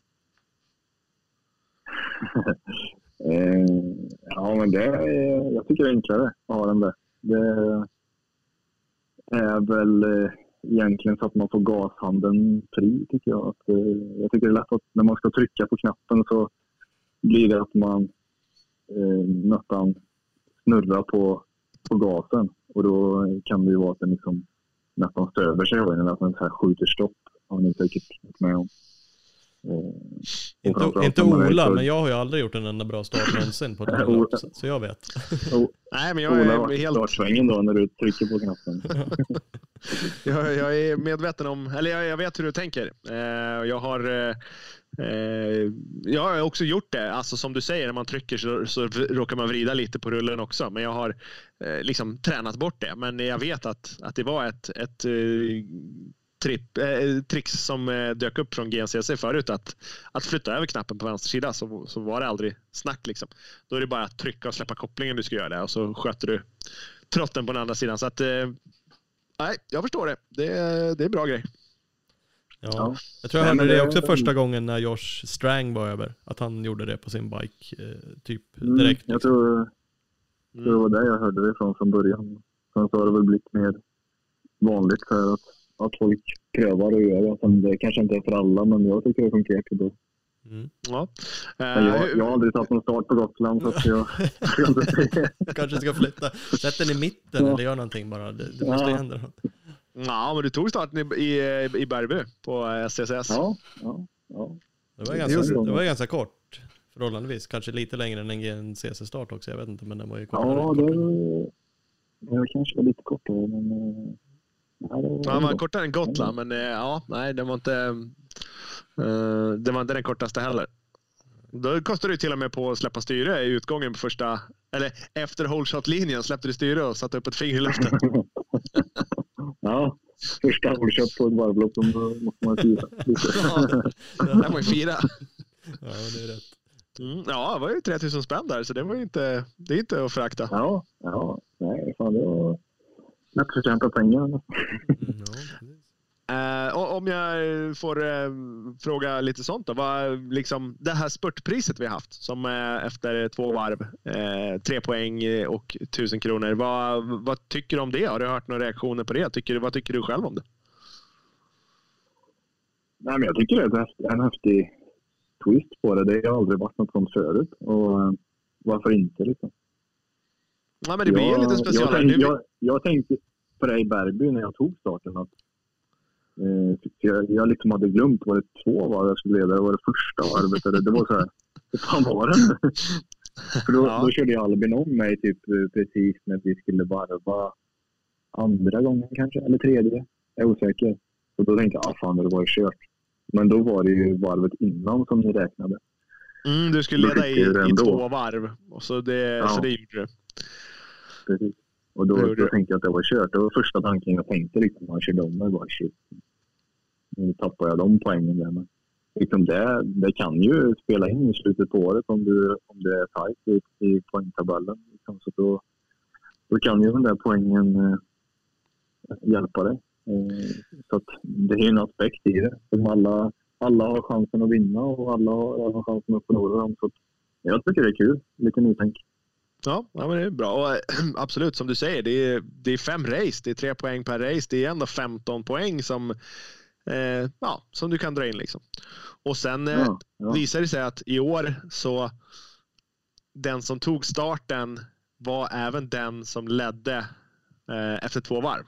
eh, ja, men det är, jag tycker det är enklare att ha den där. Det är väl eh, egentligen så att man får gashanden fri, tycker jag. Att, eh, jag tycker det är lätt att när man ska trycka på knappen så blir det att man eh, nästan snurrar på, på gasen. Och då kan det ju vara att den liksom nästan stöver sig, eller att den så här skjuter stopp. Har ni säkert med om. Eh, inte inte Ola, men jag har ju aldrig gjort en enda bra start någonsin på det lopp, så, så jag vet. O- Nej, men jag är Ola helt... startsvängen då när du trycker på knappen. jag, jag är medveten om, eller jag, jag vet hur du tänker. Eh, jag har eh, jag har också gjort det. Alltså som du säger, när man trycker så, så råkar man vrida lite på rullen också. Men jag har eh, liksom tränat bort det. Men jag vet att, att det var ett, ett Tripp, eh, tricks som eh, dök upp från G N C C förut, att, att flytta över knappen på vänster sida, så, så var det aldrig snack liksom. Då är det bara att trycka och släppa kopplingen du ska göra det, och så sköter du trotten på den andra sidan. Så att eh, nej, jag förstår det. Det, det är en bra grej. Ja, ja. Jag tror jag hörde det också första gången när Josh Strang var över, att han gjorde det på sin bike eh, typ direkt. Mm, jag tror, mm. tror det var det jag hörde det ifrån från början. Sen så har det väl blivit mer vanligt för att att folk prövar att göra. Sen det kanske inte är för alla, men jag tycker det funkar jättebra. Mm. Ja. Men jag, jag har aldrig tagit någon start på Gotland, så att jag ska inte säga. Kanske ska flytta. Sätt den i mitten ja. Eller gör någonting bara. Det, det måste ja. hända något. Ja, men du tog starten i, i, i Bergby på S C C S. Ja, ja, ja. Det var ganska, det var ganska kort förhållandevis. Kanske lite längre än en G N C C-start också. Jag vet inte, men den var ju kortare. Ja, det, det kanske var lite kortare, men... Ja, det var ja, kortare än Gotland, men ja, nej, det var inte Uh, det var inte den kortaste heller. Då kostade det till och med på att släppa styre i utgången på första, eller efter holeshot-linjen släppte det styre och satte upp ett finger i luften. Ja, första holeshot på ett varvlopp måste man fira. Ja, det där var ju fira. Ja, det är rätt. Mm, ja, det var ju tre tusen spänn där, så det var ju inte, det är inte att förakta. Ja, ja, nej, fan det var lätt att hämta pengar. Mm, ja, Uh, om jag får uh, fråga lite sånt då. Vad, liksom, det här spurtpriset vi har haft som uh, efter två varv, uh, tre poäng och tusen kronor. Vad, vad tycker du om det? Har du hört några reaktioner på det? Tycker, vad tycker du själv om det? Nej, men jag tycker det är en häftig twist på det. Det har aldrig varit något sånt förut. Och uh, varför inte liksom? Ja, men det blir ju lite speciellt. Jag, tänk, jag, jag tänkte på det i Bergby när jag tog starten att Eh, jag, jag liksom hade glömt, var det två var jag skulle leda, det var det första varvet eller det var så här, det fan var det? För då, ja. då körde jag Albin om mig typ precis när vi skulle varva andra gången kanske, eller tredje, jag är osäker. Och då tänkte jag, ah fan det var ju kört. Men då var det ju varvet innan som ni räknade. Mm, du skulle leda i, i två varv och så det, ja. så det gjorde du. Precis. Och då, då tänkte jag att det var kört. Det var första tanken jag tänkte liksom, man körde om mig bara shit. Nu tappar jag de poängen där. Men liksom det, det kan ju spela in i slutet på året om, du, om det är tajt i, i poängtabellen. Liksom. Så då, då kan ju den där poängen eh, hjälpa dig. Eh, så att det är en aspekt i det. Som alla, alla har chansen att vinna och alla har, alla har chansen att förlora dem. Så att jag tycker det är kul. Lite nytänk. Ja, ja, men det är bra. Och, absolut, som du säger, det är, det är fem race, det är tre poäng per race, det är ändå femton poäng som, eh, ja, som du kan dra in. Liksom. Och sen eh, ja, ja. visar det sig att i år så den som tog starten var även den som ledde eh, efter två varv.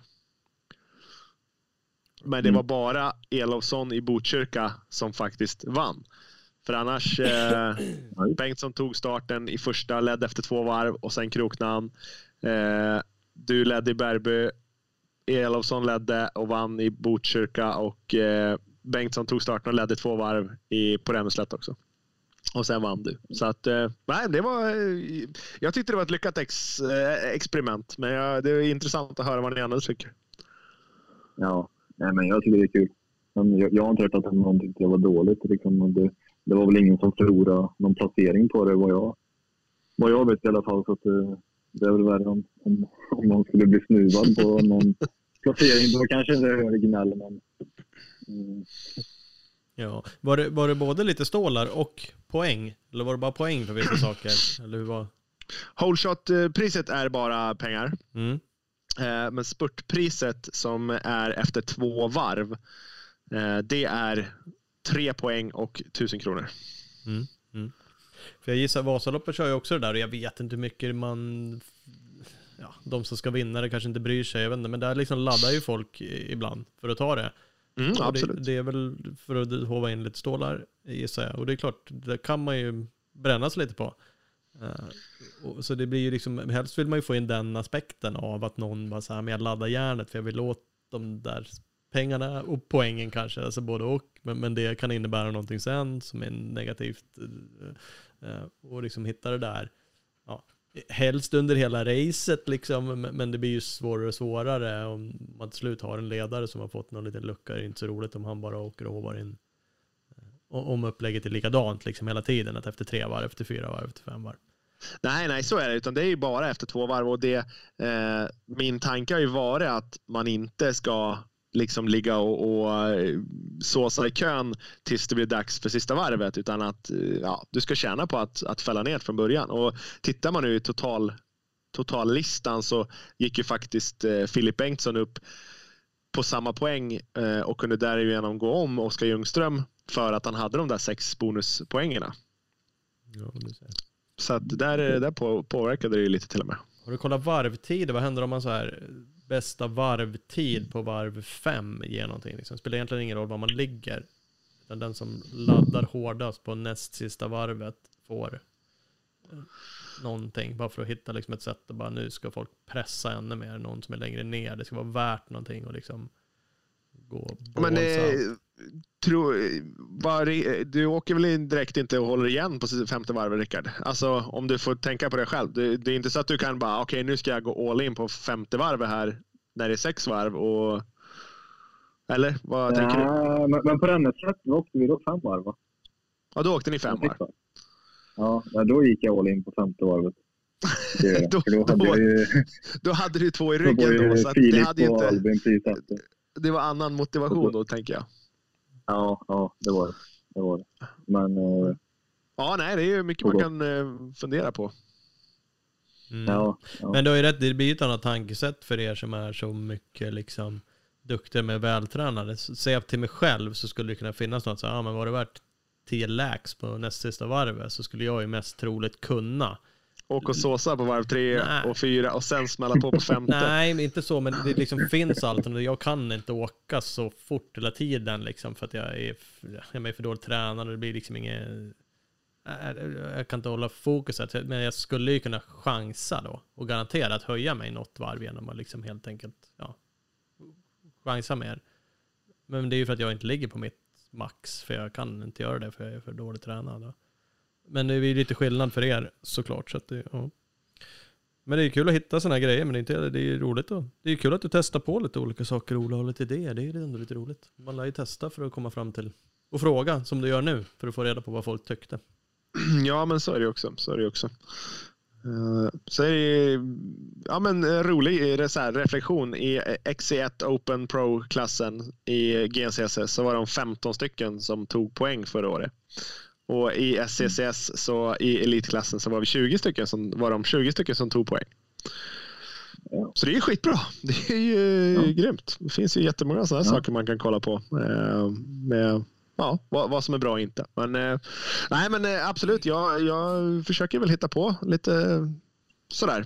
Men det var bara Elofsson i Botkyrka som faktiskt vann. För annars, eh, Bengtsson tog starten i första, ledde efter två varv och sen kroknade han. Eh, du ledde i Bergby, Elofsson ledde och vann i Botkyrka och eh, Bengtsson tog starten och ledde två varv i, på Remmeslätt också. Och sen vann du. Så att, eh, nej, det var, eh, jag tyckte det var ett lyckat ex, eh, experiment, men jag, det är intressant att höra vad ni andra tycker. Ja, nej, men jag tycker det är kul. Men jag, jag har inte hört att någon tyckte det var dåligt. Liksom, det, Det var väl ingen som förlorade någon placering på det, vad jag, vad jag vet i alla fall. Så att det, det är väl värre om, om, om någon skulle bli snuvad på någon placering. Då kanske det är originell. Men, mm. Ja, var det, var det både lite stålar och poäng? Eller var det bara poäng för vissa saker? Eller hur var? Holeshot-priset är bara pengar. Mm. Men spurtpriset som är efter två varv, det är tre poäng och tusen kronor. Mm, mm. För jag gissar Vasaloppet kör ju också det där och jag vet inte hur mycket man, ja, de som ska vinna det kanske inte bryr sig, jag vet inte, men där liksom laddar ju folk ibland för att ta det. Mm, absolut. Det, det är väl för att hova in lite stålar, gissar jag. Och det är klart, det kan man ju brännas lite på. Uh, och så det blir ju liksom, helst vill man ju få in den aspekten av att någon bara så här, men jag laddar järnet för jag vill åt de där pengarna och poängen kanske, alltså både och, men, men det kan innebära någonting sen som är negativt, uh, och liksom hitta det där, ja, helst under hela racet liksom, men det blir ju svårare och svårare om man till slut har en ledare som har fått någon liten lucka. Det är inte så roligt om han bara åker och hovar in, om upplägget är likadant liksom hela tiden, att efter tre varv, efter fyra varv, efter fem varv. Nej, nej, så är det. Utan det är ju bara efter två varv. Och det, eh, min tanke har ju varit att man inte ska liksom ligga och, och såsa i kön tills det blir dags för sista varvet. Utan att ja, du ska tjäna på att, att fälla ner från början. Och tittar man nu i total, totallistan så gick ju faktiskt eh, Filip Bengtsson upp på samma poäng eh, och kunde därigenom gå om Oskar Ljungström för att han hade de där sex bonuspoängerna. Ja, det ser. Så att där, där på, påverkade det ju lite till och med. Har du kollat varvtid? Vad händer om man så här bästa varvtid på varv fem ger någonting? Liksom? Spelar egentligen ingen roll var man ligger. Utan den som laddar hårdast på näst sista varvet får någonting. Bara för att hitta liksom ett sätt att bara nu ska folk pressa ännu mer. Någon som är längre ner. Det ska vara värt någonting och liksom gå Men eh, tro, var, du åker väl in direkt inte och håller igen på femte varvet, Rickard? Alltså om du får tänka på det själv. Det, det är inte så att du kan bara, okej okay, nu ska jag gå all in på femte varvet här när det är sex varv och... Eller vad ja, tänker du? Men, men på den sättet åkte vi då fem varv, va? Ja, då åkte ni fem varv. Ja, då gick jag all in på femte varvet. Det, då, då, hade då, ju, då hade du två i ryggen då. då så att det, hade ju inte, det var annan motivation då, tänker jag. Ja, ja det, var det. det var det. Men... Eh, ja, nej, det är ju mycket man kan eh, fundera på. Mm. Ja, ja. Men då är det, det blir ett annat tankesätt för er som är så mycket liksom duktiga med vältränade. Säg till mig själv så skulle det kunna finnas något så ja, men var det värt tio lax på näst sista varvet så skulle jag ju mest troligt kunna åka och såsa på varv tre Nej. och fyra och sen smälla på på femte. Nej, men inte så, men det liksom finns allt. Jag kan inte åka så fort hela tiden liksom, för att jag är, jag är för dåligt tränad och det blir liksom inget, jag kan inte hålla fokuset, men jag skulle ju kunna chansa då och garantera att höja mig något varv genom att liksom helt enkelt ja, chansa mer. Men det är ju för att jag inte ligger på mitt max, för jag kan inte göra det för jag är för dåligt tränad då. Men det är ju lite skillnad för er såklart. Så att det, ja. Men det är kul att hitta såna här grejer. Men det är, inte, det är roligt då. Det är kul att du testar på lite olika saker. Ola har lite idéer. Det är ju ändå lite roligt. Man lär ju testa för att komma fram till och fråga som du gör nu. För att få reda på vad folk tyckte. Ja, men så är det också. Så är det också. Uh, så är det ja, men rolig det så här, reflektion i X C ett Open Pro-klassen i G N C C så var de femton stycken som tog poäng förra året. Och i S C C S så i elitklassen så var vi tjugo stycken som var de tjugo stycken som tog poäng. Ja. Så det är skitbra. Det är ju ja. grymt. Det finns ju jättemånga sådana ja. saker man kan kolla på eh, med ja, vad, vad som är bra och inte. Men eh, nej men eh, absolut jag, jag försöker väl hitta på lite sådär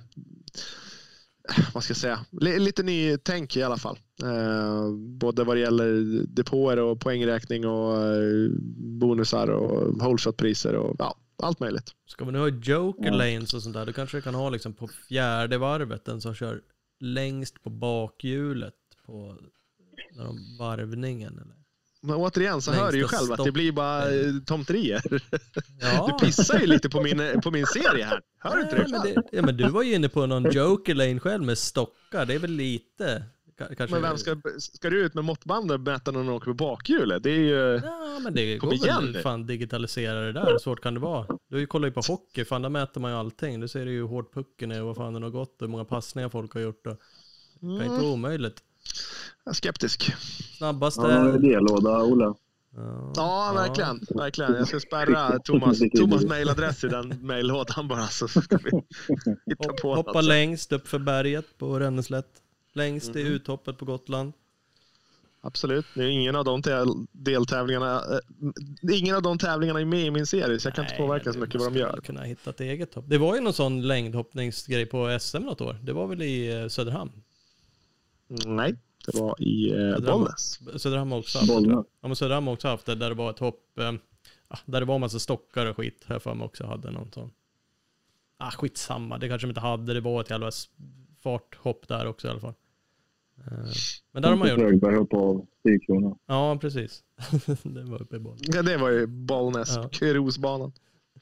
vad ska jag säga, L- lite ny tänk i alla fall. Eh, både vad det gäller depåer och poängräkning och eh, bonusar och holeshot-priser och ja, allt möjligt. Ska vi nu ha joker lanes och sånt där, då kanske vi kan ha liksom på fjärde varvet den som kör längst på bakhjulet på när de varvningen eller? Men återigen så hör du ju själv stopp. Att det blir bara tomterier. Ja. Du pissar ju lite på min, på min serie här. Hör du inte det? Men det? Ja, men du var ju inne på någon joker lane själv med stockar. Det är väl lite... Kanske... Men vem ska, ska du ut med måttband och mäta när någon åker på bakhjulet? Det är ju... Ja, men det går igen. Väl fan digitalisera det där. Hur svårt kan det vara? Du kollar ju på hockey. Fan, där mäter man ju allting. Du ser ju hur hårt pucken är och vad fan den har gått och hur många passningar folk har gjort. Och... Det kan inte vara omöjligt. Jag är skeptisk. Snabbaste... Ja, idélåda, Ola. Ja, ja, verkligen. verkligen. Jag ska spärra Thomas, Thomas mailadress i den maillådan bara så ska vi hitta på Hoppa något. längst upp för berget på Ränneslätt. Längst i mm. uthoppet på Gotland. Absolut. Det är ingen av de deltävlingarna ingen av de tävlingarna är med i min serie så jag kan Nej, inte påverka så mycket vad de gör. Kunna hitta ett eget hopp. Det var ju någon sån längdhoppningsgrej på S M något år. Det var väl i Söderhamn? Nej, det var i eh, Bollnäs. Söderhamn har också haft det. Ja, men Söderhamn har också haft det där det var ett hopp eh, där det var en massa stockar och skit. Här för mig också hade någon sån. Ah, skitsamma. Det kanske de inte hade. Det var ett jävla farthopp där också i alla fall. Eh, men där har man gjort. Hoppa av Stigkrona. Ja, precis. Det var uppe i Bollnäs. Ja, det var ju Bollnäs. Ja. Krosbanan.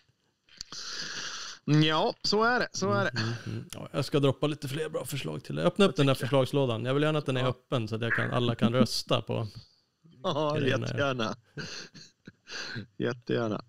Ja, så är det. Så är det. Mm, mm, mm. Ja, jag ska droppa lite fler bra förslag till det. Öppna upp den där förslagslådan. Jag vill gärna att den är ja. öppen så att jag kan, alla kan rösta på. Ja, jättegärna. Jättegärna.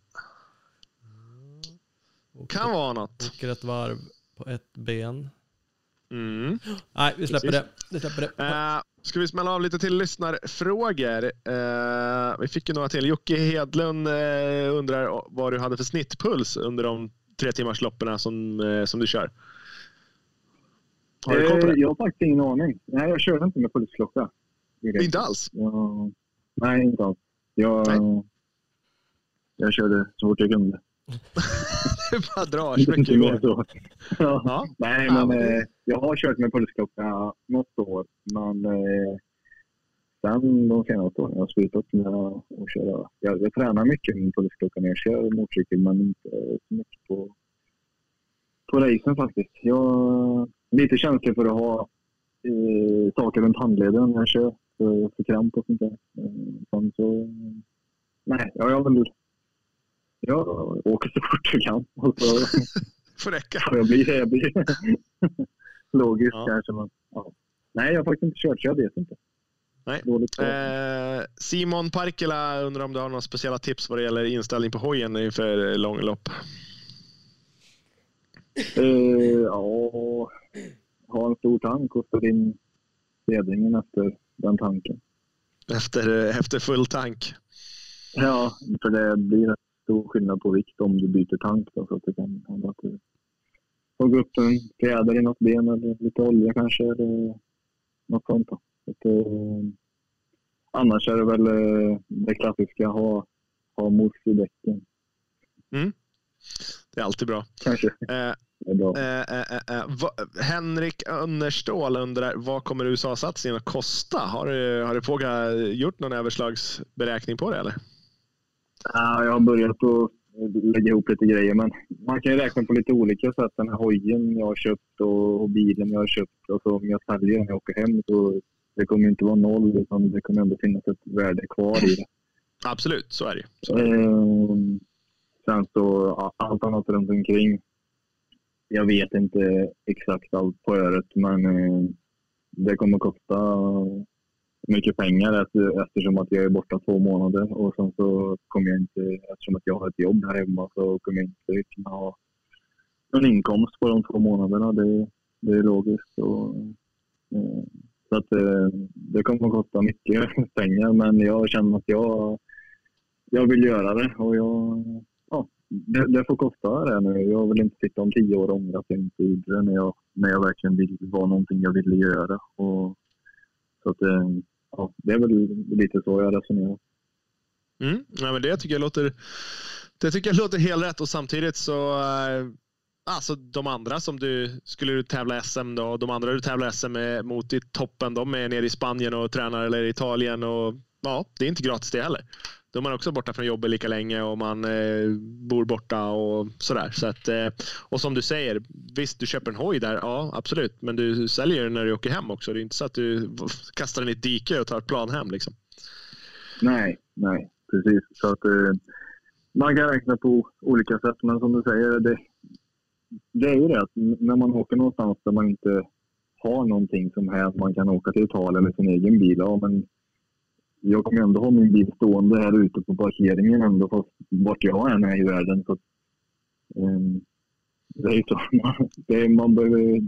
Och kan vara något. Åker ett varv på ett ben. Mm. Nej, vi släpper Precis. det. Vi släpper det. Uh, ska vi smälla av lite till lyssnarfrågor? Uh, vi fick ju några till. Jocke Hedlund uh, undrar vad du hade för snittpuls under de tre timmars lopperna som, uh, som du kör. Har du koll på det? Jag har faktiskt ingen aning. Nej, jag kör inte med pulsklocka. Inte alls? Jag... Nej, inte alls. Jag, Nej. jag körde så fort jag kunde. Du bara drar så mycket igår. Ja. Ja. Nej, ja, men, men eh, jag har kört med pulsklocka något år. Men eh, sen de senaste åren har jag slutat med att köra. Jag, jag tränar mycket med pulsklocka när jag kör motorcykel, men inte så mycket på, på racen faktiskt. Jag är lite känslig för att ha eh, saker runt handleden när jag kör. för, för kramp och sånt där. Sen så, nej, jag, jag, vill, jag åker så fort jag kan. Och så får räcka. Jag blir, jag blir logiskt ja. kanske. Men, ja. Nej, jag har faktiskt inte kört så jag vet inte. Nej. Eh, Simon Parkela undrar om du har några speciella tips vad det gäller inställning på hojen inför långlopp. Uh, ja, ha en stor tank och ställa in ledningen efter den tanken. Efter, efter full tank? Ja, för det blir en stor skillnad på vikt om du byter tank. Då, så att det kan hända att du får gå upp en fjäder i något ben eller lite olja kanske. Eller något sånt. Då. Att, uh, annars är det väl uh, det klassiska, ha, ha mos i däcken. Mm. Det är alltid bra. Kanske. Eh, eh, eh, eh, va, Henrik Önnerstål undrar, vad kommer U S A-satsningen att kosta? Har du, har du Påga gjort någon överslagsberäkning på det eller? Ja, jag har börjat att lägga ihop lite grejer, men man kan ju räkna på lite olika sätt. Den här hojen jag har köpt och, och bilen jag har köpt, och så om jag säljer när jag åker hem, så det kommer inte vara noll, utan det kommer ändå finnas ett värde kvar i det. Absolut, så är det, så är det. Ehm, sen så allt annat runt omkring. Jag vet inte exakt allt på öret, men eh, det kommer kosta mycket pengar efter, eftersom att jag är borta två månader. Och sen så kommer jag inte, eftersom att jag har ett jobb här hemma, så kommer jag inte kunna ha en inkomst på de två månaderna. Det, det är logiskt. Och, eh, så att eh, det kommer att kosta mycket pengar, men jag känner att jag, jag vill göra det. Och jag... Det, det får kosta det nu. Jag vill inte sitta om tio år och ångra att jag inte gjorde det när jag, när jag verkligen vill vara någonting jag ville göra. Och, så att, ja, det är väl lite så jag resonerar. Mm. Ja, men det tycker jag låter, det tycker jag låter helt rätt. Och samtidigt så äh, alltså de andra som du skulle du tävla S M då, de andra du tävlar S M med, mot i toppen, de är nere i Spanien och tränar, eller i Italien, och ja, det är inte gratis det heller. Då är man också borta från jobbet lika länge och man eh, bor borta och sådär. Så att, eh, och som du säger, visst du köper en hoj där, ja absolut. Men du säljer den när du åker hem också. Det är inte så att du kastar den i ett dike och tar ett plan hem liksom. Nej, nej, precis. Så att eh, man kan räkna på olika sätt. Men som du säger, det, det är ju det att när man åker någonstans där man inte har någonting som här, man kan åka till Italien eller sin egen bil. Ja, men jag kommer ändå ha min bil stående här ute på parkeringen ändå, fast vart jag än är i världen. Så, um, det är ju så. Det är, man behöver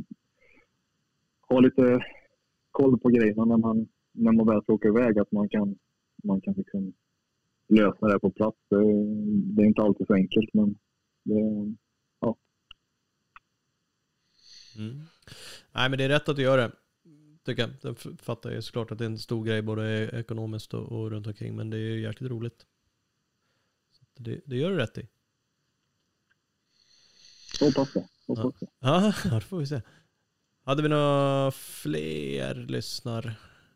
ha lite koll på grejerna när man, när man väl ska åka iväg, att man kan, man kan liksom lösa det på plats. Det, det är inte alltid så enkelt, men det, ja. Mm. Nej, men det är rätt att du gör det. Tycker jag. Jag fattar ju såklart att det är en stor grej både ekonomiskt och, och runt omkring, men det är ju jäkligt roligt. Så det, det gör du rätt i. Hoppas det. Hoppas det. Ja, ja, det får vi se. Hade vi några fler lyssnar?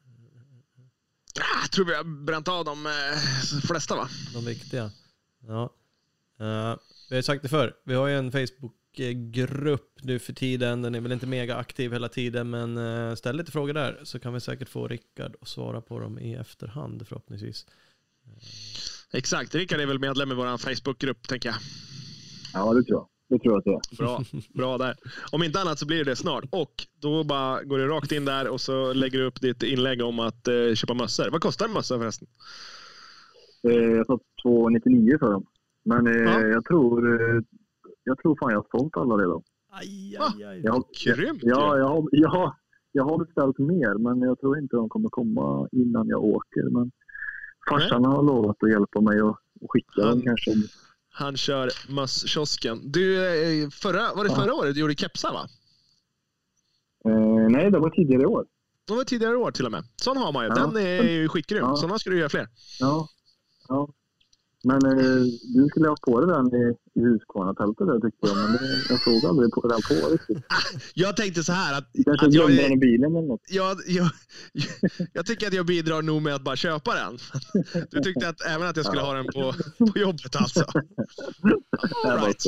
Jag tror vi har bränt av de eh, flesta, va? De viktiga. Ja. Uh, vi har sagt det förr. Vi har ju en Facebook-grupp nu för tiden. Den är väl inte mega aktiv hela tiden, men uh, ställ lite frågor där så kan vi säkert få Rickard att svara på dem i efterhand förhoppningsvis. Uh. Exakt. Rickard är väl medlem i vår Facebook-grupp, tänker jag. Ja, det tror jag. Det tror jag att det är. Bra, bra där. Om inte annat så blir det snart. Och då bara går du rakt in där och så lägger du upp ditt inlägg om att eh, köpa mössor. Vad kostar en mössa förresten? Eh, jag sa två nittionio för dem. Men eh, ja. jag tror eh, jag tror fan jag har sålt alla redan. Aj, aj, aj. Jag, Grymt. Ja, jag har, jag, har, jag har beställt mer, men jag tror inte de kommer komma innan jag åker. Men farsan Nej. har lovat att hjälpa mig och, och skicka han, dem kanske. Han kör mösskiosken. Du, förra, var det förra ja. året du gjorde kepsar, va? Eh, nej, det var tidigare i år. Det var tidigare år till och med. Sån har man ju. Ja. Den är ju skitgrym. Ja. Såna ska du göra fler. Ja, ja. Men eh, du skulle ha på dig den i, i Husqvarna-tältet där, tyckte jag. Men det, jag såg aldrig på den på riktigt. Jag tänkte så här att... Kanske att jag är bilen eller något. Jag, jag, jag, jag tycker att jag bidrar nog med att bara köpa den. Du tyckte att även att jag skulle ja. ha den på, på jobbet alltså. All right.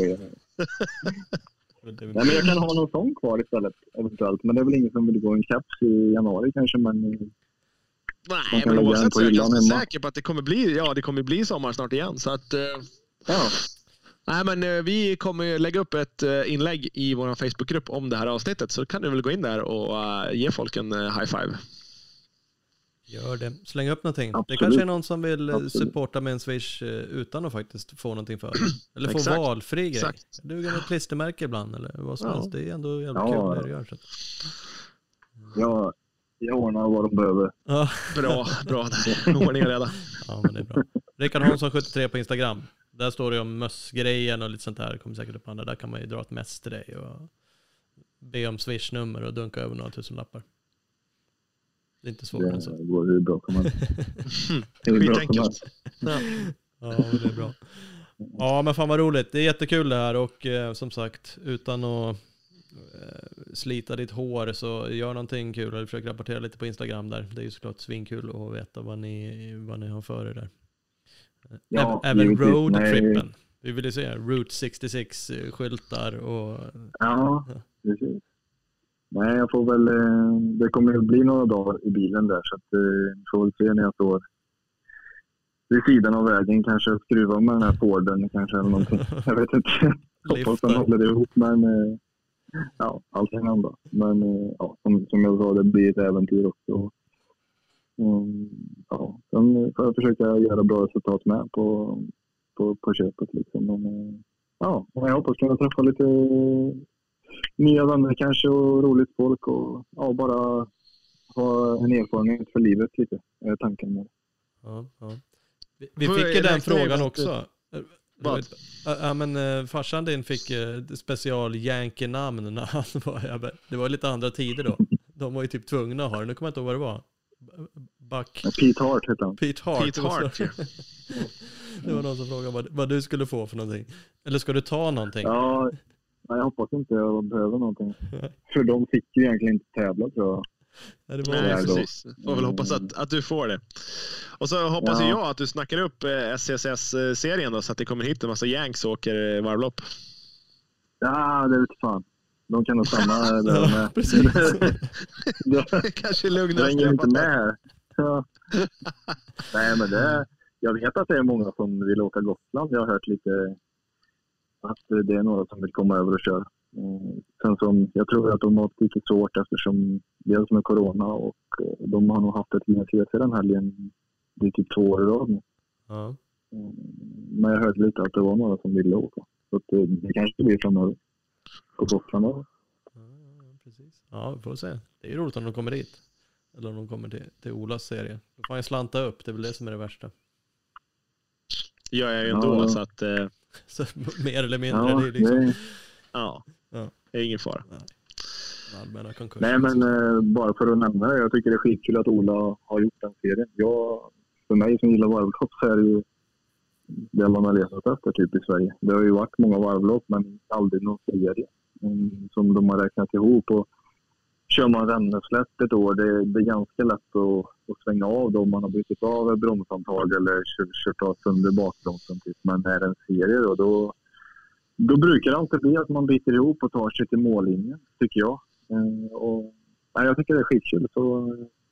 Nej, men jag kan ha någon sån kvar istället eventuellt. Men det är väl ingen som vill gå en caps i januari kanske. Men Nej, men oavsett så är jag ganska säker på att det kommer bli, ja, det kommer bli sommar snart igen. Så att, ja. Nej, men vi kommer lägga upp ett inlägg i vår Facebookgrupp om det här avsnittet. Så kan du väl gå in där och ge folk en high five. Gör det. Släng upp någonting. Absolut. Det kanske är någon som vill Absolut. supporta med en Swish utan att faktiskt få någonting för det. Eller få Exakt. valfri grej. Exakt. Du kan ha ett klistermärke ibland eller vad som Ja. helst. Det är ändå jävligt Ja. kul när du gör så. Jag, jag ordnar vad de behöver. Ja. Bra, bra där. Ordning och reda. Ja, men det är bra. Rickard Hansson sjuttiotre på Instagram. Där står det om mössgrejen och lite sånt här. Det kommer säkert upp andra. Där kan man ju dra ett mess till dig och be om Swish-nummer och dunka över några tusen lappar. Det är inte svårt än så. Det går hur bra som man. Skitenkelt. Ja, men det är bra. Ja, men fan vad roligt. Det är jättekul det här och eh, som sagt, utan att eh, slita ditt hår så gör någonting kul eller försök rapportera lite på Instagram där. Det är ju såklart svinkul att veta vad ni, vad ni har för er där. Ja, Även givetvis. roadtrippen. Vi vill ju se Route sextiosex-skyltar och... Ja, precis. Nej, jag får väl... eh, Det kommer ju bli några dagar i bilen där så att eh, får väl se när jag står vid sidan av vägen. Kanske skruva med den här Forden kanske eller någonting. Jag vet inte. Hoppas den håller ihop, men eh, ja, allting andra. Men eh, ja, som, som jag sa, det blir ett äventyr också. Mm, ja, sen får jag försöka göra bra resultat med på, på, på köpet liksom. Men, eh, ja, jag hoppas kunna träffa lite nya vänner kanske och roligt folk och ja, bara ha en erfarenhet för livet lite, är tanken med. Ja, ja. Vi, vi fick ju den frågan också. Vad? Ja, men farsan din fick special Yankee-namn när han var, det var lite andra tider då. De var ju typ tvungna att ha det. Nu kommer jag inte ihåg vad det var. Buck. Pete Hart heter han. Pete Hart. Pete Hart, ja. Det var någon som frågade vad, vad du skulle få för någonting. Eller ska du ta någonting? Ja, jag hoppas inte jag behöver någonting. För de fick ju egentligen inte tävla, tror jag. Nej, det var Nej, det då. precis. Får väl hoppas att, att du får det. Och så hoppas Ja. jag att du snackar upp S C S S-serien då, så att det kommer hit en massa Yanks och åker varvlopp. Ja, det vet fan. De kan nog stanna där Ja, med. precis. Kanske lugnast. Jag hänger inte med här. Ja. Nej, men det, jag vet att det är många som vill åka Gotland. Jag har hört lite att det är några som vill komma över och köra. Mm. Sen som, jag tror att de har lite svårt eftersom dels med corona och de har nog haft ett G N C C den här helgen. Det är typ två år i rad nu. Ja. Mm. Men jag hörde lite att det var några som ville åka. Så att det, det kanske blir framöver på Gotland då. Ja, precis. Ja, vi får se. Det är ju roligt om de kommer dit. Eller om de kommer till, till Olas serie. Då får han slanta upp, det är väl det som är det värsta. Gör jag ju ändå, Ja. så att... Eh, Så, mer eller mindre. Ja, det är liksom det, ja, Ja. det är ingen fara. allmänna konkurs. nej, men eh, bara för att nämna det. Jag tycker det är skitkul att Ola har gjort den serien. Jag, för mig som gillar varvlopp så är det ju det man har letat efter typ i Sverige. Det har ju varit många varvlopp men aldrig någon serie mm, som de har räknat ihop. Och kör man Ränneslätt ett år, det, det är ganska lätt att, att svänga av då om man har bytt av ett bromsantag eller kört, kört av sönder bakbromsen. Typ. Men är det en serie då, då, då brukar det alltid bli att man byter ihop och tar sig till mållinjen, tycker jag. Eh, och, nej, jag tycker det är skitkul. Så,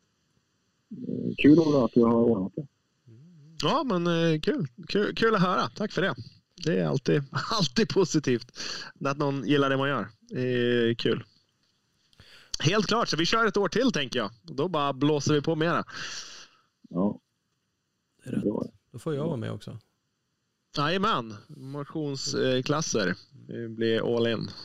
eh, kul att jag har ordnat det. Ja, men eh, kul. kul. Kul att höra. Tack för det. Det är alltid, alltid positivt att någon gillar det man gör. Det är kul. Helt klart, så vi kör ett år till tänker jag. Då bara blåser vi på mera. Ja, Det är rätt. bra. Då får jag vara med också. Jajamän, motionsklasser. Det blir all in.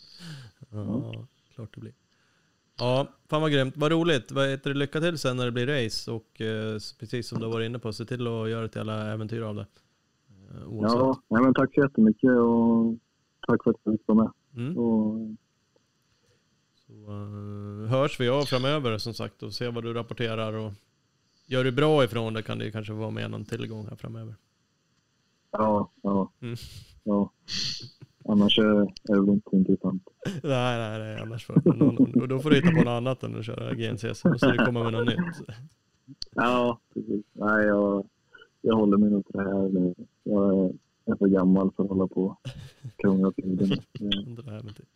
Ja, klart det blir. Ja, fan vad grymt. Vad roligt. Vad heter det? Lycka till sen när det blir race. Och eh, precis som du var inne på, se till att göra ett jävla äventyr av det. Eh, oavsett. Ja, nej, men tack så jättemycket och tack för att du var med. Mm. Och, Så uh, hörs vi av framöver som sagt och se vad du rapporterar. Och gör du bra ifrån det kan det kanske vara med någon tillgång här framöver. ja, ja, Mm. ja. Annars är är det väl inte intressant. Nej, nej, nej. Annars får någon, och då får du hitta på något annat än att köra G N C S. Och så det kommer med något nytt. Ja, precis. Nej, jag, jag håller mig nog till det här nu. Jag är för gammal för att hålla på och krångla till det. Det här med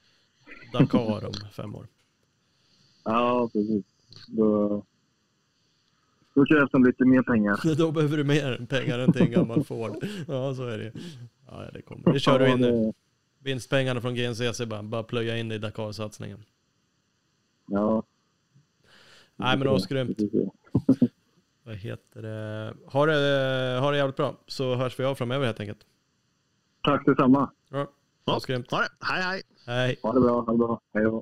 Dakar om fem år. Ja, precis. Då, då krävs det lite mer pengar. Då behöver du mer pengar än till en gammal Ford. Ja, så är det. Ja, det kommer. Det kör du in nu. Vinstpengarna från G N C C bara, bara plöja in i Dakar-satsningen. Ja. Nej, men det var skrymt. Vad heter det? Ha det, ha det jävligt bra. Så hörs vi av framöver helt enkelt. Tack detsamma. Ja, det var skrymt. Ha det. Hej, hej. Hej. Ha det bra. Ha det bra. Hej då.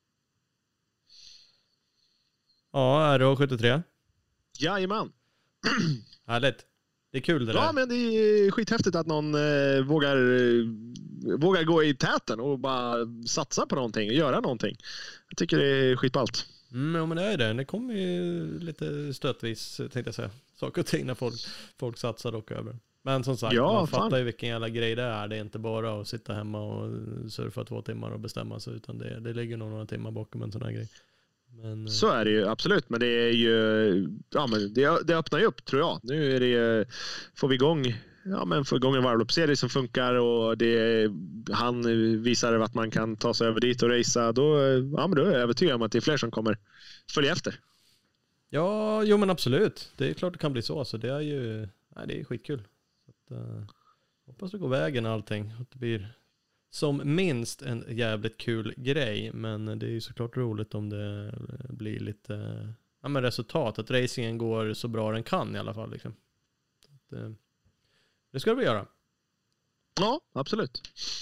Ja, R H sjuttiotre. Jajamän. Härligt. Det är kul det där. Ja, men det är skithäftigt att någon eh, vågar, eh, vågar gå i täten och bara satsa på någonting och göra någonting. Jag tycker det är skitballt. Mm, ja, men det är det. Det kommer ju lite stötvis, tänkte jag säga. Saker och ting när folk, folk satsar och över. Men som sagt, ja, man fan. fattar ju vilken jävla grej det är. Det är inte bara att sitta hemma och surfa två timmar och bestämma sig, utan det, det ligger nog några timmar bakom en sån här grej. Men, Så är det ju absolut, men det är ju ja, men det, det öppnar ju upp, tror jag. Nu är det, får vi igång ja, men får igång en varvloppsserie som funkar och det, han visar att man kan ta sig över dit och racea. Då, ja, men då är jag övertygad om att det är fler som kommer följa efter. ja, jo men absolut. Det är klart det kan bli så. Så det är ju nej, det är skitkul. Så att, uh, hoppas det går vägen allting. Att det blir som minst en jävligt kul grej. Men det är ju såklart roligt om det blir lite ja, men resultat. Att racingen går så bra den kan i alla fall. Liksom. Så att, uh, det ska vi göra. Ja, absolut.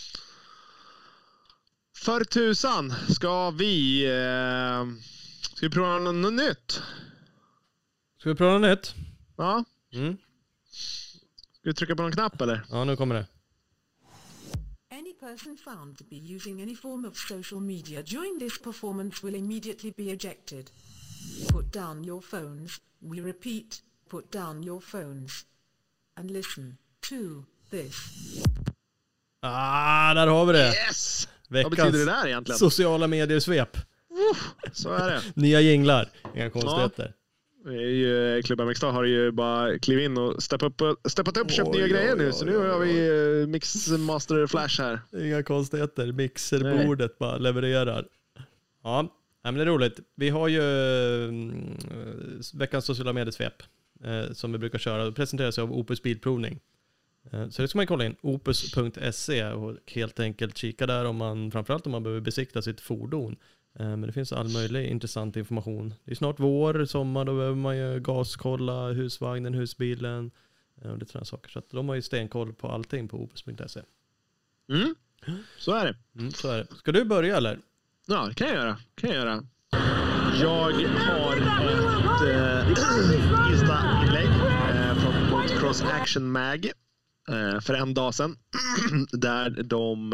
För tusan ska vi eh, ska vi prova något nytt? Ska vi prova något nytt? Ja. Mm. Ska vi trycka på någon knapp eller? Ja, nu kommer det. Any person found to be using any form of social media during this performance will immediately be ejected. Put down your phones. We repeat, put down your phones. And listen to this. Ah, där har vi det. Yes! Veckans Vad betyder det där egentligen? sociala medier-svep. Uh, så är det. Nya jinglar. Inga konstigheter. Ja. Vi är ju, Club M X har ju bara klivit in och steppat upp, steppat upp köpt Oj, nya oj, grejer nu. oj, Så nu oj, har oj. vi Mixmaster Flash här. Inga konstigheter. Mixerbordet bara levererar. Ja, men det är roligt. Vi har ju mm, veckans sociala medier-svep eh, som vi brukar köra. Det presenteras av Opus Bilprovning. Eh, så det ska man kolla in. opus punkt se och helt enkelt kika där om man, framförallt om man behöver besikta sitt fordon. Eh, men det finns all möjlig intressant information. Det är snart vår, sommar, då behöver man ju gaskolla husvagnen, husbilen eh, och det sådana saker. Så att de har ju stenkoll på allting på opus punkt se. Mm. Så är det. Mm, så är det. Ska du börja eller? Ja, det kan jag göra. Kan jag göra. Jag har ett äh, Insta-inlägg äh, från Motocross Action Mag äh, för en dag sedan. Där de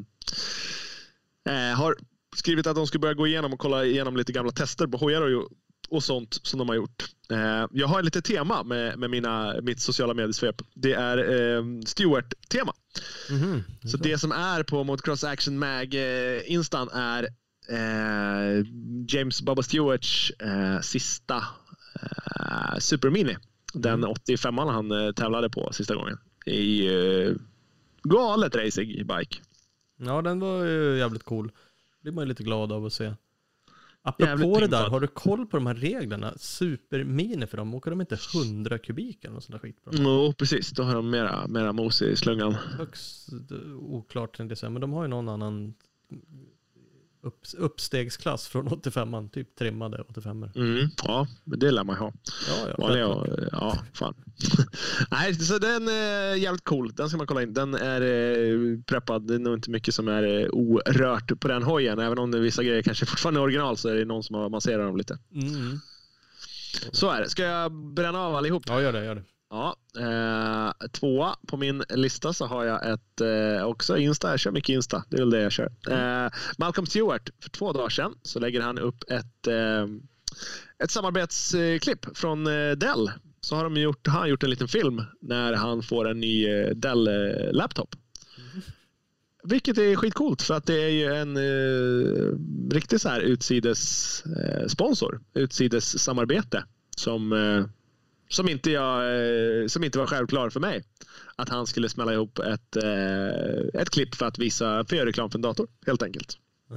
äh, har skrivit att de ska börja gå igenom och kolla igenom lite gamla tester på hojar och, och sånt som de har gjort. Äh, jag har lite tema med, med mina, mitt sociala mediesvep. Det är äh, Stewart-tema. Mm-hmm. Så det som är på Motocross Action Mag eh, instan är eh, James Bubba Stewarts eh, sista eh, Super Mini. Den mm. åttiofemman han eh, tävlade på sista gången. I eh, galet racing i bike. Ja, den var ju jävligt cool. Det blir man ju lite glad av att se. Apropå det där, har du koll på de här reglerna? Super Mini för dem, åker de inte hundra kubik eller något sånt där skit på dem? Jo, precis. Då har de mera, mera mos i slungan. Högst oklart tänkte jag säga, men de har ju någon annan upp, uppstegsklass från åttiofemman, typ trimmade åttiofemmor. Mm, ja, men det lär man ha. Ja, ja. Vanliga, och, ja, fan. Nej, så den är jävligt cool. Den ska man kolla in. Den är eh, preppad. Det är nog inte mycket som är eh, orört på den hojen. Även om det vissa grejer kanske fortfarande är original så är det någon som har masserat dem lite. Mm. Så är det. Ska jag bränna av allihop? Ja, gör det, gör det. Ja, eh, tvåa på min lista så har jag ett eh, också Insta. Jag kör mycket Insta. Det är väl det jag kör. Eh, Malcolm Stewart, för två dagar sedan så lägger han upp ett, eh, ett samarbetsklipp från eh, Dell. Så har de gjort, han har gjort en liten film när han får en ny eh, Dell-laptop. Mm. Vilket är skitcoolt för att det är ju en eh, riktig så här utsides eh, sponsor, utsides samarbete som eh, Som inte, jag, som inte var självklar för mig. Att han skulle smälla ihop ett, ett klipp för att visa för reklam för en dator, helt enkelt. Nej.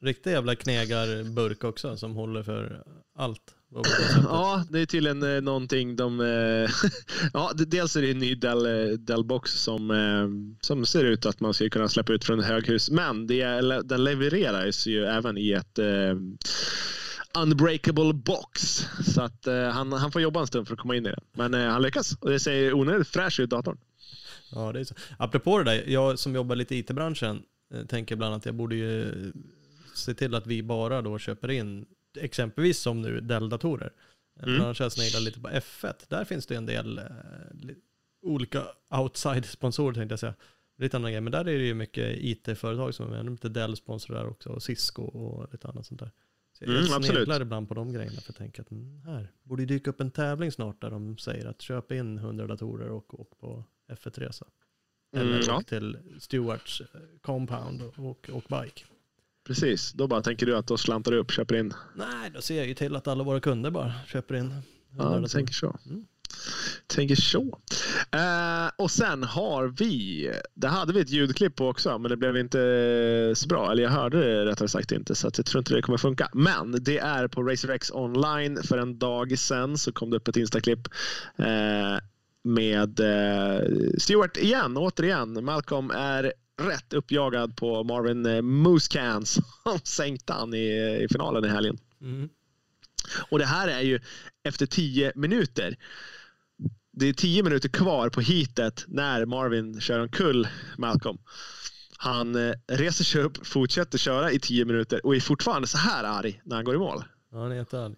Riktig jävla knegarburk också som håller för allt. Ja, det är tydligen eh, någonting de... Eh, ja, det, dels är det en ny Dell, Dell-box som, eh, som ser ut att man ska kunna släppa ut från ett höghus. Men det är, den levereras ju även i ett eh, unbreakable box. Så att eh, han, han får jobba en stund för att komma in i det. Men eh, han lyckas. Och det ser onödigt fräsch ut datorn. Ja, det är så. Apropå det där, jag som jobbar lite i I T-branschen eh, tänker bland annat att jag borde ju se till att vi bara då köper in exempelvis som nu Dell-datorer. Mm. Annars har jag sneglat lite på F ett. Där finns det en del eh, olika outside-sponsorer tänkte jag säga. Lite andra grejer. Men där är det ju mycket I T-företag som är lite Dell-sponsorer där också. Och Cisco och lite annat sånt där. Så jag mm, sneglar ibland på de grejerna för att tänka att mm, här borde ju dyka upp en tävling snart där de säger att köp in hundra datorer och åk på F ett-resa. Eller mm, ja. till Stewarts compound och, och bike. Precis, då bara tänker du att då slantar du upp, köper in. Nej, då ser jag ju till att alla våra kunder bara köper in. Ja, jag tänker så. Mm. Tänker så. Eh, och sen har vi, det hade vi ett ljudklipp på också, men det blev inte så bra. Eller jag hörde det rättare sagt inte, så att jag tror inte det kommer funka. Men det är på RacerX online för en dag sedan så kom det upp ett Insta-klipp eh, med eh, Stewart igen, återigen. Malcolm är rätt uppjagad på Marvin eh, Musquin som sänkte han i, i finalen i helgen. Mm. Och det här är ju efter tio minuter. Det är tio minuter kvar på heatet när Marvin kör en kull Malcolm. Han eh, reser sig upp, fortsätter köra i tio minuter och är fortfarande så här arg när han går i mål. Ja, han är jättearg.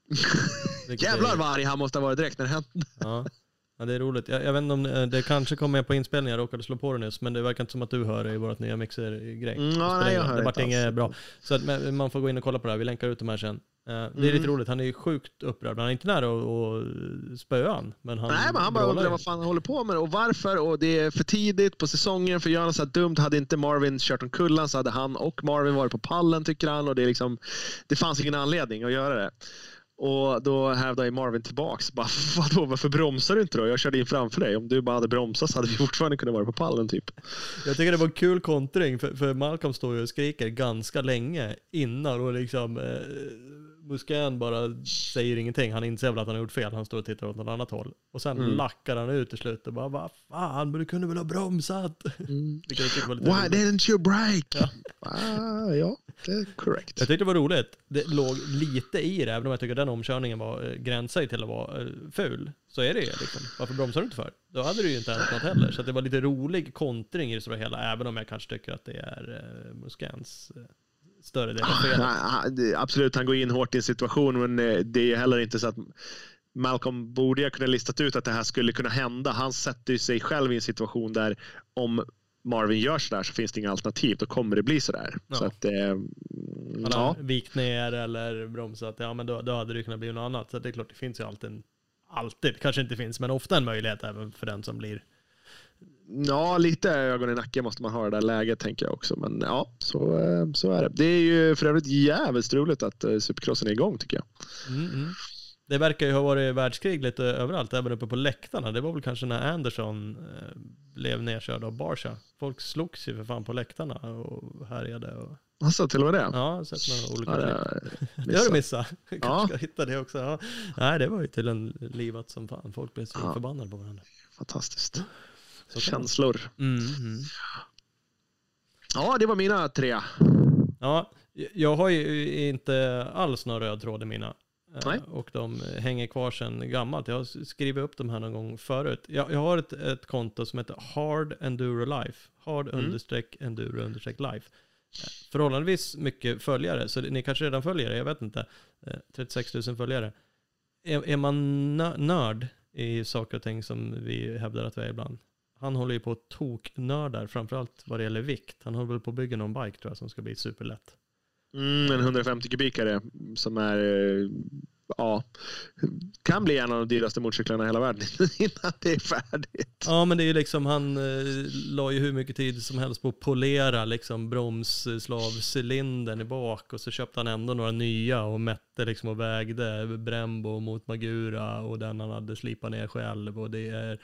Jävlar vad arg han måste ha varit direkt när det hände. Ja. Ja, det är roligt. Jag, jag vet inte om det, det kanske kommer med på inspelningen. Jag råkade slå på det nyss, men det verkar inte som att du hör det i vårt nya mixer-grej. Mm, ja, nej, jag hör det vart inget alls. Bra. Så att man får gå in och kolla på det här. Vi länkar ut de här sen. Uh, det är mm. lite roligt. Han är ju sjukt upprörd. Han är inte nära att spöa han. Men han nej, men han bara undrar vad fan han håller på med och varför. Och det är för tidigt på säsongen för att göra något så här dumt. Hade inte Marvin kört om kullan så hade han och Marvin varit på pallen, tycker han. Och det, är liksom, det fanns ingen anledning att göra det. Och då hävdade Marvin tillbaks. Bara, vadå, varför bromsar du inte då? Jag körde in framför dig. Om du bara hade bromsat så hade vi fortfarande kunnat vara på pallen typ. Jag tycker det var en kul kontring. För, för Malcolm står ju och skriker ganska länge innan. Och liksom eh, Musquin bara säger ingenting. Han inser väl att han har gjort fel. Han står och tittar åt något annat håll. Och sen mm. lackar han ut i slutet. Och bara, vad fan, men du kunde väl ha bromsat? Mm. Why didn't you brake? Ja. Ah, ja, det är correct. Jag tyckte det var roligt. Det låg lite i det. Även om jag tycker den omkörningen var gränsade till att vara ful. Så är det ju liksom. Varför bromsar du inte för? Då hade du ju inte hänt något heller. Så det var lite rolig kontring i det stora hela. Även om jag kanske tycker att det är uh, Musquins uh, större del av felet. Ah, absolut, han går in hårt i en situation. Men det är heller inte så att Malcolm borde jag kunna listat ut att det här skulle kunna hända. Han sätter ju sig själv i en situation där om Marvin gör så där så finns det inga alternativ. Då kommer det bli så där. Ja. Så att, eh, han har ja. vikt ner eller bromsat. Ja, men då, då hade det kunnat bli något annat. Så det är klart, det finns ju alltid, en, alltid, kanske inte finns, men ofta en möjlighet även för den som blir. Ja, lite ögon i nacken måste man ha det där läget, tänker jag också. Men ja, så, så är det. Det är ju för övrigt jävligt roligt att Supercrossen är igång, tycker jag. Mm, mm. Det verkar ju ha varit världskrig lite överallt, även uppe på läktarna. Det var väl kanske när Anderson eh, blev nedkörd av Barcia. Folk slogs ju för fan på läktarna och härjade. Och... Alltså, till och med det? Ja, sett några olika ja, det, det har du missat. Kanske ja. ska hitta det också. Ja. Nej, det var ju till en livat som fan. Folk blev så ja. förbannade på varandra. Fantastiskt. Så känslor. Mm, mm. Ja, det var mina tre. Ja, jag har ju inte alls någon röd tråd i mina. Nej. Och de hänger kvar sedan gammalt. Jag har skrivit upp dem här någon gång förut. Jag, jag har ett, ett konto som heter Hard Enduro Life. Hard mm. understreck Enduro understreck Life. Förhållandevis mycket följare. Så ni kanske redan följer det, jag vet inte. trettiosex tusen följare. Är, är man nörd i saker och ting som vi hävdar att vi är ibland? Han håller ju på att toknördar, framförallt vad det gäller vikt. Han håller väl på att bygga någon bike, tror jag, som ska bli superlätt. Mm, en hundrafemtio kubikare som är ja, kan bli en av de dyraste motorcyklarna i hela världen innan det är färdigt. Ja, men det är ju liksom, han eh, la ju hur mycket tid som helst på att polera liksom bromsslavcylindern i bak, och så köpte han ändå några nya och mätte liksom och vägde Brembo mot Magura och den han hade slipat ner själv, och det är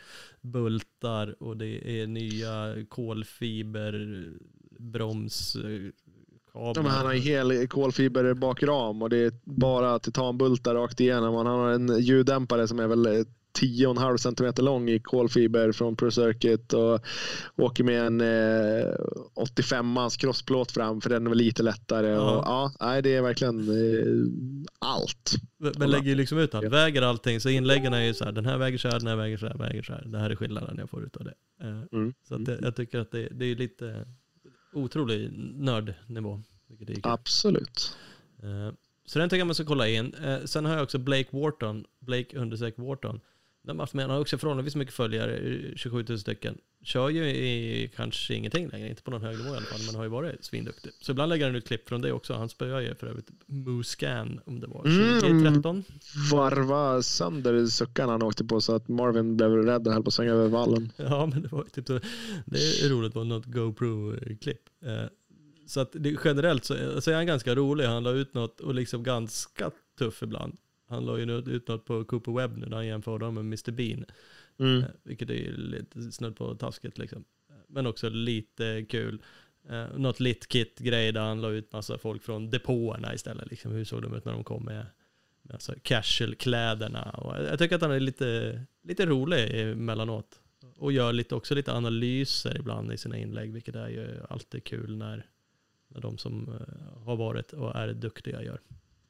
bultar och det är nya kolfiber broms Ja, men han har en hel kolfiber bakram och det är bara titanbultar rakt igenom. Han har en ljuddämpare som är väl tio komma fem centimeter lång i kolfiber från Pro Circuit och åker med en eh, åttiofem-mans crossplåt fram för den är väl lite lättare. Ja. Och, ja, nej, det är verkligen eh, allt. Men, men lägger ju liksom ut allt, väger allting, så inläggen är ju så här, den här väger så här, den här väger så här, väger så här. Det här är skillnaden jag får ut av det. Eh, mm. Så att det, jag tycker att det, det är lite otrolig nördnivå. Absolut. Eh, så den tycker jag man ska kolla in. Eh, sen har jag också Blake Wharton, Blake understreck Wharton. Den har också förhållandevis mycket följare, tjugosjutusen stycken. Kör ju i kanske ingenting längre, inte på någon hög nivå i alla fall, men har ju varit svinduktig. Så ibland lägger han ut klipp från det också. Han spöar ju för övrigt Muscan, om det var tjugo tretton. Mm, varva sönder suckan han åkte på så att Marvin blev rädd och höll på att svänga över vallen. Ja, men det var typ så. Det är roligt på något GoPro-klipp. Så att det, generellt så, så är han ganska rolig. Han la ut något och liksom ganska tuff ibland. Han la ju ut något på Cooper Webb nu när han jämförde dem med mister Bean. Mm. Vilket är lite snudd på taskigt liksom. Men också lite kul. Något lit-kit-grej där han la ut massa folk från depåerna istället. Liksom. Hur såg de ut när de kom med, med alltså casual-kläderna. Och jag tycker att han är lite, lite rolig emellanåt. Och gör lite, också lite analyser ibland i sina inlägg. Vilket är ju alltid kul när, när de som har varit och är duktiga gör.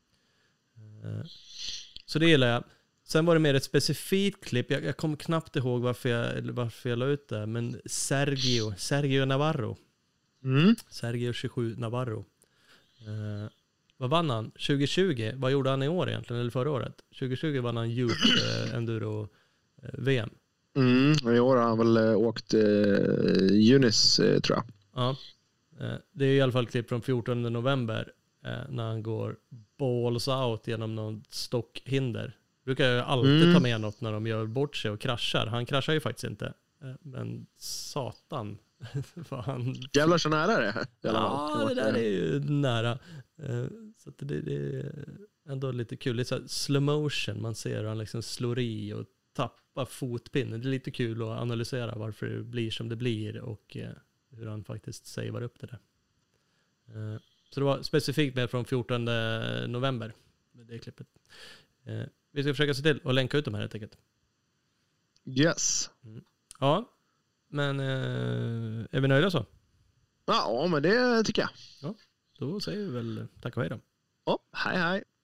Så det gillar jag. Sen var det mer ett specifikt klipp. Jag, jag kommer knappt ihåg varför jag, varför jag la ut det. Men Sergio, Sergio Navarro. Mm. Sergio tjugosju Navarro. Eh, vad vann han? tjugo tjugo. Vad gjorde han i år egentligen? Eller förra året? tjugo tjugo vann han Youth eh, Enduro eh, V M. Mm, i år har han väl eh, åkt eh, Unis eh, tror jag. Ja. Eh, det är i alla fall klipp från fjortonde november. Eh, när han går balls out genom någon stockhinder. Brukar jag alltid mm. ta med något när de gör bort sig och kraschar. Han kraschar ju faktiskt inte. Eh, men satan. han... Jävlar så nära det. Ja, det där är ju nära. Eh, så att det, det är ändå lite kul. Lite så här slow motion. Man ser hur han liksom slår i och tappar fotpinnen. Det är lite kul att analysera varför det blir som det blir och eh, hur han faktiskt savear upp det där. Eh, Så det var specifikt med från fjortonde november. Med det klippet. Eh, vi ska försöka se till att länka ut dem här helt enkelt. Yes. Mm. Ja, men eh, är vi nöjda så? Ja, men det tycker jag. Ja, då säger vi väl tack och hej då. Ja, hej hej.